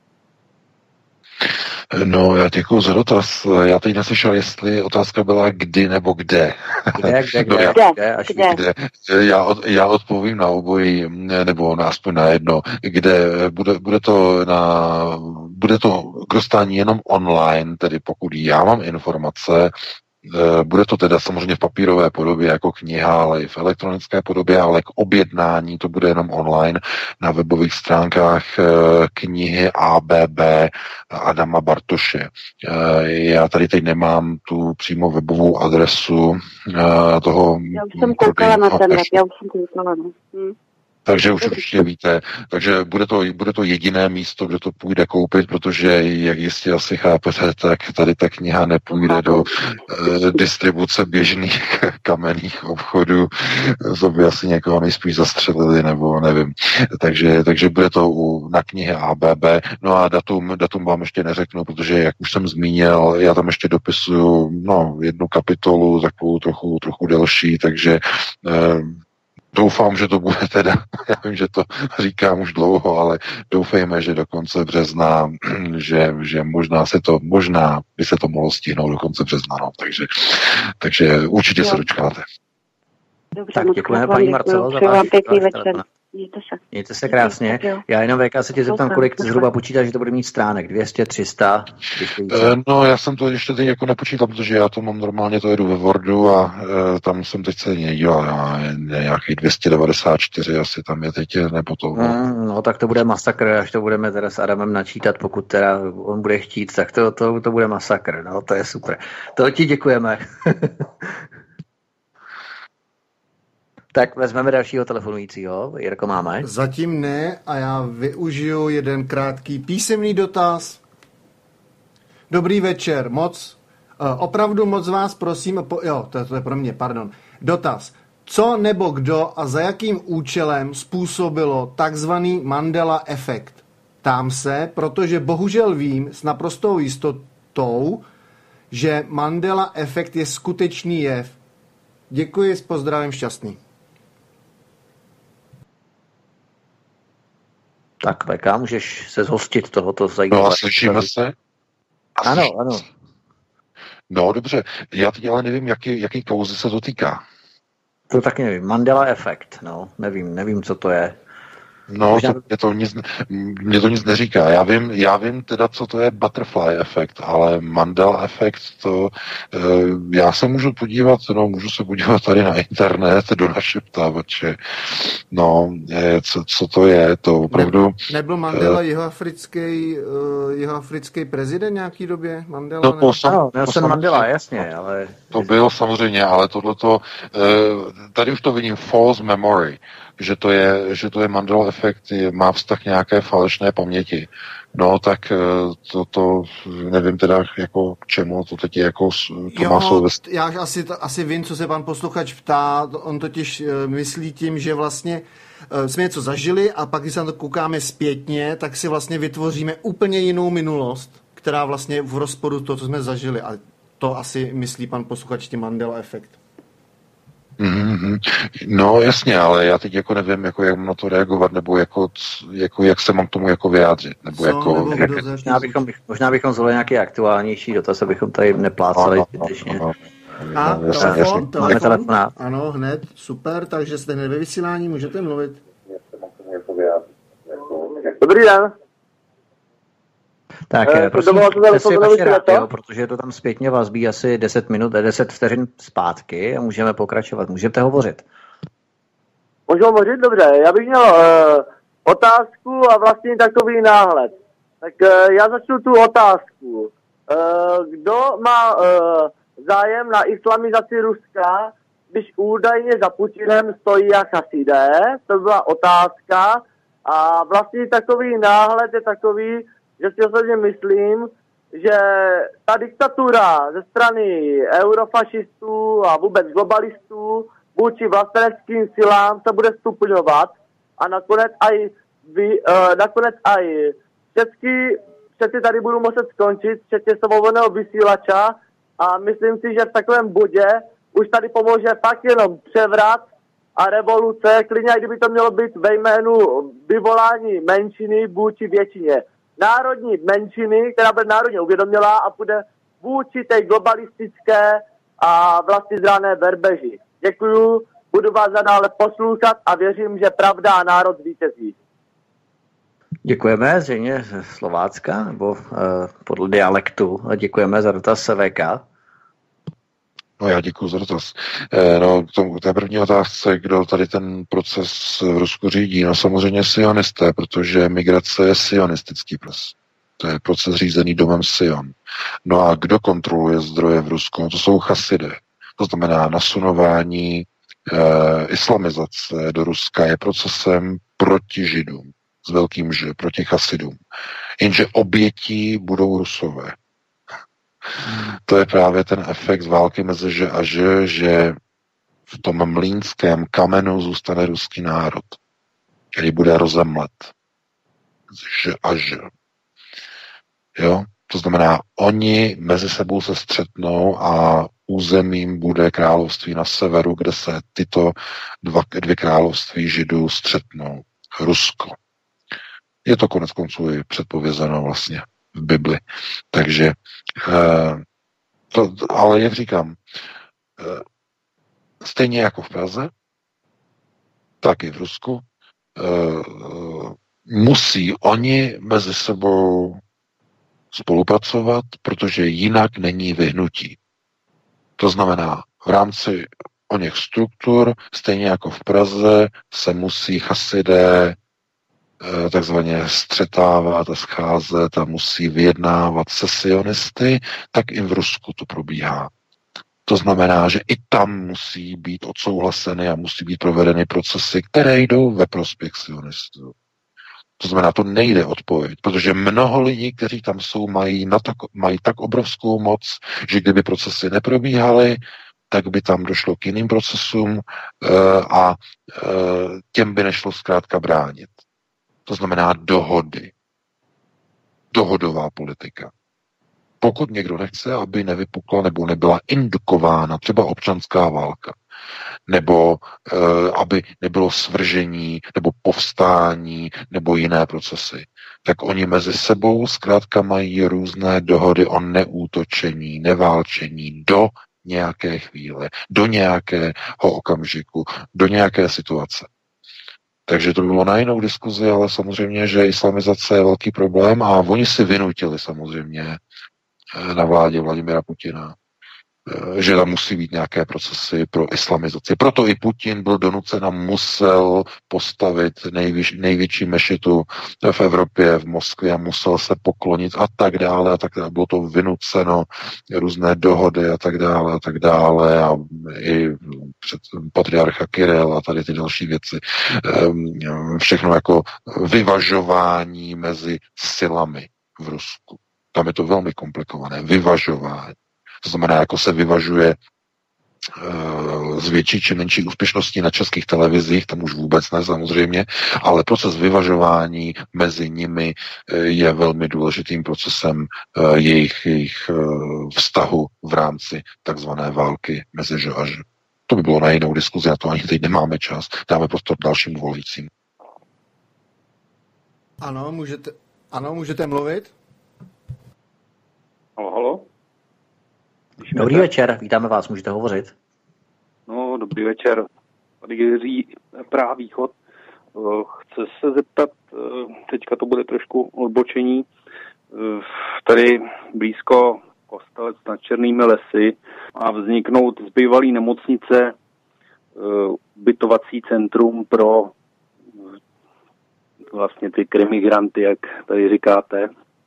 S5: No, já děkuji za dotaz. Já teď neslyšel, jestli otázka byla kdy nebo kde.
S4: Kde, kde, kde?
S5: No, já,
S7: kde, kde?
S5: kde? Já, od, já odpovím na obojí, nebo na aspoň na jedno. Kde bude, bude to na, bude to k dostání jenom online, tedy pokud já mám informace. Bude to teda samozřejmě v papírové podobě jako kniha, ale i v elektronické podobě, ale k objednání to bude jenom online na webových stránkách knihy A B B Adama Bartoše. Já tady teď nemám tu přímo webovou adresu toho...
S7: Já už jsem koukala na ten web, já už jsem koukala, no. Hm.
S5: Takže už určitě víte, takže bude to, bude to jediné místo, kde to půjde koupit, protože, jak jistě asi chápete, tak tady ta kniha nepůjde do uh, distribuce běžných kamenných obchodů, co by asi někoho nejspíš zastřelili, nebo nevím. Takže, takže bude to u, na knihy A B B. No a datum, datum vám ještě neřeknu, protože, jak už jsem zmínil, já tam ještě dopisuju no, jednu kapitolu, takovou trochu, trochu delší, takže uh, doufám, že to bude teda, já vím, že to říkám už dlouho, ale doufejme, že do konce března, že, že možná se to, možná by se to mohlo stihnout do konce března, no, takže, takže určitě jo. se dočkáte.
S7: Dobře,
S4: tak děkujeme paní Marcelo za váš telefon. Mějte se. Mějte se krásně. Já jenom V K se tě zeptám, kolik zhruba počítáš, že to bude mít stránek? dvě stě, tři sta?
S5: No, já jsem to ještě teď jako nepočítal, protože já to mám normálně, to jedu ve Wordu a e, tam jsem teď se nedíval, já, nějaký dvě stě devadesát čtyři asi tam je teď, nebo to.
S4: Mm, no, tak to bude masakr, až to budeme teda s Adamem načítat, pokud teda on bude chtít, tak to, to, to bude masakr, no, to je super. To ti děkujeme. Tak vezmeme dalšího telefonujícího. Jirko, máme?
S3: Zatím ne a já využiju jeden krátký písemný dotaz. Dobrý večer, moc, opravdu moc vás prosím, po, jo, to, to je pro mě, pardon. Dotaz. Co nebo kdo a za jakým účelem způsobilo takzvaný Mandela efekt? Ptám se, protože bohužel vím s naprostou jistotou, že Mandela efekt je skutečný jev. Děkuji, s pozdravím, šťastný.
S4: Tak, V K, můžeš se zhostit tohoto zajímavého.
S5: No a slyšíme se?
S4: A ano, ano.
S5: No, dobře. Já teď ale nevím, jaký, jaký kauzy se to týká.
S4: To taky nevím. Mandela efekt, no. Nevím, nevím, co to je.
S5: No, Možná... to, mě, to nic, mě to nic neříká. Já vím, já vím teda, co to je butterfly efekt, ale Mandela efekt, to e, já se můžu podívat, no, můžu se podívat tady na internet, do naše ptávače. No, e, co, co to je, to opravdu... Ne,
S3: nebyl Mandela e, jihoafrický, uh, jihoafrický prezident nějaký době? Mandela?
S5: No, to sam,
S4: ano, Nelson Mandela, jasně, ale...
S5: To bylo samozřejmě, ale tohleto, e, tady už to vidím false memory, že to je, že to je Mandela efekt, má vztah nějaké falešné paměti. No, tak to, to nevím teda jako k čemu, to teď je jako to
S3: jo,
S5: má souvislost.
S3: Já asi, asi vím, co se pan posluchač ptá, on totiž myslí tím, že vlastně jsme něco zažili a pak, když se na to koukáme zpětně, tak si vlastně vytvoříme úplně jinou minulost, která vlastně je v rozporu s to, co jsme zažili. A to asi myslí pan posluchač tím Mandela efekt.
S5: Mm-hmm. No jasně, ale já teď jako nevím, jako jak mám na to reagovat, nebo jako, jako jak se mám k tomu jako vyjádřit, nebo
S3: Co,
S5: jako...
S3: Nebo
S4: možná, bychom, možná bychom zvolili nějaký aktuálnější dotaz, abychom tady neplácali zbytečně.
S3: A,
S4: no,
S3: telefon,
S4: jasně.
S3: telefon,
S4: telefonát.
S3: Ano, hned, super, takže jste hned ve vysílání, můžete mluvit.
S8: Dobrý den.
S4: Tak
S8: Eh,
S4: prosím,
S8: to
S4: přijďte si
S8: bylo
S4: vaše
S8: to?
S4: rádio, protože to tam zpětně vazbí asi deset minut, deset vteřin zpátky a můžeme pokračovat. Můžete hovořit.
S8: Můžu hovořit? Dobře. Já bych měl uh, otázku a vlastně takový náhled. Tak uh, já začnu tu otázku. Uh, kdo má uh, zájem na islamizaci Ruska, když údajně za Putinem stojí jak Hasidé? To byla otázka. A vlastně takový náhled je takový, že si osobně myslím, že ta diktatura ze strany eurofašistů a vůbec globalistů vůči vlasteneckým silám se bude stupňovat a nakonec aj vy, uh, nakonec aj všetky, všetci tady budou muset skončit, včetně svobodného vysílača a myslím si, že v takovém bodě už tady pomůže fakt jenom převrat a revoluce, klidně, kdyby to mělo být ve jménu vyvolání menšiny vůči většině. Národní menšiny, která bude národně uvědomila a bude vůči té globalistické a vlastně zrané verbeži. Děkuju, budu vás nadále poslouchat a věřím, že pravda a národ vítězí.
S4: Děkujeme, zřejmě ze Slovácka, nebo uh, podle dialektu. Děkujeme za dotaz V K.
S5: No já děkuji za dotaz. Eh, no, k, tomu, k té první otázce, kdo tady ten proces v Rusku řídí, no samozřejmě sionisté, protože migrace je sionistický proces. To je proces řízený domem Sion. No a kdo kontroluje zdroje v Rusku? No, to jsou chasidé. To znamená nasunování eh, islamizace do Ruska je procesem proti židům, s velkým Ž, proti chasidům. Jenže obětí budou Rusové. To je právě ten efekt z války mezi Ž a Ž, že v tom mlýnském kamenu zůstane ruský národ, který bude rozemlet. Ž a Ž. Jo? To znamená, oni mezi sebou se střetnou a územím bude království na severu, kde se tyto dva, dvě království židů střetnou. Rusko. Je to konec konců i předpovězeno vlastně v Bibli. Takže, eh, to, ale jak říkám, eh, stejně jako v Praze, tak i v Rusku, eh, musí oni mezi sebou spolupracovat, protože jinak není vyhnutí. To znamená, v rámci oněch struktur, stejně jako v Praze, se musí chasidé takzvaně střetávat a scházet a musí vyjednávat se sionisty, tak i v Rusku to probíhá. To znamená, že i tam musí být odsouhlaseny a musí být provedeny procesy, které jdou ve prospěch sionistů. To znamená, to nejde odpověď, protože mnoho lidí, kteří tam jsou, mají, na tak, mají tak obrovskou moc, že kdyby procesy neprobíhaly, tak by tam došlo k jiným procesům uh, a uh, těm by nešlo zkrátka bránit. To znamená dohody. Dohodová politika. Pokud někdo nechce, aby nevypukla nebo nebyla indukována třeba občanská válka, nebo e, aby nebylo svržení, nebo povstání, nebo jiné procesy, tak oni mezi sebou zkrátka mají různé dohody o neútočení, neválčení do nějaké chvíle, do nějakého okamžiku, do nějaké situace. Takže to bylo na jinou diskuzi, ale samozřejmě, že islamizace je velký problém a oni si vynutili samozřejmě na vládě Vladimira Putina, že tam musí být nějaké procesy pro islamizaci. Proto i Putin byl donucen a musel postavit nejvíš, největší mešitu v Evropě, v Moskvě a musel se poklonit a tak dále a tak dále. Bylo to vynuceno, různé dohody a tak dále a tak dále a i před patriarcha Kiril a tady ty další věci. Všechno jako vyvažování mezi silami v Rusku. Tam je to velmi komplikované. Vyvažování. To znamená, jako se vyvažuje z větší či menší úspěšnosti na českých televizích, tam už vůbec ne samozřejmě, ale proces vyvažování mezi nimi je velmi důležitým procesem jejich, jejich vztahu v rámci takzvané války mezi Ž a Ž. To by bylo na jinou diskuzi, a to ani teď nemáme čas. Dáme prostor dalším volajícím.
S3: Ano, můžete, ano, můžete mluvit?
S9: Halo, halo? Slyšíme
S4: Dobrý
S9: se?
S4: večer, vítáme vás, můžete hovořit.
S9: No, dobrý večer. Tady Jiří, Praha Východ. Chci se zeptat, teďka to bude trošku odbočení, tady blízko Kostelec nad Černými lesy má vzniknout z bývalý nemocnice ubytovací centrum pro vlastně ty krimigranty, jak tady říkáte.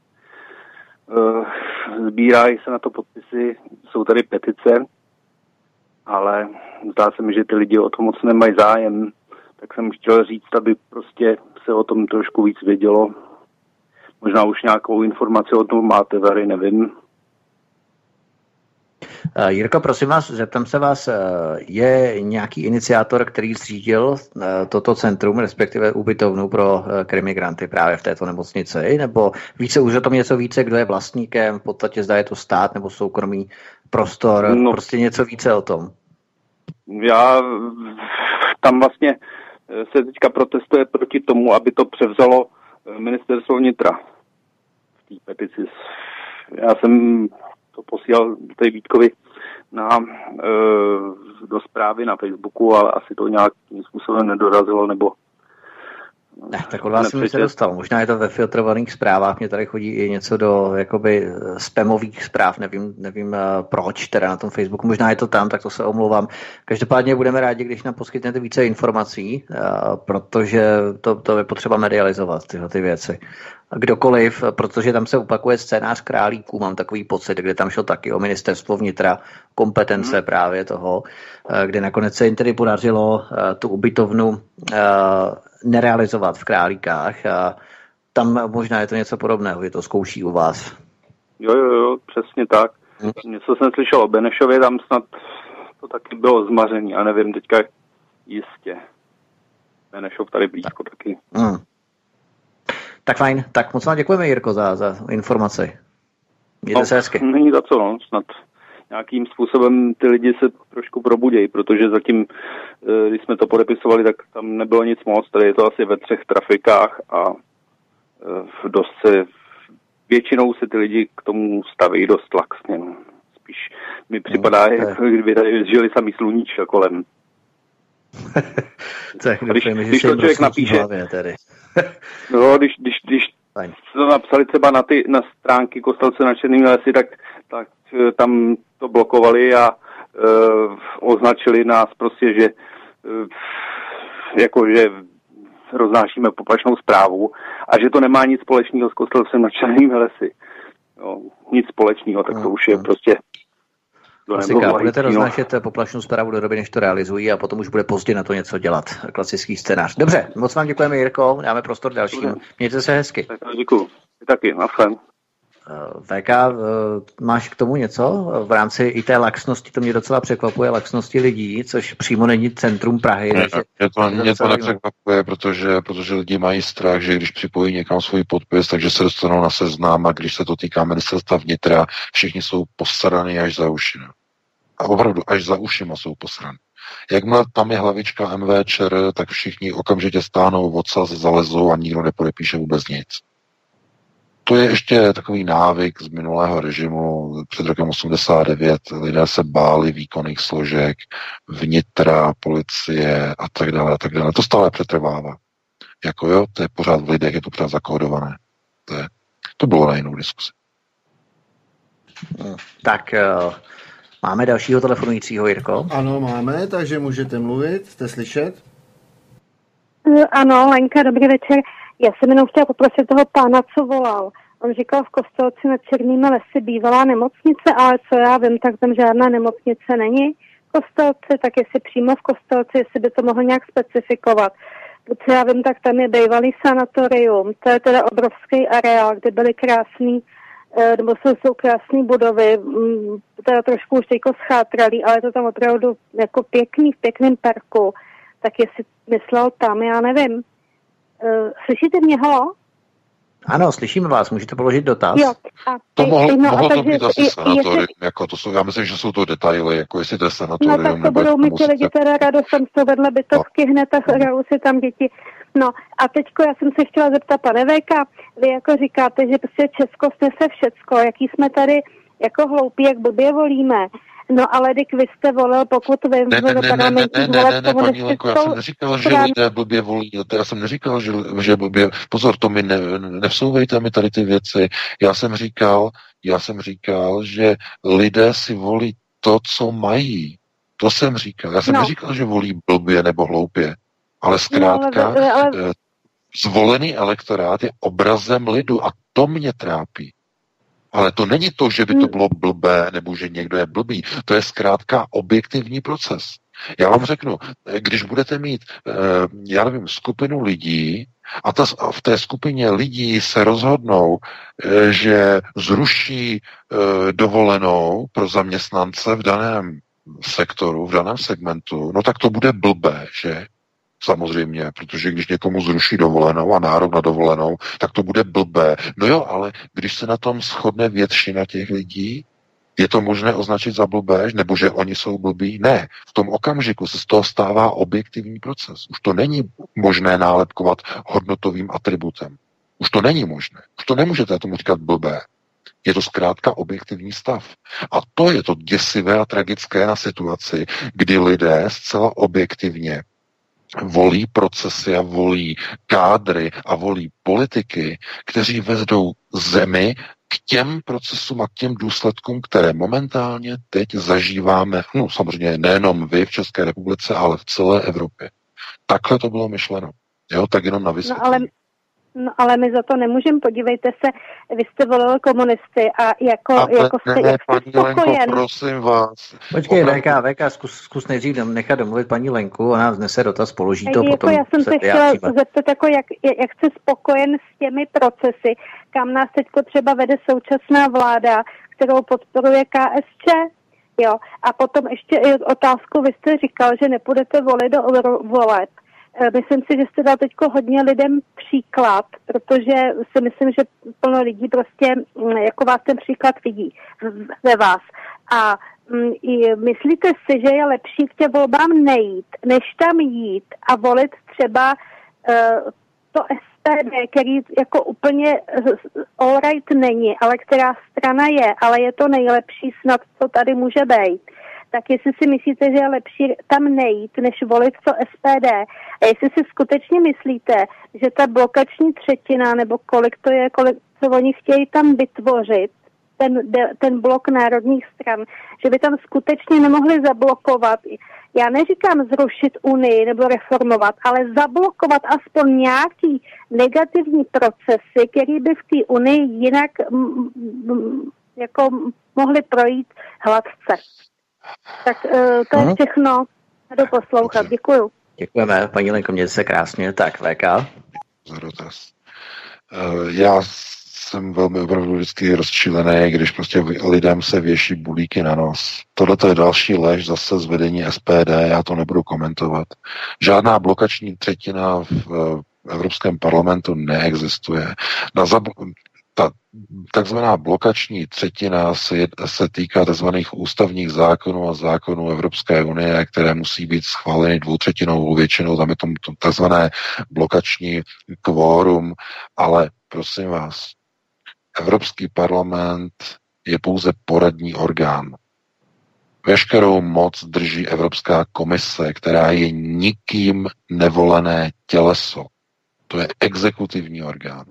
S9: Sbírají se na to podpisy, jsou tady petice, ale zdá se mi, že ty lidi o to moc nemají zájem. Tak jsem chtěl říct, aby prostě se o tom trošku víc vědělo. Možná už nějakou informaci o tom máte, tady nevím.
S4: Jirko, prosím vás, zeptám se vás, je nějaký iniciátor, který zřídil toto centrum, respektive ubytovnu pro krimigranty právě v této nemocnici, nebo více už o tom něco více, kdo je vlastníkem, v podstatě zda je to stát nebo soukromý prostor, no, prostě něco více o tom?
S9: Já tam vlastně se teďka protestuje proti tomu, aby to převzalo ministerstvo vnitra v té petici. Já jsem to posílal tady Vítkovi na, e, do zprávy na Facebooku, ale asi to nějakým způsobem nedorazilo, nebo...
S4: Ne, tak od vás jsem se dostal. Možná je to ve filtrovaných zprávách, mně tady chodí i něco do jakoby spamových zpráv, nevím, nevím proč, teda na tom Facebooku, možná je to tam, tak to se omlouvám. Každopádně budeme rádi, když nám poskytnete více informací, protože to, to je potřeba medializovat, tyhle ty věci. Kdokoliv, protože tam se opakuje scénář Králíků, mám takový pocit, kde tam šlo taky o ministerstvo vnitra, kompetence hmm. právě toho, kde nakonec se jim tedy podařilo tu ubytovnu nerealizovat v Králíkách a tam možná je to něco podobného, je to zkouší u vás.
S9: Jo, jo, jo, přesně tak. Hmm. Něco jsem slyšel o Benešově, tam snad to taky bylo zmaření, a nevím teďka jistě. Benešov tady blízko taky.
S4: Hmm. Tak fajn, tak moc vám děkujeme, Jirko, za, za informaci. Mějte no, se hezky.
S9: Není za co, no, snad nějakým způsobem ty lidi se trošku probudějí, protože zatím, když jsme to podepisovali, tak tam nebylo nic moc, tady je to asi ve třech trafikách a dost se, většinou se ty lidi k tomu staví dost laxně, no. Spíš mi připadá, no, jak kdyby tady žili sami sluníčka kolem.
S4: Tak,
S9: když,
S4: doufujeme,
S9: když to člověk napíše,
S4: hlavě, tedy.
S9: no, když, když, když to napsali třeba na ty na stránky Kostelce nad Černými lesy, tak, tak tam to blokovali a e, označili nás prostě, že e, jako, že roznášíme poplašnou zprávu a že to nemá nic společného s Kostelcem nad Černými lesy. No, nic společného, tak to už je prostě...
S4: Klasika, budete roznášet poplašnou zprávu do doby, než to realizují a potom už bude pozdě na to něco dělat. Klasický scénář. Dobře, moc vám děkujeme, Jirko, dáme prostor dalším. Mějte se hezky.
S9: Děkuju. Taky, navšem.
S4: V K, máš k tomu něco? V rámci i té laxnosti, to mě docela překvapuje, laxnosti lidí, což přímo není centrum Prahy.
S5: Ne,
S4: takže
S5: mě to, mě to nepřekvapuje, protože, protože lidi mají strach, že když připojí někam svůj podpis, takže se dostanou na seznam a když se to týká ministerstva vnitra, všichni jsou posraný až za uši. A opravdu až za ušima jsou posraný. Jakmile tam je hlavička MVČR, tak všichni okamžitě stáhnou odsaz, zalezou a nikdo nepodepíše vůbec nic. To je ještě takový návyk z minulého režimu. Před rokem osmdesát devět lidé se báli výkonných složek, vnitra, policie a tak dále a tak dále. To stále přetrvává. Jako jo, to je pořád v lidech, je to pořád zakódované. To, je, to bylo na jinou diskusi.
S4: Tak uh, máme dalšího telefonujícího, Jirko?
S3: Ano, máme, takže můžete mluvit, jste slyšet?
S10: Ano, Lenka, dobrý večer. Já jsem jenom chtěla poprosit toho pána, co volal. On říkal v Kostelci nad Černými lesy bývalá nemocnice, ale co já vím, tak tam žádná nemocnice není v Kostelci, tak jestli přímo v Kostelci, jestli by to mohlo nějak specifikovat. Co já vím, tak tam je bývalý sanatorium. To je teda obrovský areál, kde byly krásný, nebo jsou, jsou krásné budovy, teda trošku už teďko schátralý, ale je to tam opravdu jako pěkný, v pěkném parku. Tak jestli myslel tam, já nevím. Slyšíte mě, halo?
S4: Ano, slyšíme vás, můžete položit dotaz.
S10: Jo, a
S5: to mohlo,
S10: no,
S5: mohlo to být
S10: je,
S5: asi sanatorium,
S10: jestli,
S5: jako to jsou, já myslím, že jsou to detaily, jako jestli to je sanatorium.
S10: No tak to budou mít ti lidi teda radost, tam jsou vedle bytovky, no. Hned a hrajou si tam děti. No a teďko já jsem se chtěla zeptat, pane Véka, vy jako říkáte, že prostě Česko snese všecko, jaký jsme tady, jako hloupí, jak blbě volíme. No ale když vy jste volil, pokud vy
S5: ne, ne, ne, ne, ne, ne, ne, ne, paní Lenko, já jsem neříkal, že lidé blbě volí, já jsem neříkal, že, že blbě, pozor, to mi ne, nevsouvejte mi tady ty věci, já jsem říkal, já jsem říkal, že lidé si volí to, co mají, to jsem říkal, já jsem no. neříkal, že volí blbě nebo hloupě, ale zkrátka, no, ale, ale... zvolený elektorát je obrazem lidu a to mě trápí. Ale to není to, že by to bylo blbé, nebo že někdo je blbý. To je zkrátka objektivní proces. Já vám řeknu, když budete mít, já nevím, skupinu lidí a ta, v té skupině lidí se rozhodnou, že zruší dovolenou pro zaměstnance v daném sektoru, v daném segmentu, no tak to bude blbé, že? Samozřejmě, protože když někomu zruší dovolenou a nárok na dovolenou, tak to bude blbé. No jo, ale když se na tom shodne většina těch lidí, je to možné označit za blbé, nebo že oni jsou blbí? Ne. V tom okamžiku se z toho stává objektivní proces. Už to není možné nálepkovat hodnotovým atributem. Už to není možné. Už to nemůžete tomu říkat blbé. Je to zkrátka objektivní stav. A to je to děsivé a tragické na situaci, kdy lidé zcela objektivně volí procesy a volí kádry a volí politiky, kteří vedou zemi k těm procesům a k těm důsledkům, které momentálně teď zažíváme, no samozřejmě nejenom vy v České republice, ale v celé Evropě. Takhle to bylo myšleno. Jo, tak jenom na vysvětlení.
S10: No ale, no ale my za to nemůžeme, podívejte se, vy jste volili komunisty a jako,
S5: ale
S10: jako jste,
S5: ne,
S10: jak jste spokojen.
S5: Lenko, prosím vás.
S4: Počkej, V K, V K, zkus, zkus nejdřív nechat domluvit paní Lenku, ona vznese dotaz, položí to,
S10: jako
S4: potom
S10: já jsem
S4: se
S10: se chtěla zeptat, jako jak, jak jste spokojen s těmi procesy, kam nás teďko třeba vede současná vláda, kterou podporuje K S Č. Jo. A potom ještě otázku, vy jste říkal, že nepůjdete volit do voleb. Myslím si, že jste dal teďko hodně lidem příklad, protože si myslím, že plno lidí prostě jako vás ten příklad vidí ve vás. A myslíte si, že je lepší k těm volbám nejít, než tam jít a volit třeba uh, to S P D, který jako úplně all right není, ale která strana je, ale je to nejlepší snad, co tady může být. Tak jestli si myslíte, že je lepší tam nejít, než volit to S P D. A jestli si skutečně myslíte, že ta blokační třetina, nebo kolik to je, kolik, co oni chtějí tam vytvořit, ten, ten blok národních stran, že by tam skutečně nemohli zablokovat, já neříkám zrušit Unii nebo reformovat, ale zablokovat aspoň nějaký negativní procesy, které by v té Unii jinak m, m, jako mohly projít hladce. Tak uh, to je všechno. Jdu poslouchat. Děkuju.
S4: Děkujeme, paní Lenko, mějte se krásně. Tak, V K.
S5: Za dotaz. Uh, já jsem velmi opravdu vždycky rozčilený, když prostě lidem se věší bulíky na nos. Tohle je další lež zase z vedení S P D, já to nebudu komentovat. Žádná blokační třetina v Evropském parlamentu neexistuje. Na zab- ta takzvaná blokační třetina se, se týká takzvaných ústavních zákonů a zákonů Evropské unie, které musí být schváleny dvoutřetinovou většinou, tam je tomu to takzvané blokační kvórum, ale prosím vás, Evropský parlament je pouze poradní orgán. Veškerou moc drží Evropská komise, která je nikým nevolené těleso. To je exekutivní orgán.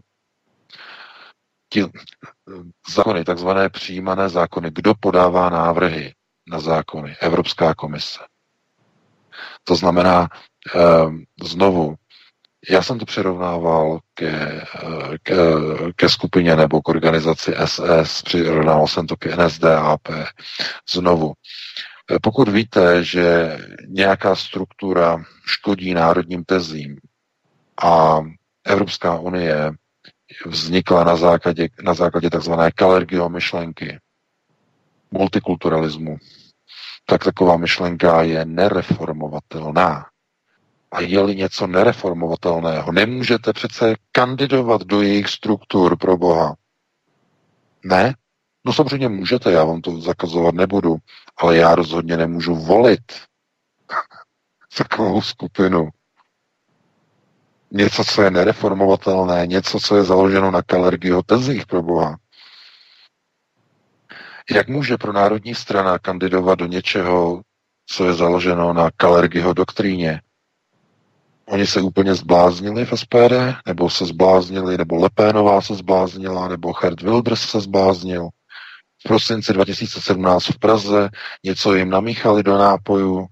S5: Ti zákony, takzvané přijímané zákony, kdo podává návrhy na zákony? Evropská komise. To znamená, eh, znovu, já jsem to přirovnával ke, ke, ke skupině nebo k organizaci S S, přirovnával jsem to k N S D A P. Znovu, pokud víte, že nějaká struktura škodí národním tezím a Evropská unie vznikla na základě, na základě takzvané Kalergio myšlenky, multikulturalismu, tak taková myšlenka je nereformovatelná. A je-li něco nereformovatelného, nemůžete přece kandidovat do jejich struktur, pro Boha. Ne? No samozřejmě můžete, já vám to zakazovat nebudu, ale já rozhodně nemůžu volit takovou skupinu. Něco, co je nereformovatelné, něco, co je založeno na Kalergio tezích, pro Boha. Jak může pro národní strana kandidovat do něčeho, co je založeno na Kalergiho doktríně? Oni se úplně zbláznili v S P D, nebo se zbláznili, nebo Le Penová se zbláznila, nebo Geert Wilders se zbláznil. V prosinci dva tisíce sedmnáct v Praze něco jim namíchali do nápojů.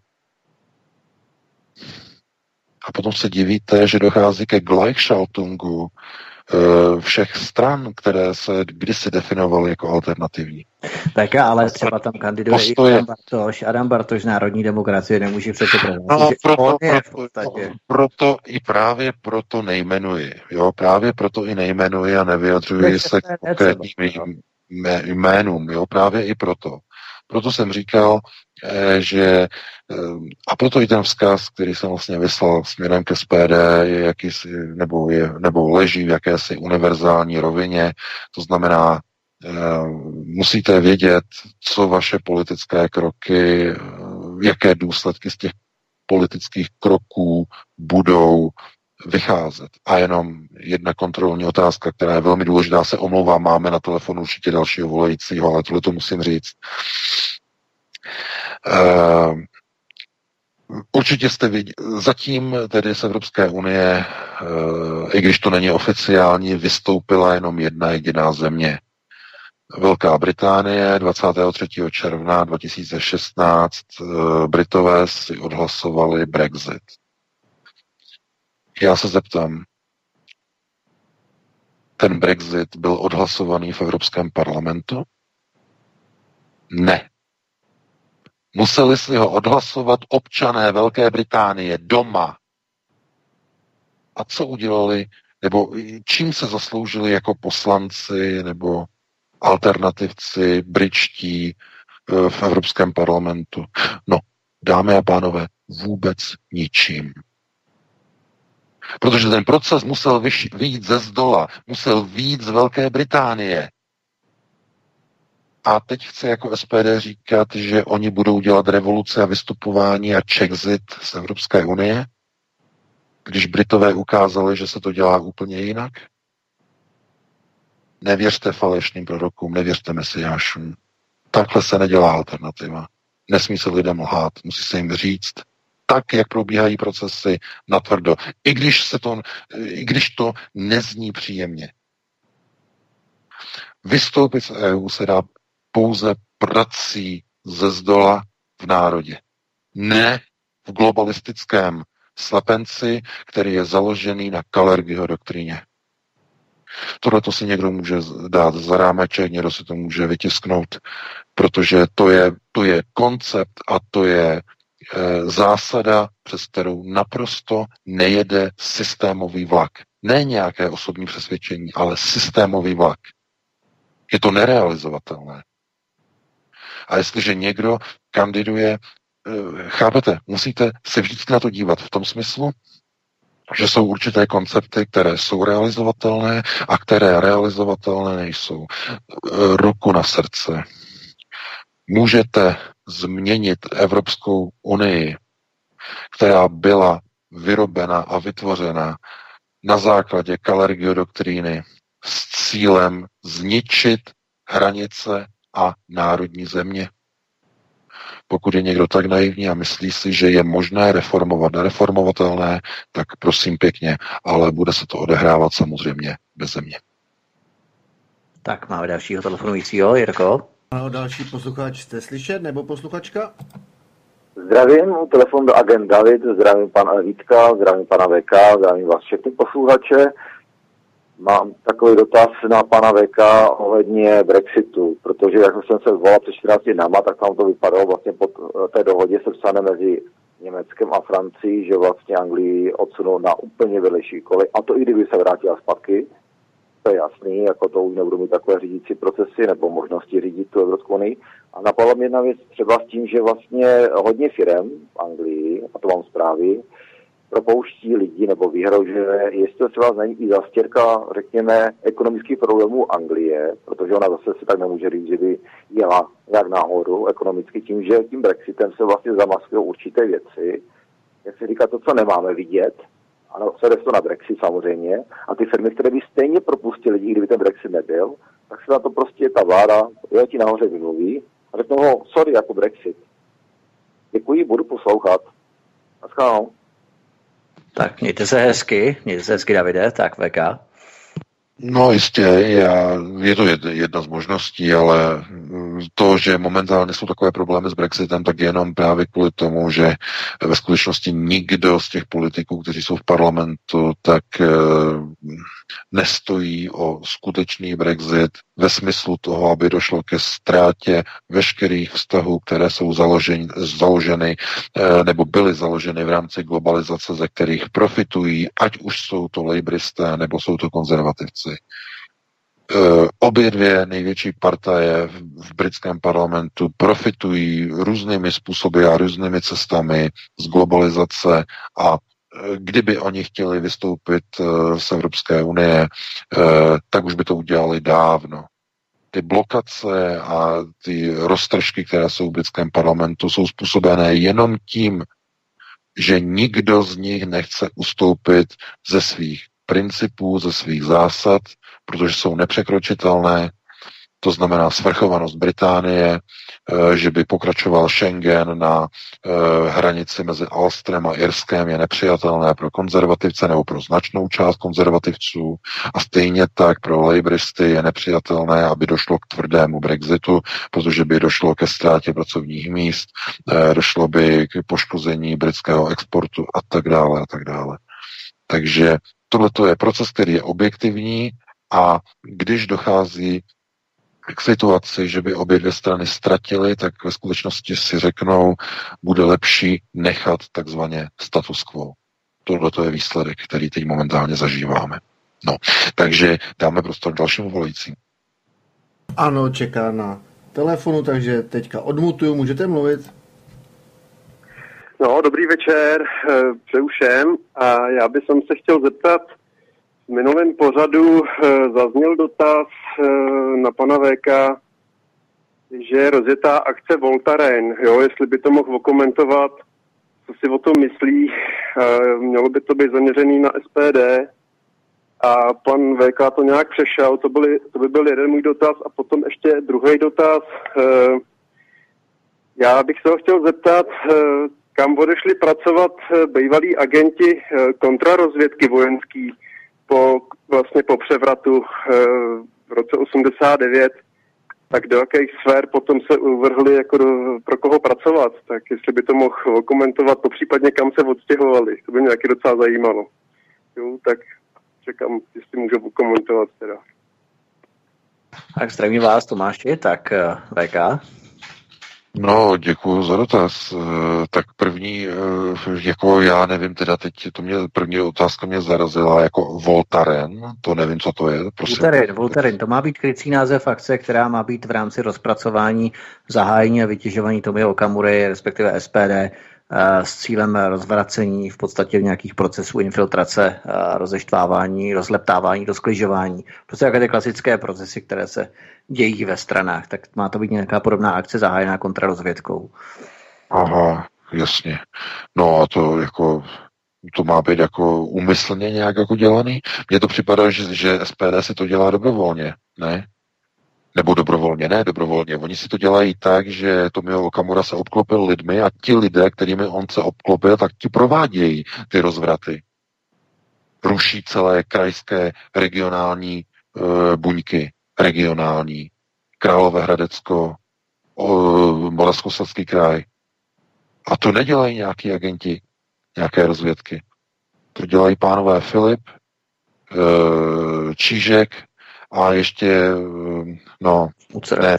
S5: A potom se divíte, že dochází ke Gleichschaltungu všech stran, které se kdysi definovaly jako alternativní.
S4: Tak ale třeba tam kandiduje postoje... i Adam Bartoš. Adam Bartoš z národní demokracie nemůže přece prohlásit.
S5: No, proto, proto, proto i právě proto nejmenuji. Jo? Právě proto i nejmenuji a nevyjadřuji se k konkrétním jménům. Jo? Právě i proto. Proto jsem říkal, že a proto i ten vzkaz, který jsem vlastně vyslal směrem ke S P D, je jakýsi, nebo, je, nebo leží v jakési univerzální rovině. To znamená, musíte vědět, co vaše politické kroky, jaké důsledky z těch politických kroků budou vycházet. A jenom jedna kontrolní otázka, která je velmi důležitá, se omlouvám, máme na telefonu určitě dalšího volajícího, ale tohle to musím říct. Uh, určitě jste viděli, zatím tedy z Evropské unie, uh, i když to není oficiální, vystoupila jenom jedna jediná země. Velká Británie dvacátého třetího června dva tisíce šestnáct uh, Britové si odhlasovali Brexit. Já se zeptám, ten Brexit byl odhlasovaný v Evropském parlamentu? Ne. Museli si ho odhlasovat občané Velké Británie doma. A co udělali, nebo čím se zasloužili jako poslanci nebo alternativci britští v Evropském parlamentu? No, dámy a pánové, vůbec ničím. Protože ten proces musel vyjít ze zdola, musel vyjít z Velké Británie. A teď chce jako S P D říkat, že oni budou dělat revoluce a vystupování a Czexit z Evropské unie, když Britové ukázali, že se to dělá úplně jinak? Nevěřte falešným prorokům, nevěřte mesiášům. Takhle se nedělá alternativa. Nesmí se lidem lhát, musí se jim říct, tak, jak probíhají procesy natvrdo. I když, se to, I když to nezní příjemně. Vystoupit z E U se dá pouze prací ze zdola v národě. Ne v globalistickém slepenci, který je založený na Kalergiho doktríně. Tohle to si někdo může dát za rámeček, někdo si to může vytisknout, protože to je, to je koncept a to je e, zásada, přes kterou naprosto nejede systémový vlak. Ne nějaké osobní přesvědčení, ale systémový vlak. Je to nerealizovatelné. A jestliže někdo kandiduje, chápete, musíte se vždycky na to dívat v tom smyslu, že jsou určité koncepty, které jsou realizovatelné a které realizovatelné nejsou. Ruku na srdce. Můžete změnit Evropskou unii, která byla vyrobena a vytvořena na základě Kalergiho doktríny s cílem zničit hranice a národní země. Pokud je někdo tak naivní a myslí si, že je možné reformovat nereformovatelné, tak prosím pěkně, ale bude se to odehrávat samozřejmě bez země.
S4: Tak máme dalšího telefonujícího, Jirko.
S3: Ano, další posluchač, jste slyšet, nebo posluchačka?
S11: Zdravím, telefon do Agent David, zdravím pana Vítka, zdravím pana V K, zdravím vás všechny posluchače. Mám takový dotaz na pana V K ohledně Brexitu, protože jak jsem se volal před čtrnácti dnama, tak tam to vypadalo vlastně po té dohodě sepsané mezi Německem a Francií, že vlastně Anglii odsunou na úplně vedlejší kolej, a to i kdyby se vrátila zpátky. To je jasný, jako to už nebudou mít takové řídící procesy nebo možnosti řídit tu Evropskou unii. A napadla mě jedna věc třeba s tím, že vlastně hodně firem v Anglii, a to mám zprávy, propouští lidi nebo vyhrožuje, jestli to třeba není i zastěrka, řekněme, ekonomických problémů Anglie, protože ona zase se tak nemůže říct, že by jela jak nahoru ekonomicky tím, že tím Brexitem se vlastně zamaskují určité věci, jak se říká, to, co nemáme vidět, ano, se to na Brexit samozřejmě, a ty firmy, které by stejně propustily lidi, kdyby ten Brexit nebyl, tak se na to prostě ta vláda, jo, ti nahoře vymluví a řeknou ho, sorry, jako Brexit. Děkuji, budu poslouchat. Naschledanou.
S4: Tak mějte se hezky, mějte se hezky, Davide, tak V K.
S5: No jistě, já, je to jedna z možností, ale to, že momentálně jsou takové problémy s Brexitem, tak jenom právě kvůli tomu, že ve skutečnosti nikdo z těch politiků, kteří jsou v parlamentu, tak e, nestojí o skutečný Brexit ve smyslu toho, aby došlo ke ztrátě veškerých vztahů, které jsou založeny, založeny e, nebo byly založeny v rámci globalizace, ze kterých profitují, ať už jsou to lejbristé, nebo jsou to konzervativci. Uh, obě dvě největší partaje v, v britském parlamentu profitují různými způsoby a různými cestami z globalizace a uh, kdyby oni chtěli vystoupit uh, z Evropské unie, uh, tak už by to udělali dávno. Ty blokace a ty roztržky, které jsou v britském parlamentu, jsou způsobené jenom tím, že nikdo z nich nechce ustoupit ze svých principů, ze svých zásad, protože jsou nepřekročitelné, to znamená svrchovanost Británie, že by pokračoval Schengen na hranici mezi Alstrem a Irskem je nepřijatelné pro konzervativce nebo pro značnou část konzervativců a stejně tak pro lejbristy je nepřijatelné, aby došlo k tvrdému Brexitu, protože by došlo ke ztrátě pracovních míst, došlo by k poškození britského exportu a tak dále a tak dále. Takže tohle je proces, který je objektivní a když dochází k situaci, že by obě dvě strany ztratily, tak ve skutečnosti si řeknou, bude lepší nechat takzvaně status quo. Tohle je výsledek, který teď momentálně zažíváme. No, takže dáme prostor dalšímu volajícímu.
S3: Ano, čeká na telefonu, takže teďka odmutuju, můžete mluvit.
S12: No, dobrý večer, přeju všem a já bych se chtěl zeptat, v minulém pořadu zazněl dotaz na pana V K, že je rozjetá akce Voltaren, jo, jestli by to mohl okomentovat, co si o tom myslí, mělo by to být zaměřený na S P D a pan V K to nějak přešel, to, byly, to by byl jeden můj dotaz a potom ještě druhý dotaz. Já bych se ho chtěl zeptat, kam odešli pracovat bývalí agenti kontrarozvědky vojenský po, vlastně po převratu v roce osmdesát devět, tak do jakých sfér potom se uvrhli, jako do, pro koho pracovat, tak jestli by to mohl okomentovat, popřípadně kam se odstěhovali, to by mě taky docela zajímalo. Jo, tak čekám, jestli můžu okomentovat teda.
S4: Tak zdravím vás, Tomáši, tak V K.
S5: No, děkuji za dotaz. Tak první, jako já nevím, teda teď to mě, první otázka mě zarazila jako Voltaren, to nevím, co to je.
S4: Voltaren, Voltaren, to má být krycí název akce, která má být v rámci rozpracování, zahájení a vytěžování Tomia Okamury, respektive S P D, s cílem rozvracení v podstatě nějakých procesů infiltrace, rozeštvávání, rozleptávání, rozkližování. Prostě jaké ty klasické procesy, které se dějí ve stranách, tak má to být nějaká podobná akce zahájená kontrarozvědkou.
S5: Aha, jasně. No a to jako to má být jako úmyslně nějak jako dělaný. Mně to připadá, že, že S P D si to dělá dobrovolně, ne? Nebo dobrovolně, ne dobrovolně. Oni si to dělají tak, že Tomio Okamura se obklopil lidmi a ti lidé, kterými on se obklopil, tak ti provádějí ty rozvraty. Ruší celé krajské regionální e, buňky, regionální, Královéhradecko, Moravskoslezský kraj. A to nedělají nějaký agenti, nějaké rozvědky. To dělají pánové Filip, e, Čížek, a ještě, no, ne,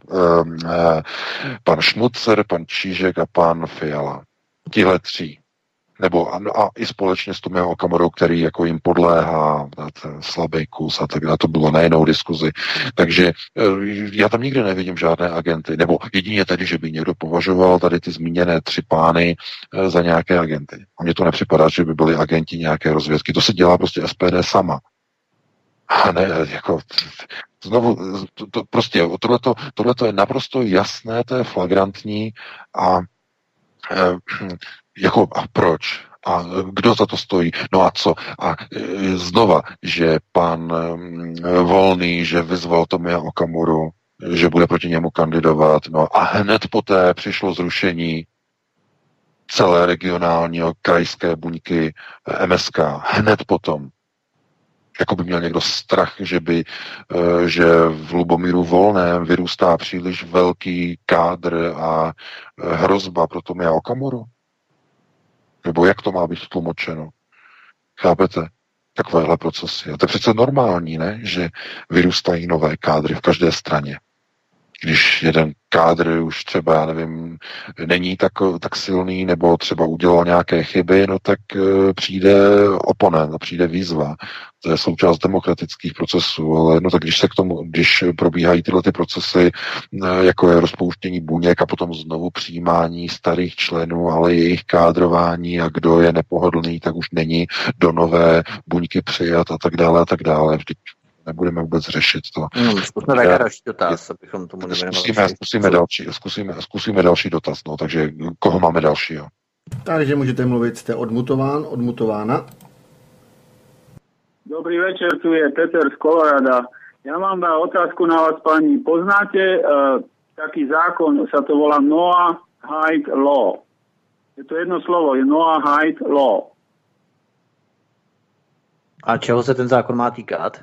S5: pan Šmucer, pan Čížek a pan Fiala. Tihle tří. Nebo a, a i společně s Tomiem Okamurou, který jako jim podléhá, slabý kus a tak dále, to bylo na jinou diskuzi. Takže já tam nikdy nevidím žádné agenty, nebo jedině tedy, že by někdo považoval tady ty zmíněné tři pány za nějaké agenty. A mně to nepřipadá, že by byli agenti nějaké rozvědky. To se dělá prostě S P D sama. A ne, jako, znovu, to, to, prostě tohleto, tohleto je naprosto jasné, to je flagrantní a e, jako, a proč? A kdo za to stojí? No a co? A znova, že pan Volný, že vyzval Tomia Okamuru, že bude proti němu kandidovat. No a hned poté přišlo zrušení celé regionální krajské buňky M S K. Hned potom. Jako by měl někdo strach, že by, že v Lubomíru Volném vyrůstá příliš velký kádr a hrozba pro Tomia Okamuru? Nebo jak to má být tlumočeno? Chápete? Takovéhle procesy. A to je přece normální, ne? Že vyrůstají nové kádry v každé straně. Když jeden kádr už třeba, já nevím, není tak, tak silný, nebo třeba udělal nějaké chyby, no tak e, přijde oponent, přijde výzva. To je součást demokratických procesů, ale no tak když se k tomu, když probíhají tyhle ty procesy, e, jako je rozpouštění buněk a potom znovu přijímání starých členů, ale jejich kádrování a kdo je nepohodlný, tak už není do nové buňky přijat a tak dále a tak dále. Vždyť nebudeme vůbec řešit to.
S4: No, zkusme také další dotaz, abychom tomu nevěnovali.
S5: Zkusíme, zkusíme, další, zkusíme, zkusíme další dotaz, no, takže koho máme dalšího?
S3: Takže můžete mluvit, jste odmutován, odmutována.
S13: Dobrý večer, tu je Peter z Kolorada. Ja mám na otázku na vás, pani. Poznáte uh, taký zákon, sa to volá Noah-Hyde Law. Je to jedno slovo, je Noah-Hyde Law.
S4: A čeho se ten zákon má týkat?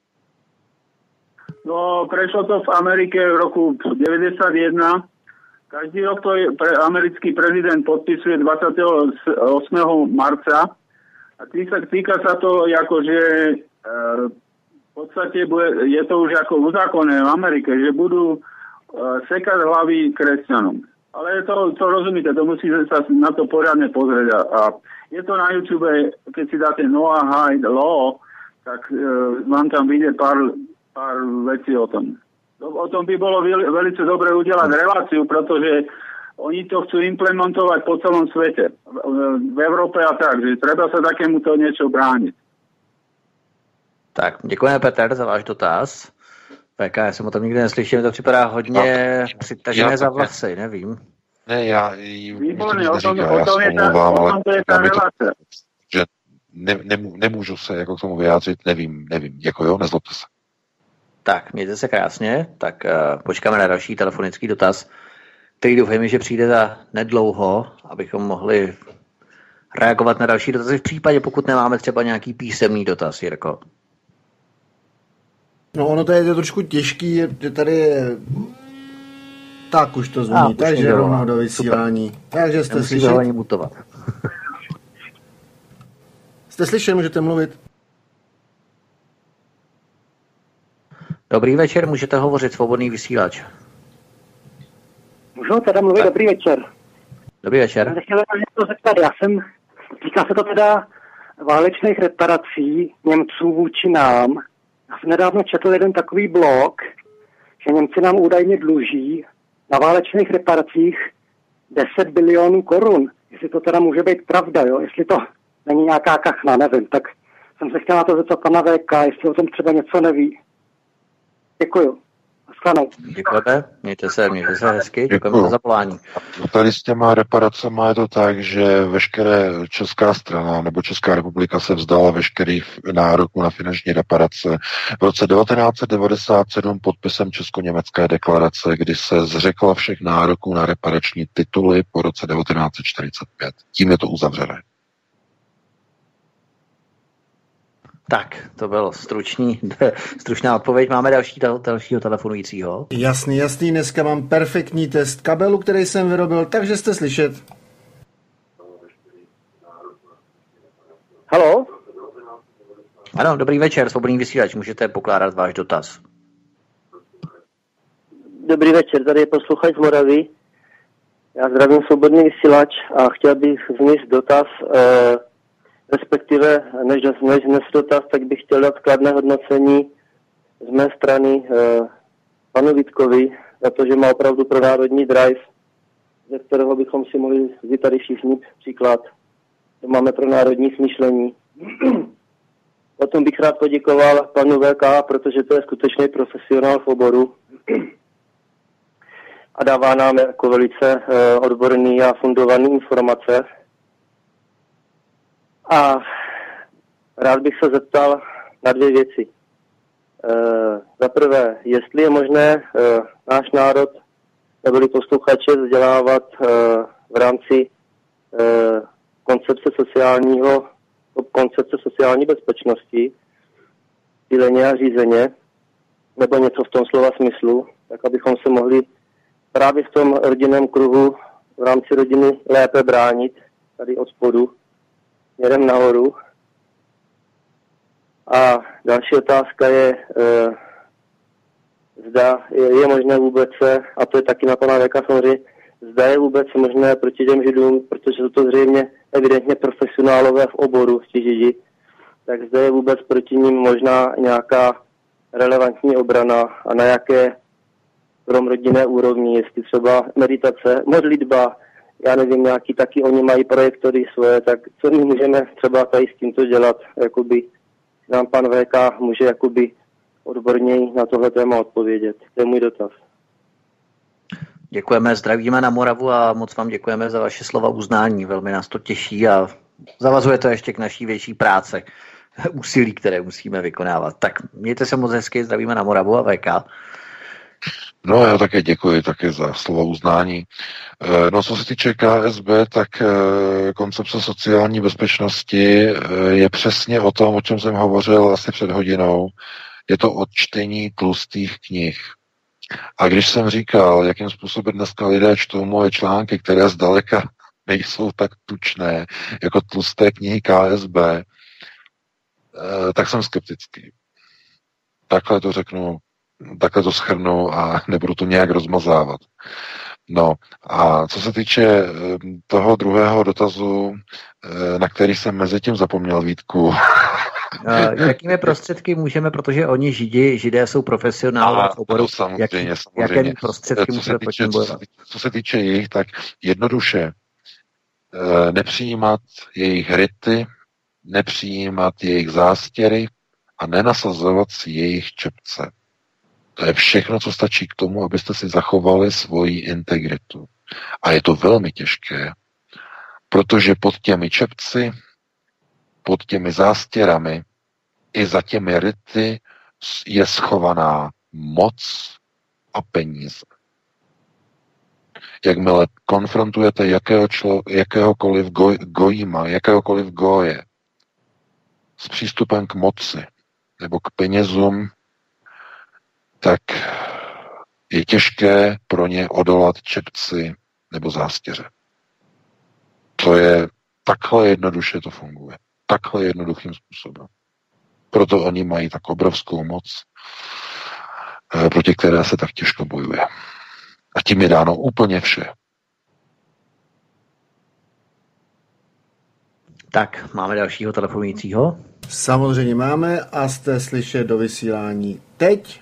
S13: No, prešlo to v Amerike v roku deväťdesiatjeden. Každý rok to je, pre, americký prezident podpisuje dvadsiateho ôsmeho marca. A týka, týka sa to, akože e, v podstate bude, je to už ako uzákonné v Amerike, že budú e, sekať hlavy kresťanom. Ale to, to rozumíte, to musí sa na to poriadne pozrieť. A, a je to na YouTube, keď si dáte Noah-Hyde Law, tak e, vám tam vyjde pár pár vecí o tom. O tom by bolo veľmi dobre udelať reláciu, pretože oni to chcú implementovať po celom svete. V Európe a tak, že treba sa takémuto niečo brániť.
S4: Tak, děkujeme, Petr, za váš dotaz. P K, já jsem o tom nikdy neslyšel, to připadá hodně přitažené za vlasy, nevím.
S5: Ne, já...
S13: Výborně, o tom, o tom je ta, o tom to je ta relácia.
S5: Že ne, nemů, nemůžu se jako k tomu vyjádřit, nevím, nevím, jako jo, nezlobte se.
S4: Tak, mějte se krásně, tak uh, počkáme na další telefonický dotaz, který doufejme, že přijde za nedlouho, abychom mohli reagovat na další dotazy v případě, pokud nemáme třeba nějaký písemný dotaz, Jirko.
S3: No ono to je trošku těžký, že tady je... Tak už to zvoní,
S4: A,
S3: takže rovnou do vysílání. Super. Takže jste
S4: slyšeli?
S3: slyšeli?
S4: Mutovat.
S3: Jste slyšeli, můžete mluvit?
S4: Dobrý večer, můžete hovořit, svobodný vysílač.
S14: Můžu teda mluvit, tak. Dobrý večer.
S4: Dobrý večer.
S14: Já jsem chtěl něco zeptat, já jsem, týká se to teda válečných reparací Němců vůči nám. Já jsem nedávno četl jeden takový blog, že Němci nám údajně dluží na válečných reparacích deset bilionů korun. Jestli to teda může být pravda, jo? Jestli to není nějaká kachna, nevím. Tak jsem se chtěl na to zeptat pana V K, jestli o tom třeba něco neví. Děkuju. Naschledanou.
S4: Děkujeme. Mějte se, mějte se hezky. Děkujeme za zavolání.
S5: Tady s těma reparacemi je to tak, že veškeré česká strana nebo Česká republika se vzdala veškerých nároků na finanční reparace v roce devatenáct set devadesát sedm podpisem Česko-německé deklarace, kdy se zřekla všech nároků na reparační tituly po roce devatenáct set čtyřicet pět. Tím je to uzavřené.
S4: Tak, to bylo stručný, stručná odpověď. Máme další, dalšího telefonujícího.
S3: Jasný, jasný. Dneska mám perfektní test kabelu, který jsem vyrobil, takže jste slyšet.
S14: Haló?
S4: Ano, dobrý večer, svobodný vysílač. Můžete pokládat váš dotaz.
S15: Dobrý večer, tady je posluchač z Moravy. Já zdravím svobodný vysílač a chtěl bych vníst dotaz... Eh, respektive, než, než dnes dotaz, tak bych chtěl dát kladné hodnocení z mé strany eh, panu Vítkovi, za to, že má opravdu pro národní drive, ze kterého bychom si mohli vzít tady všichni příklad. To máme pro národní smýšlení. Potom bych rád poděkoval panu V K, protože to je skutečný profesionál v oboru a dává nám jako velice eh, odborný a fundovaný informace. A rád bych se zeptal na dvě věci. E, za prvé, jestli je možné e, náš národ neboli posluchače vzdělávat e, v rámci e, koncepce sociálního, koncepce sociální bezpečnosti, cíleně a řízeně, nebo něco v tom slova smyslu, tak abychom se mohli právě v tom rodinném kruhu v rámci rodiny lépe bránit, tady od spodu, směrem nahoru. A další otázka je, e, zda je, je možné vůbec se, a to je taky na pana Véka samozřejmě, zda je vůbec možné proti těm židům, protože jsou to zřejmě evidentně profesionálové v oboru, ti židi, tak zda je vůbec proti ním možná nějaká relevantní obrana a na jaké krom rodinné úrovni, jestli třeba meditace, modlitba, já nevím, nějaký taky oni mají projektory svoje, tak co my můžeme třeba tady s tímto dělat, jakoby nám pan V K může jakoby odborněji na tohle téma odpovědět. To je můj dotaz.
S4: Děkujeme, zdravíme na Moravu a moc vám děkujeme za vaše slova uznání. Velmi nás to těší a zavazuje to ještě k naší větší práce, úsilí, které musíme vykonávat. Tak mějte se moc hezky, zdravíme na Moravu a V K.
S5: No, já také děkuji také za slovo uznání. No, co se týče K S B, tak koncepce sociální bezpečnosti je přesně o tom, o čem jsem hovořil asi před hodinou. Je to od čtení tlustých knih. A když jsem říkal, jakým způsobem dneska lidé čtou moje články, které zdaleka nejsou tak tučné jako tlusté knihy K S B, tak jsem skeptický. Takhle to řeknu, takhle to shrnu a nebudu to nějak rozmazávat. No a co se týče toho druhého dotazu, na který jsem mezi tím zapomněl, Vítku.
S4: Jakými prostředky můžeme, protože oni židi, židé jsou profesionálové v oboru,
S5: samozřejmě,
S4: jak,
S5: samozřejmě.
S4: jaké prostředky
S5: co
S4: můžeme
S5: týče, co, se, co se týče jejich, tak jednoduše nepřijímat jejich rity, nepřijímat jejich zástěry a nenasazovat si jejich čepce. To je všechno, co stačí k tomu, abyste si zachovali svoji integritu. A je to velmi těžké, protože pod těmi čepci, pod těmi zástěrami i za těmi rity je schovaná moc a peníze. Jakmile konfrontujete jakého člo, jakéhokoliv goj, gojíma, jakéhokoliv goje s přístupem k moci nebo k penězům, tak je těžké pro ně odolat čepci nebo zástěře. To je takhle jednoduše to funguje. Takhle jednoduchým způsobem. Proto oni mají tak obrovskou moc, proti které se tak těžko bojuje. A tím je dáno úplně vše.
S4: Tak, máme dalšího telefonujícího?
S3: Samozřejmě máme a jste slyšet do vysílání teď.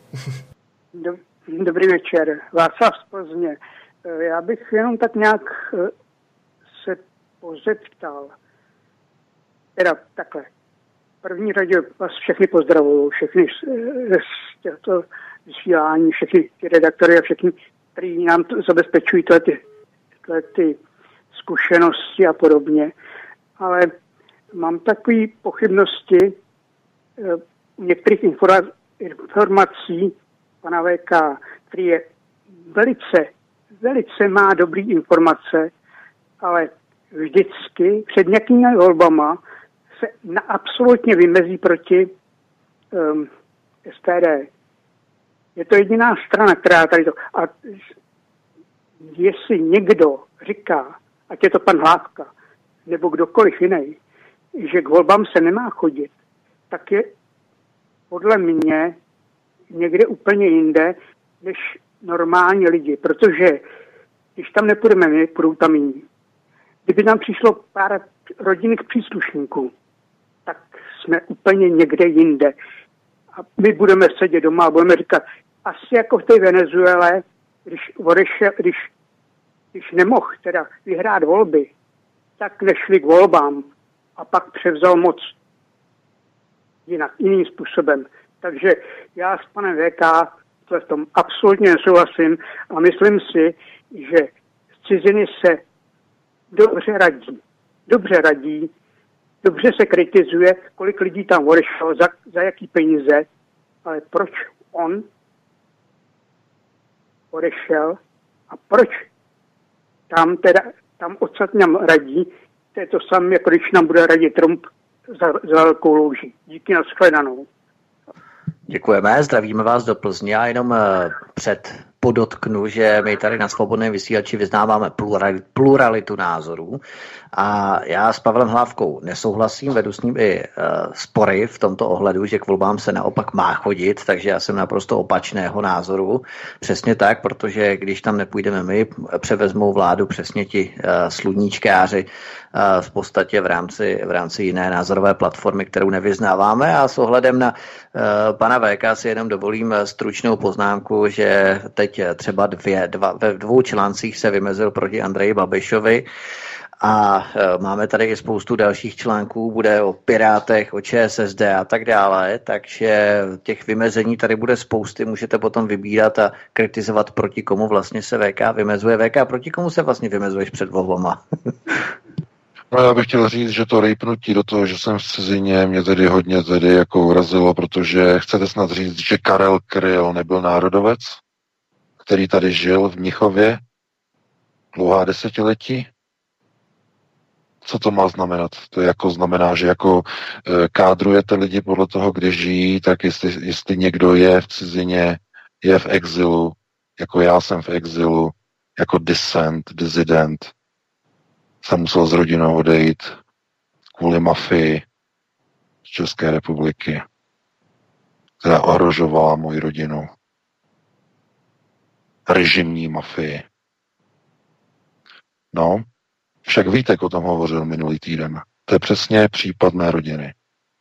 S16: Dobrý večer, Václav z Plzně. Já bych jenom tak nějak se pozeptal. Teda takhle. V první řadě vás všechny pozdravuju, všechny z těchto vysílání, všechny ty redaktory a všechny, kteří nám zabezpečují tyhle ty, tyhle ty zkušenosti a podobně. Ale mám takové pochybnosti u některých informací pana V K, který je velice, velice má dobrý informace, ale vždycky před nějakými volbama se na absolutně vymezí proti um, S P D. Je to jediná strana, která tady to... A jestli někdo říká, ať je to pan Hlávka, nebo kdokoliv jiný, že k volbám se nemá chodit, tak je podle mě někde úplně jinde, než normální lidi. Protože když tam nepůjdeme my, půjdou tam jiní. Kdyby nám přišlo pár rodinných příslušníků, tak jsme úplně někde jinde. A my budeme sedět doma a budeme říkat, asi jako v té Venezuele, když odešel, když, když nemohl teda vyhrát volby, tak nešli k volbám a pak převzal moc jinak, jiným způsobem. Takže já s panem V K v tom absolutně nesouhlasím a myslím si, že z ciziny se dobře radí. Dobře radí dobře se kritizuje, kolik lidí tam odešlo, za, za jaký peníze, ale proč on odešel a proč tam teda, tam odsud nám radí, to je to samé, jako když nám bude radit Trump za, za velkou louži. Díky, nashledanou.
S4: Děkujeme, zdravíme vás do Plzně. Já jenom před podotknu, že my tady na Svobodném vysílači vyznáváme pluralitu názorů a já s Pavlem Hlávkou nesouhlasím, vedu s ním i uh, spory v tomto ohledu, že k volbám se naopak má chodit, takže já jsem naprosto opačného názoru. Přesně tak, protože když tam nepůjdeme my, převezmou vládu přesně ti uh, sluníčkáři uh, v podstatě v rámci, v rámci jiné názorové platformy, kterou nevyznáváme, a s ohledem na uh, pana V K si jenom dovolím stručnou poznámku, že teď třeba dvě, dva, ve dvou článcích se vymezil proti Andreji Babišovi a e, máme tady i spoustu dalších článků, bude o Pirátech, o Č S S D a tak dále, takže těch vymezení tady bude spousty, můžete potom vybírat a kritizovat, proti komu vlastně se V K vymezuje. V K, proti komu se vlastně vymezuješ před volbama?
S5: No, já bych chtěl říct, že to rejpnutí do toho, že jsem v cizině, mě tedy hodně tedy jako urazilo, protože chcete snad říct, že Karel Kryl nebyl národovec, který tady žil v Mnichově dlouhá desetiletí? Co to má znamenat? To jako znamená, že jako e, kádrujete lidi podle toho, kde žijí, tak jestli, jestli někdo je v cizině, je v exilu, jako já jsem v exilu, jako disent, disident, jsem musel s rodinou odejít kvůli mafii z České republiky, která ohrožovala moji rodinu. Režimní mafii. No, však Vítek o tom hovořil minulý týden. To je přesně případ mé rodiny.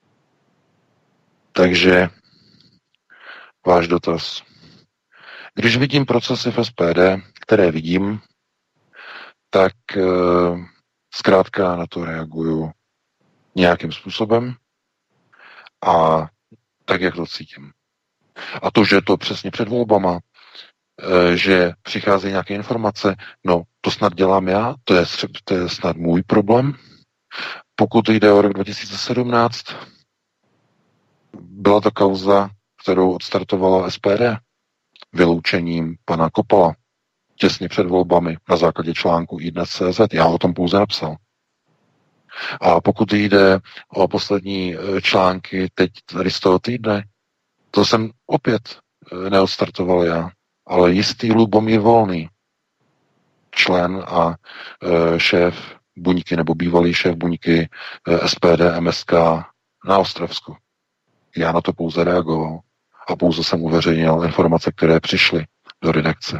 S5: Takže váš dotaz. Když vidím procesy v S P D, které vidím, tak e, zkrátka na to reaguju nějakým způsobem a tak, jak to cítím. A to, že to přesně před volbama, e, že přicházejí nějaké informace, no to snad dělám já, to je, to je snad můj problém. Pokud jde o rok dva tisíce sedmnáct, byla to kauza, kterou odstartovala S P D vyloučením pana Kopala těsně před volbami na základě článku iDnes tečka cé zet. Já o tom pouze napsal. A pokud jde o poslední články teď tady z toho týdne, to jsem opět neodstartoval já, ale jistý Lubomír Volný, člen a e, šéf buňky, nebo bývalý šéf buňky e, S P D M S K na Ostravsku. Já na to pouze reagoval a pouze jsem uveřejnil informace, které přišly do redakce.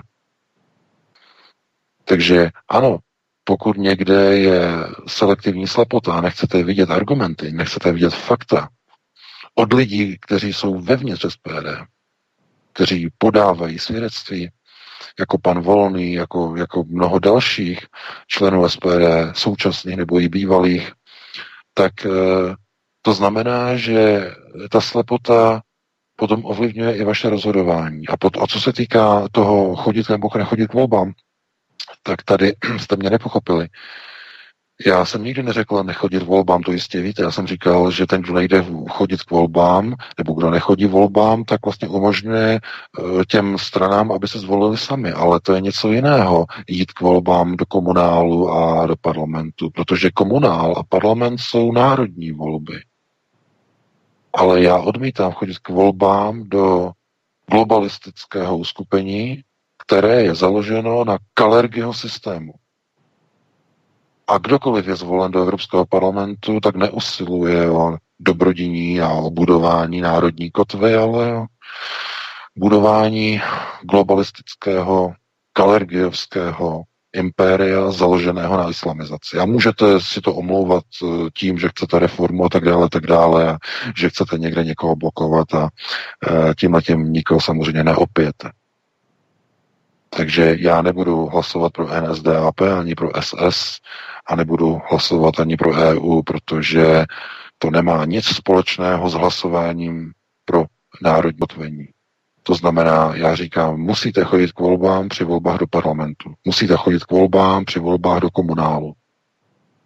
S5: Takže ano, pokud někde je selektivní slepota, nechcete vidět argumenty, nechcete vidět fakta od lidí, kteří jsou vevnitř S P D, kteří podávají svědectví, jako pan Volný, jako, jako mnoho dalších členů S P D, současných nebo i bývalých, tak e, to znamená, že ta slepota potom ovlivňuje i vaše rozhodování. A, pot, a co se týká toho chodit nebo nechodit k volbám, tak tady jste mě nepochopili. Já jsem nikdy neřekl nechodit volbám, to jistě víte. Já jsem říkal, že ten, kdo nejde chodit k volbám, nebo kdo nechodí volbám, tak vlastně umožňuje těm stranám, aby se zvolili sami. Ale to je něco jiného, jít k volbám do komunálu a do parlamentu, protože komunál a parlament jsou národní volby. Ale já odmítám chodit k volbám do globalistického uskupení, které je založeno na Kalergiho systému. A kdokoliv je zvolen do Evropského parlamentu, tak neusiluje o dobrodiní a o budování národní kotvy, ale o budování globalistického, kalergiovského impéria založeného na islamizaci. A můžete si to omlouvat tím, že chcete reformu a tak dále, tak dále, a že chcete někde někoho blokovat a tímhle tím nikoho samozřejmě neopijete. Takže já nebudu hlasovat pro N S D A P ani pro S S a nebudu hlasovat ani pro E U, protože to nemá nic společného s hlasováním pro národní kotvení. To znamená, já říkám, musíte chodit k volbám při volbách do parlamentu. Musíte chodit k volbám při volbách do komunálu.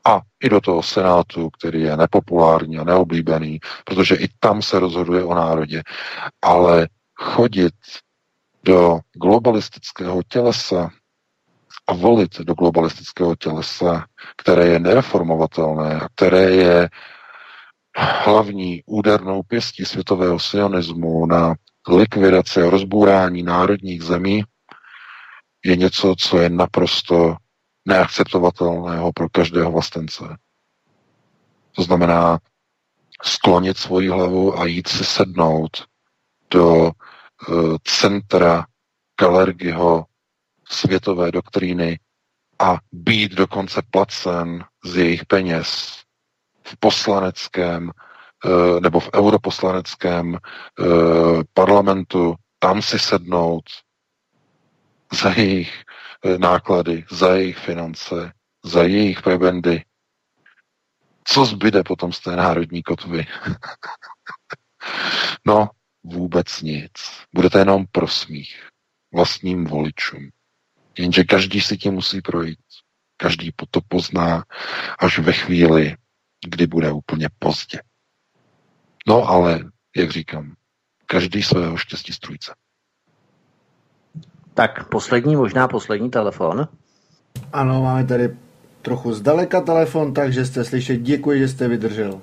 S5: A i do toho Senátu, který je nepopulární a neoblíbený, protože i tam se rozhoduje o národě. Ale chodit do globalistického tělesa a volit do globalistického tělesa, které je nereformovatelné a které je hlavní údernou pěstí světového sionismu na likvidaci a rozbourání národních zemí, je něco, co je naprosto neakceptovatelného pro každého vlastence. To znamená sklonit svoji hlavu a jít si sednout do uh, centra Kalergiho světové doktríny a být dokonce placen z jejich peněz v poslaneckém uh, nebo v europoslaneckém uh, parlamentu, tam si sednout za jejich náklady, za jejich finance, za jejich prebendy. Co zbyde potom z té národní kotvy? No, vůbec nic. Budete jenom prosmích vlastním voličům. Jenže každý si tím musí projít. Každý to pozná až ve chvíli, kdy bude úplně pozdě. No ale, jak říkám, každý svého štěstí strůjce.
S4: Tak poslední, možná poslední telefon.
S3: Ano, máme tady trochu zdaleka telefon, takže jste slyšet. Děkuji, že jste vydržel.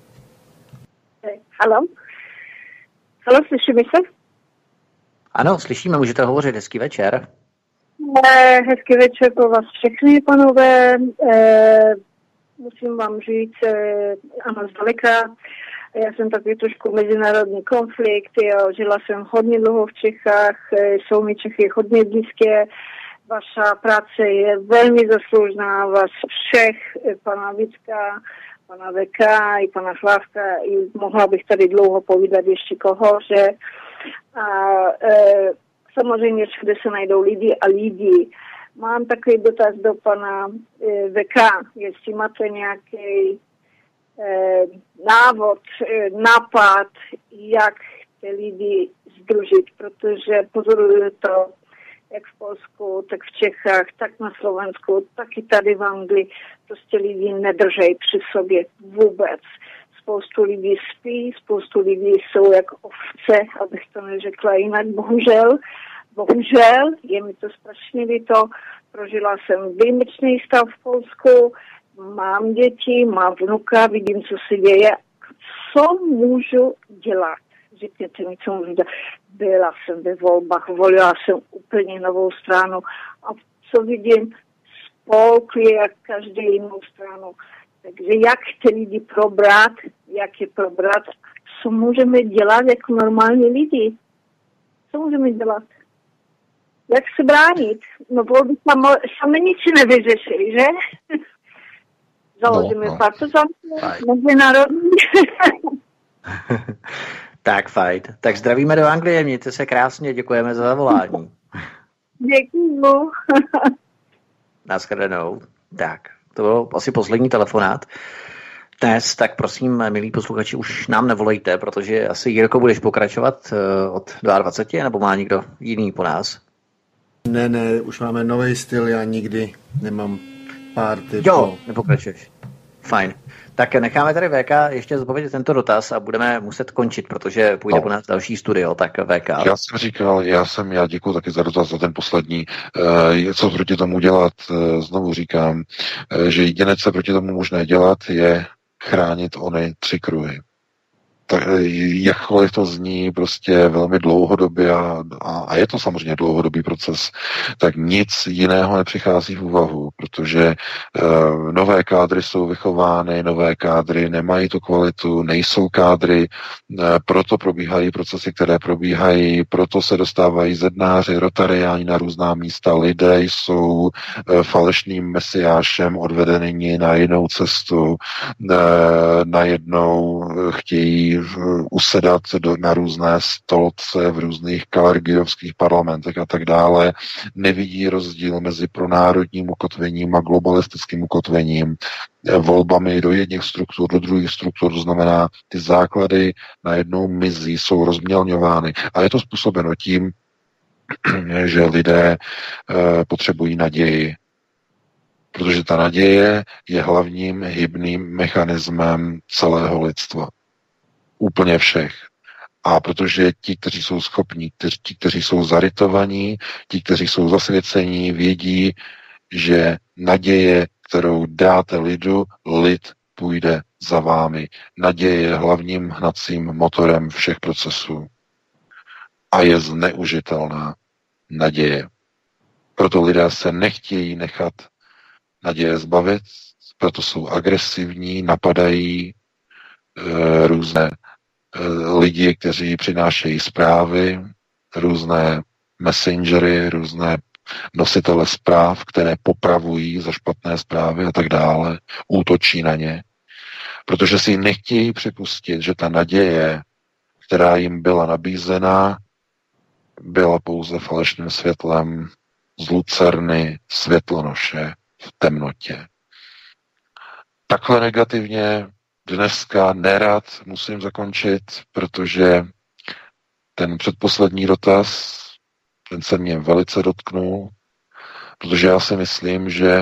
S10: Halo? Halo, slyšíme se?
S4: Ano, slyšíme, můžete hovořit. Hezký večer.
S10: Eh, hezký večer pro vás všechny, panové. Eh, musím vám říct, eh, ano, zdaleka. Já jsem taky trošku mezinárodní konflikt, jo, žila jsem hodně dlouho v Čechách, jsou mi Čechy hodně blízké, vaša práce je velmi zasloužná, vás všech, pana Vítka, pana V K i pana Chlávka, i mohla bych tady dlouho povídat ještě koho, že a e, samozřejmě všude se najdou lidi a lidi. Mám takový dotaz do pana e, V K, jestli máte nějaký návod, nápad, jak ty lidi združit, protože pozoruju to jak v Polsku, tak v Čechách, tak na Slovensku, tak i tady v Anglii. Prostě lidi nedržejí při sobě vůbec. Spoustu lidí spí, spoustu lidí jsou jak ovce, abych to neřekla jinak, bohužel. Bohužel, je mi to strašně líto. Prožila jsem výjimečný stav v Polsku, mám děti, mám vnuka, vidím, co se děje. Co můžu dělat? Řekněte mi, co můžu dělat. Byla jsem ve volbách, volila jsem úplně novou stranu a co vidím, spolk je jak každý jinou stranu. Takže jak ty lidi probrat, jak je probrat, co můžeme dělat jako normální lidi? Co můžeme dělat? Jak se bránit? No volby sami nic nevyřešili, že? Založíme no, no. partizán, mezinárodní.
S4: Tak, fajn. Tak zdravíme do Anglie, mějte se krásně, děkujeme za zavolání.
S10: Děkuju.
S4: Naschledanou. Tak, to byl asi poslední telefonát dnes, tak prosím, milí posluchači, už nám nevolejte, protože asi, Jirko, budeš pokračovat od dvacet dva, nebo má někdo jiný po nás?
S3: Ne, ne, už máme nový styl, já nikdy nemám párty.
S4: Jo, po... nepokračuješ. Fajn. Tak necháme tady V K ještě zodpovědět tento dotaz a budeme muset končit, protože půjde no. po nás další studio, tak V K.
S5: Já jsem říkal, já jsem, já děkuji taky za dotaz, za ten poslední. E, co proti tomu dělat, e, znovu říkám, e, že jediné, co proti tomu možné dělat, je chránit ony tři kruhy. Tak, jakkoliv to zní prostě velmi dlouhodobě a, a, a je to samozřejmě dlouhodobý proces, tak nic jiného nepřichází v úvahu, protože e, nové kádry jsou vychovány, nové kádry nemají tu kvalitu, nejsou kádry, e, proto probíhají procesy, které probíhají, proto se dostávají zednáři, rotariáni na různá místa, lidé jsou e, falešným mesiášem odvedeni na jinou cestu, e, najednou chtějí usedat do, na různé stolce v různých kalergiovských parlamentech a tak dále, nevidí rozdíl mezi pronárodním ukotvením a globalistickým ukotvením, volbami do jedných struktur, do druhých struktur, to znamená, ty základy najednou mizí, jsou rozmělňovány. A je to způsobeno tím, že lidé e, potřebují naději. Protože ta naděje je hlavním hybným mechanismem celého lidstva. Úplně všech. A protože ti, kteří jsou schopní, ti, kteří jsou zarytovaní, ti, kteří jsou zasvěcení, vědí, že naděje, kterou dáte lidu, lid půjde za vámi. Naděje je hlavním hnacím motorem všech procesů. A je zneužitelná naděje. Proto lidé se nechtějí nechat naděje zbavit, proto jsou agresivní, napadají e, různé e, lidi, kteří přinášejí zprávy, různé messengery, různé nositele zpráv, které popravují za špatné zprávy a tak dále, útočí na ně, protože si nechtějí připustit, že ta naděje, která jim byla nabízená, byla pouze falešným světlem z lucerny světlonoše v temnotě. Takhle negativně dneska nerad musím zakončit, protože ten předposlední dotaz, ten se mě velice dotknul, protože já si myslím, že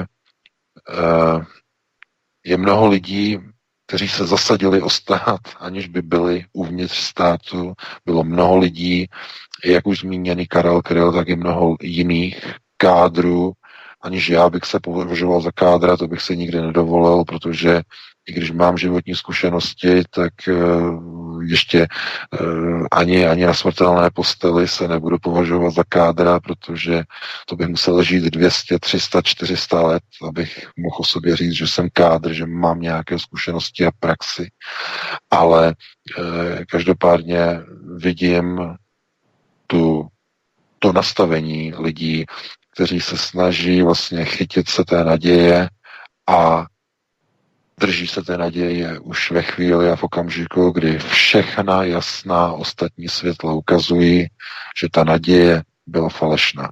S5: je mnoho lidí, kteří se zasadili o stát, aniž by byli uvnitř státu. Bylo mnoho lidí, jak už zmíněný Karel Kryl, tak i mnoho jiných kádrů, aniž já bych se považoval za kádra, to bych se nikdy nedovolil, protože i když mám životní zkušenosti, tak uh, ještě uh, ani, ani na smrtelné posteli se nebudu považovat za kádra, protože to bych musel žít dvě stě, tři sta, čtyři sta let, abych mohl o sobě říct, že jsem kádr, že mám nějaké zkušenosti a praxi. Ale uh, každopádně vidím tu, to nastavení lidí, kteří se snaží vlastně chytit se té naděje a drží se té naděje už ve chvíli a v okamžiku, kdy všechna jasná ostatní světla ukazují, že ta naděje byla falešná.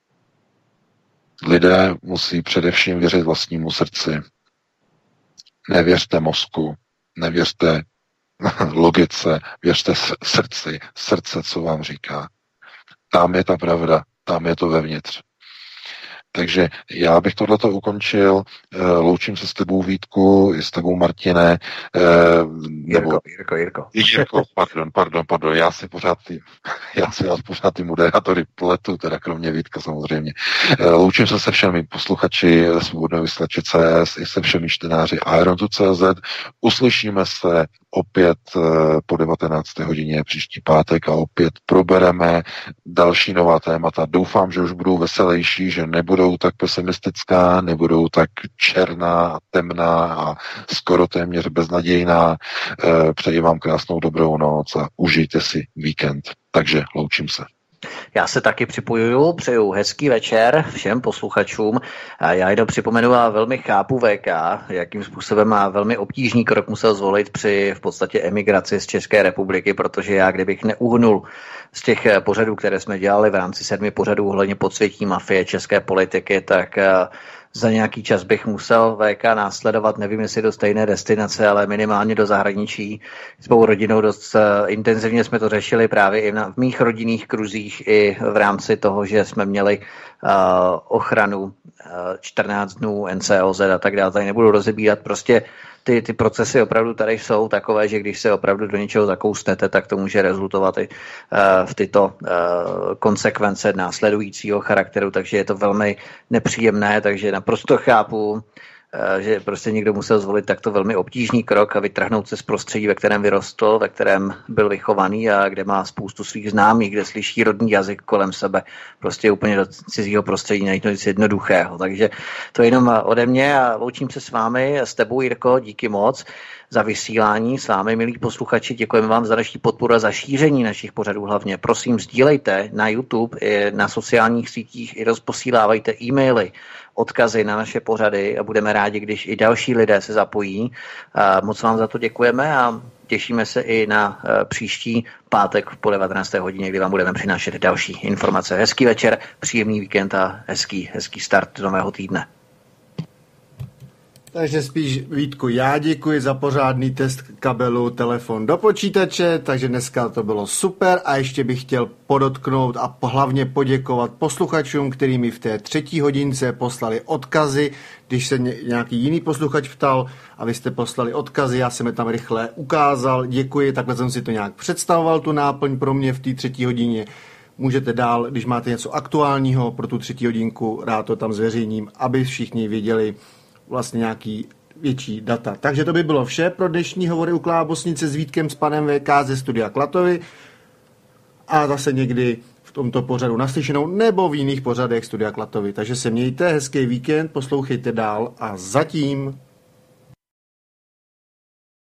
S5: Lidé musí především věřit vlastnímu srdci. Nevěřte mozku, nevěřte logice, věřte srdci, srdce, co vám říká. Tam je ta pravda, tam je to vevnitř. Takže já bych tohleto ukončil, loučím se s tebou, Vítku, i s tebou, Martine.
S4: Jirko, Jirko, Jirko.
S5: Jirko, pardon, pardon, pardon, já si pořád ty, já si vás pořád ty moderátory pletu, teda kromě Vítka samozřejmě. Loučím se se všemi posluchači Svobodného vysílače C S i se všemi čtenáři Irontu tečka cé zet. Uslyšíme se opět po devatenácté hodině příští pátek a opět probereme další nová témata. Doufám, že už budou veselější, že nebudou tak pesimistická, nebudou tak černá a temná a skoro téměř beznadějná. Přeji vám krásnou dobrou noc a užijte si víkend. Takže loučím se.
S4: Já se taky připojuju, přeju hezký večer všem posluchačům. Já jenom připomenu a velmi chápu V K, jakým způsobem má velmi obtížný krok musel zvolit při v podstatě emigraci z České republiky, protože já, kdybych neuhnul z těch pořadů, které jsme dělali v rámci sedmi pořadů ohledně podsvětí mafie české politiky, tak za nějaký čas bych musel V K následovat, nevím, jestli do stejné destinace, ale minimálně do zahraničí. S mou rodinou dost uh, intenzivně jsme to řešili právě i na, v mých rodinných kruzích, i v rámci toho, že jsme měli uh, ochranu uh, čtrnáct dnů, N C O Z a tak dále. Tady nebudu rozebírat, prostě ty, ty procesy opravdu tady jsou takové, že když se opravdu do něčeho zakousnete, tak to může rezultovat i uh, v tyto uh, konsekvence následujícího charakteru, takže je to velmi nepříjemné, takže naprosto chápu, uh, že prostě někdo musel zvolit takto velmi obtížný krok a vytrhnout se z prostředí, ve kterém vyrostl, ve kterém byl vychovaný a kde má spoustu svých známých, kde slyší rodný jazyk kolem sebe, prostě úplně do cizího prostředí najít nic jednoduchého. Takže to jenom ode mě a loučím se s vámi, s tebou, Jirko, díky moc za vysílání s vámi, milí posluchači, děkujeme vám za naši podporu a za šíření našich pořadů hlavně. Prosím, sdílejte na YouTube i na sociálních sítích i rozposílávejte e-maily, odkazy na naše pořady a budeme rádi, když i další lidé se zapojí. Moc vám za to děkujeme a těšíme se i na příští pátek po devatenácté hodině, kdy vám budeme přinášet další informace. Hezký večer, příjemný víkend a hezký, hezký start nového týdne.
S3: Takže spíš, Vítku, já děkuji za pořádný test kabelu telefon do počítače, takže dneska to bylo super a ještě bych chtěl podotknout a hlavně poděkovat posluchačům, který mi v té třetí hodince poslali odkazy, když se nějaký jiný posluchač ptal a vy jste poslali odkazy, já jsem je tam rychle ukázal, děkuji, takhle jsem si to nějak představoval, tu náplň pro mě v té třetí hodině. Můžete dál, když máte něco aktuálního pro tu třetí hodinku, rád to tam zveřejním, aby všichni věděli vlastně nějaký větší data. Takže to by bylo vše pro dnešní hovory u Klábosnice s Vítkem s panem V K ze studia Klatovy a zase někdy v tomto pořadu naslyšenou nebo v jiných pořadech studia Klatovy. Takže se mějte, hezký víkend, poslouchejte dál a zatím